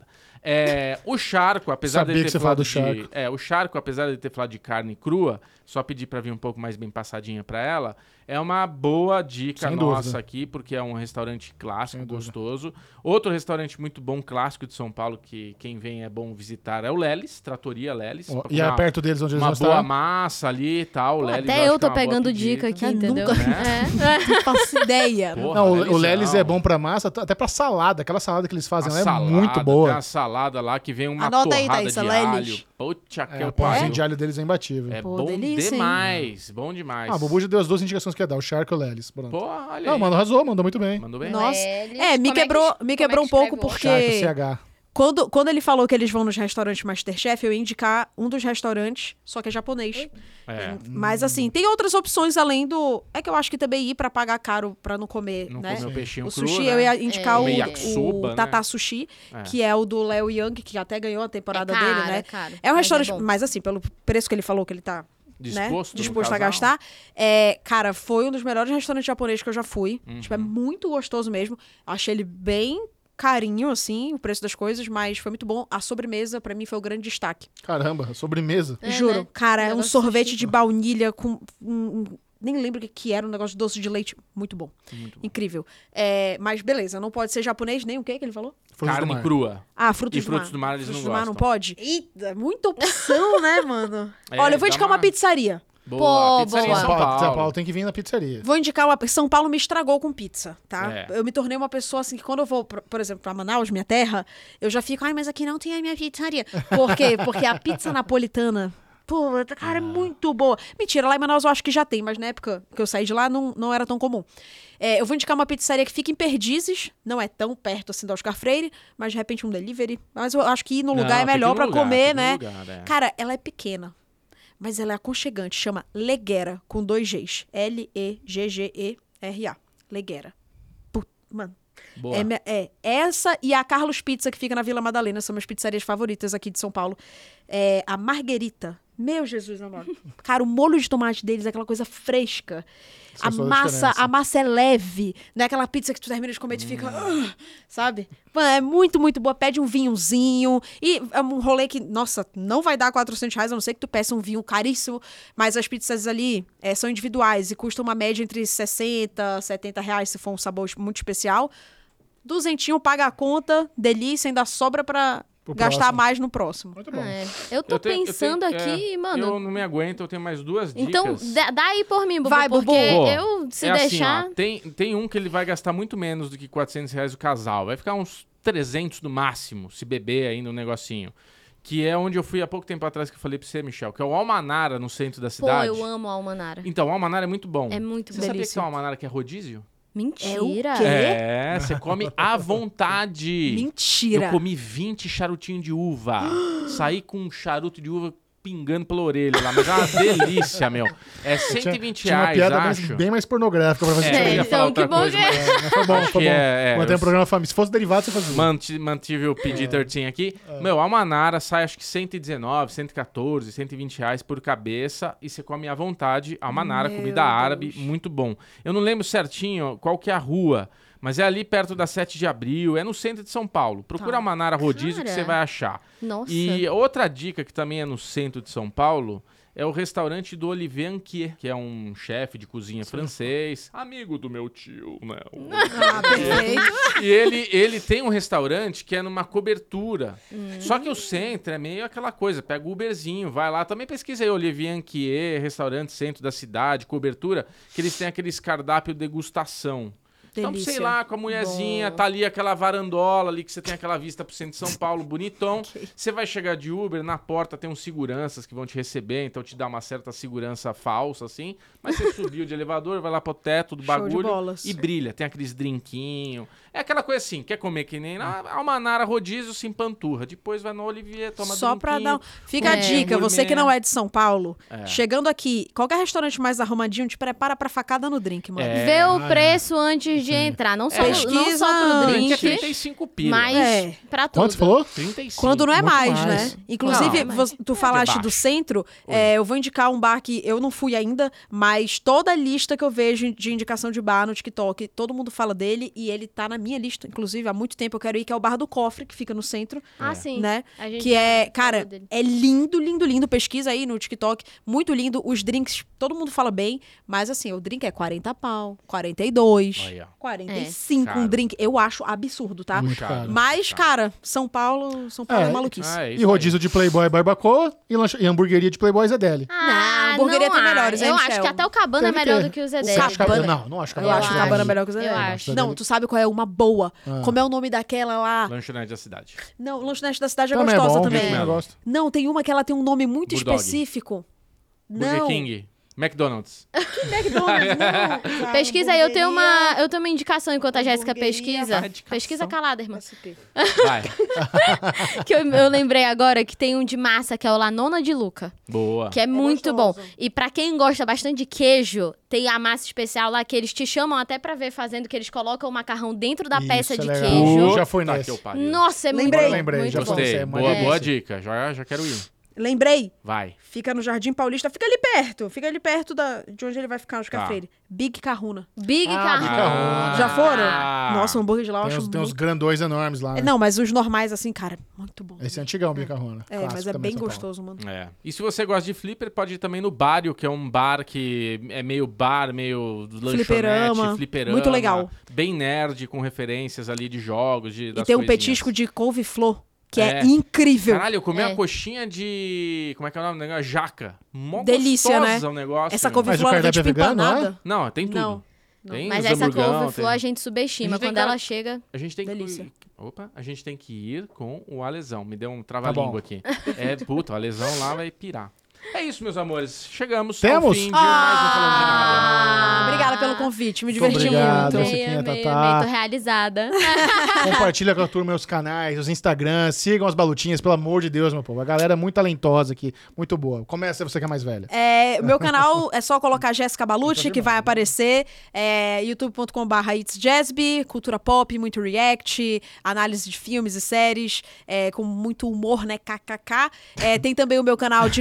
É, o charco, apesar Sabia de que ter você falado falava do de, charco. é, o charco, apesar de ter falado de carne crua, só pedir pra vir um pouco mais bem passadinha pra ela, é uma boa dica Sem nossa dúvida. aqui, porque é um restaurante clássico, Sem dúvida. gostoso. Outro restaurante muito bom, clássico de São Paulo, que quem vem é bom visitar, é o Lelis, Tratoria Lelis. Ó, pra E comer é uma- perto deles onde eles uma vão boa estar. massa ali e tal. o Pô, Lelis até acho eu que tô é uma boa pegando pedida. dica aqui, Eu entendeu? nunca- É. Não faço ideia. Porra, Não, o- o Lelisão. Lelis é bom pra massa, t- até pra salada. Aquela salada que eles fazem Uma lá é salada, muito Tem boa. uma salada lá que vem uma Anota aí, torrada Thaís, de Lelis. alho. Puta que É, eu o pãozinho pariu. de alho deles é imbatível. É Pô, bom delícia, hein? demais. Bom demais. Ah, a Bubu já deu as duas indicações que ia dar, o Shark e o Lelis. Pronto. Pô, olha Não, aí. mano, arrasou, mandou muito bem. Mandou bem? Nossa. Lelis, É, me como que quebrou, es- me como quebrou é um que pouco escreve o porque Shark, C H. quando, quando ele falou que eles vão nos restaurantes Masterchef, eu ia indicar um dos restaurantes, só que é japonês. É. Mas assim, tem outras opções além do... É que eu acho que também ir pra pagar caro pra não comer, Não né? comer o peixinho O cru, sushi, né? eu ia indicar É. o, Comer yakisoba, o né? Tata Sushi, É. que é o do Léo Young, que até ganhou a temporada É caro, dele, né? é caro, É um mas restaurante, é bom. mas assim, pelo preço que ele falou que ele tá Disposto, né? no disposto a casal? gastar. É, cara, foi um dos melhores restaurantes japoneses que eu já fui. Uhum. Tipo, é muito gostoso mesmo. Achei ele bem carinho, assim, o preço das coisas, mas foi muito bom. A sobremesa, pra mim, foi o grande destaque. Caramba, sobremesa. É, Juro. né? Cara, é um Negócio sorvete sushi. de baunilha com... um- um- nem lembro o que, que era, um negócio de doce de leite. Muito bom. Muito bom. Incrível. É, mas beleza, não pode ser japonês nem o que que ele falou? Frutos do Carne mar. crua. Ah, frutos E do frutos mar. do mar eles frutos não do mar não gostam. pode? Eita, muita opção, né, mano? É, Olha, eu vou dá indicar uma uma- pizzaria. Boa. Pô, Pizzaria boa. em São São Paulo, São Paulo. Paulo tem que vir na pizzaria. Vou indicar uma... São Paulo me estragou com pizza, tá? É. Eu me tornei uma pessoa assim que quando eu vou, por, por exemplo, pra Manaus, minha terra, eu já fico, ai, mas aqui não tem a minha pizzaria. Por quê? Porque a pizza napolitana, pô, cara, é muito boa. Mentira, lá em Manaus eu acho que já tem, mas na época que eu saí de lá não, não era tão comum. É, eu vou indicar uma pizzaria que fica em Perdizes, não é tão perto assim da Oscar Freire, mas de repente um delivery. Mas eu acho que ir no Não, lugar é tem que ir melhor no pra lugar, comer, tem que ir né? no lugar, é. Cara, ela é pequena, mas ela é aconchegante. Chama Leguera, com dois Gs. L E G G E R A. Leguera. Put... Mano, Boa. é, me- é essa e a Carlos Pizza, que fica na Vila Madalena, são minhas pizzarias favoritas aqui de São Paulo. É, a Marguerita. Meu Jesus, amado. Cara, o molho de tomate deles é aquela coisa fresca. Essa A é a massa, diferença. a massa é leve. Não é aquela pizza que tu termina de comer e tu fica... "Ah", sabe? Mano, é muito, muito boa. Pede um vinhozinho. E é um rolê que, nossa, não vai dar quatrocentos reais, a não ser que tu peça um vinho caríssimo. Mas as pizzas ali é, são individuais e custam uma média entre sessenta, setenta reais, se for um sabor muito especial. Duzentinho, paga a conta, delícia, ainda sobra pra Pro gastar próximo. mais no próximo. Muito bom. É, eu tô Eu tenho- eu pensando tenho- aqui, é, mano. Eu não me aguento, eu tenho mais duas dicas. Então, dá, dá aí por mim, Bubu, Vai, porque Bubu. Ó, eu, se é deixar... Assim, ó, tem, tem um que ele vai gastar muito menos do que quatrocentos reais o casal. Vai ficar uns trezentos no máximo, se beber ainda um negocinho. Que é onde eu fui há pouco tempo atrás que eu falei pra você, Michel, que é o Almanara, no centro da Pô, cidade. eu amo a Almanara. Então, o Almanara é muito bom. É muito Você bom. sabia que delícia. é o Almanara que é rodízio? Mentira. É o quê? É, você come à vontade. Mentira. Eu comi vinte charutinhos de uva. Saí com um charuto de uva pingando pela orelha lá, mas é uma delícia, meu. É cento e vinte Tinha uma reais, piada mais- acho. bem mais pornográfica pra fazer. É, isso eu aí. ia falar então, outra que bom coisa, que- mas É, mas foi bom, acho foi que bom. é- é, Mantém eu- um programa família. Se fosse derivado, você fazia. manti- mantive o P G treze aqui. Meu, a Almanara sai acho que cento e dezenove, cento e quatorze, cento e vinte reais por cabeça e você come à vontade. Almanara, Meu comida árabe, Deus. muito bom. Eu não lembro certinho qual que é a rua, mas é ali perto da sete de abril, é no centro de São Paulo. Procura Tá. Almanara Rodízio que Cara. você vai achar. Nossa. E outra dica que também é no centro de São Paulo é o restaurante do Olivier Anquier, que é um chefe de cozinha francês, amigo do meu tio, né? O Ah, perfeito. e ele, ele tem um restaurante que é numa cobertura. Só que o centro é meio aquela coisa, pega o Uberzinho, vai lá. Também pesquisa aí, Olivier Anquier, restaurante centro da cidade, cobertura, que eles têm aqueles cardápio degustação. Então, sei Delícia. lá, com a mulherzinha, Bom. tá ali aquela varandola ali que você tem aquela vista pro centro de São Paulo, bonitão. Você vai chegar de Uber, na porta tem uns seguranças que vão te receber, então te dá uma certa segurança falsa, assim. Mas você subiu de elevador, vai lá pro teto do Show de bagulho bolas. e brilha. Tem aqueles drinquinhos. É aquela coisa assim, quer comer que nem na Almanara rodízio, se empanturra. Depois vai no Olivier, toma Só pra drinquinho. dar. um- Fica a É. dica, você que não é de São Paulo, É. chegando aqui, qualquer restaurante mais arrumadinho, te prepara pra facada no drink, mano. É. Vê o Ah, preço antes de entrar. Não só, Pesquisa não só pro antes. drink, É trinta e cinco pila. mas É. pra tudo. Quanto você falou? trinta e cinco. Quando não é muito mais, mais. né? Inclusive, Não, você- tu falaste baixo. do centro, é, eu vou indicar um bar que eu não fui ainda, mas toda a lista que eu vejo de indicação de bar no TikTok, todo mundo fala dele e ele tá na minha lista, inclusive, há muito tempo eu quero ir, que é o Bar do Cofre, que fica no centro, Ah, sim. né? A gente Que é, já cara, falou dele. é lindo, lindo, lindo. Pesquisa aí no TikTok, muito lindo. Os drinks, todo mundo fala bem, mas assim, o drink é quarenta pau, quarenta e dois, Olha. quarenta e cinco É. um drink. Eu acho absurdo, tá? Muito Caro. caro. Mas, cara, São Paulo, São Paulo é, É, maluquice. Ah, é isso E rodízio de Playboy Barbacoa e, lanche... e hamburgueria de Playboy Zedeli. Ah, Não, hamburgueria não tem acho. melhores, hein, Eu Michel? acho que até o Cabana é Deve melhor ter. do que o Você Zedeli. acha que- Cabana? Não, não acho que Eu Cabana acho acho. o Cabana melhor que o Zé. Eu Deli. acho. Não, tu sabe qual é uma boa? Ah. Como é o nome daquela lá? Lanchonete da cidade. Não, lanchonete da cidade é Também é gostosa bom, também. também eu gosto. Não, tem uma que ela tem um nome muito Bulldog. específico. Burger Não. King. McDonald's. McDonald's, não. Cara, Pesquisa aí, eu tenho uma, hamburgueria. eu tenho uma indicação enquanto a Jéssica Hamburgueria. pesquisa. Ah, indicação. Pesquisa calada, irmã. S P. Vai. Que eu, eu lembrei agora que tem um de massa, que é o La Nona de Luca. Boa. Que é, muito bom. gostoso. E pra quem gosta bastante de queijo, tem a massa especial lá que eles te chamam até pra ver fazendo, que eles colocam o macarrão dentro da Isso, peça é de legal. queijo. Já fui Tá nesse. que eu pariu. Nossa, é muito Lembrei. bom. Lembrei, muito já bom. foi. Gostei. É uma Boa, delícia. boa dica. Já, já quero ir. Lembrei. Vai. Fica no Jardim Paulista. Fica ali perto. Fica ali perto da, de onde ele vai ficar, acho que é Tá. Freire. Big Carruna. Big Ah, Carrão. Big Carrão. Já foram? Ah. Nossa, o hambúrguer de lá eu Tem acho uns, tem uns muito... grandões enormes lá. Né? Não, mas os normais, assim, cara, muito bom. Esse é antigão, Bicarrona. É, mas é bem gostoso, mano. É. E se você gosta de flipper, pode ir também no Bário, que é um bar que é meio bar, meio lanchonete, Fliperama. fliperama. Muito legal. Bem nerd, com referências ali de jogos, de E das tem um coisinhas. petisco de couve-flor, que é, É. incrível. Caralho, eu comi É. uma coxinha de... Como é que é o nome do negócio? Jaca. Mó Delícia, gostosa né? o negócio. Essa meu. couve-flor Mas o ela vem cardápio tipo é vegano, empanada. Não, tem tudo. Não. Tem Mas os essa hamburgão, couve-flor tem- a gente subestima. A gente tem Quando que- ela chega... A gente tem Delícia. que... Opa, a gente tem que ir com o Alesão. Me deu um trava-língua bom. aqui. É, puta, o Alesão lá vai pirar. É isso, meus amores. Chegamos ao Temos? fim de mais um Falando de Nada. Ah, obrigada pelo convite, me diverti obrigado. muito. Chiquinha, Amei, Tatá. amei, tô realizada. Compartilha com a turma meus canais, os Instagrams, sigam as balutinhas, pelo amor de Deus, meu povo. A galera é muito talentosa aqui, muito boa. Começa você que é mais velha. É, o meu canal é só colocar Jéssica Balucci, que vai aparecer. É, youtube ponto com barra its jasby, cultura pop, muito react, análise de filmes e séries, é, com muito humor, né? Kkk. É, tem também o meu canal de cortes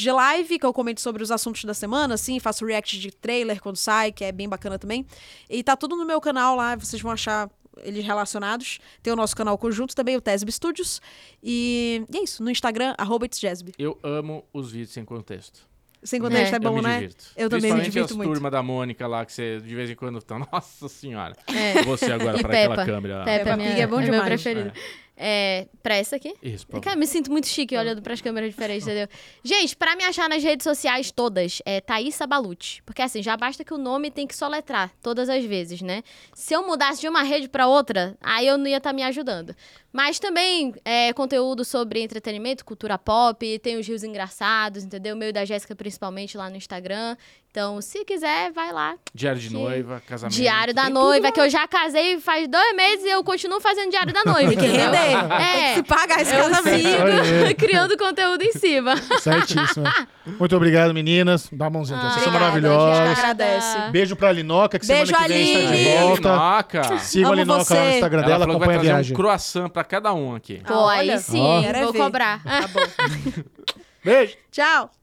de live, que eu comento sobre os assuntos da semana, assim, faço react de trailer quando sai, que é bem bacana também. E tá tudo no meu canal lá, vocês vão achar eles relacionados. Tem o nosso canal conjunto também, o Tesb Studios. E, e é isso, no Instagram, arroba itsjesb. Eu amo os vídeos sem contexto. Sem contexto é, é bom, eu me né? Divirto. Eu também me divirto as muito. Turma da Mônica lá, que você de vez em quando tá... Nossa senhora. É. Você agora E para Peppa. aquela câmera. Peppa, Peppa minha, Pig é bom é meu demais. preferido. É, pra essa aqui? Isso, por Cara, me sinto muito chique olhando pras câmeras diferentes, entendeu? Gente, pra me achar nas redes sociais todas, é Thaísa Balucci. Porque assim, já basta que o nome tem que soletrar todas as vezes, né? Se eu mudasse de uma rede pra outra, aí eu não ia estar me ajudando. Mas também é conteúdo sobre entretenimento, cultura pop, tem os rios engraçados, entendeu? O meu e da Jéssica, principalmente, lá no Instagram. Então, se quiser, vai lá. Diário de Que- noiva, casamento. Diário da tem noiva, tudo que eu já casei faz dois meses e eu continuo fazendo diário da noiva. Tem que entendeu? render. É. Tem que se pagar esse Eu casamento. sigo criando conteúdo em cima. Certíssimo. Muito obrigado, meninas. Dá uma mãozinha aqui. Vocês são Obrigada, maravilhosas. gente. Agradece. Beijo pra Linoca, que Beijo, semana que vem está de Aline. volta. Linoca. Sigam a Amo Linoca lá no você. Instagram Ela dela, falou que vai acompanha a trazer viagem. um croissant pra cada um aqui. Pô, aí olha. sim, Ó. Quero é vou ver. cobrar. Tá bom. Beijo. Tchau.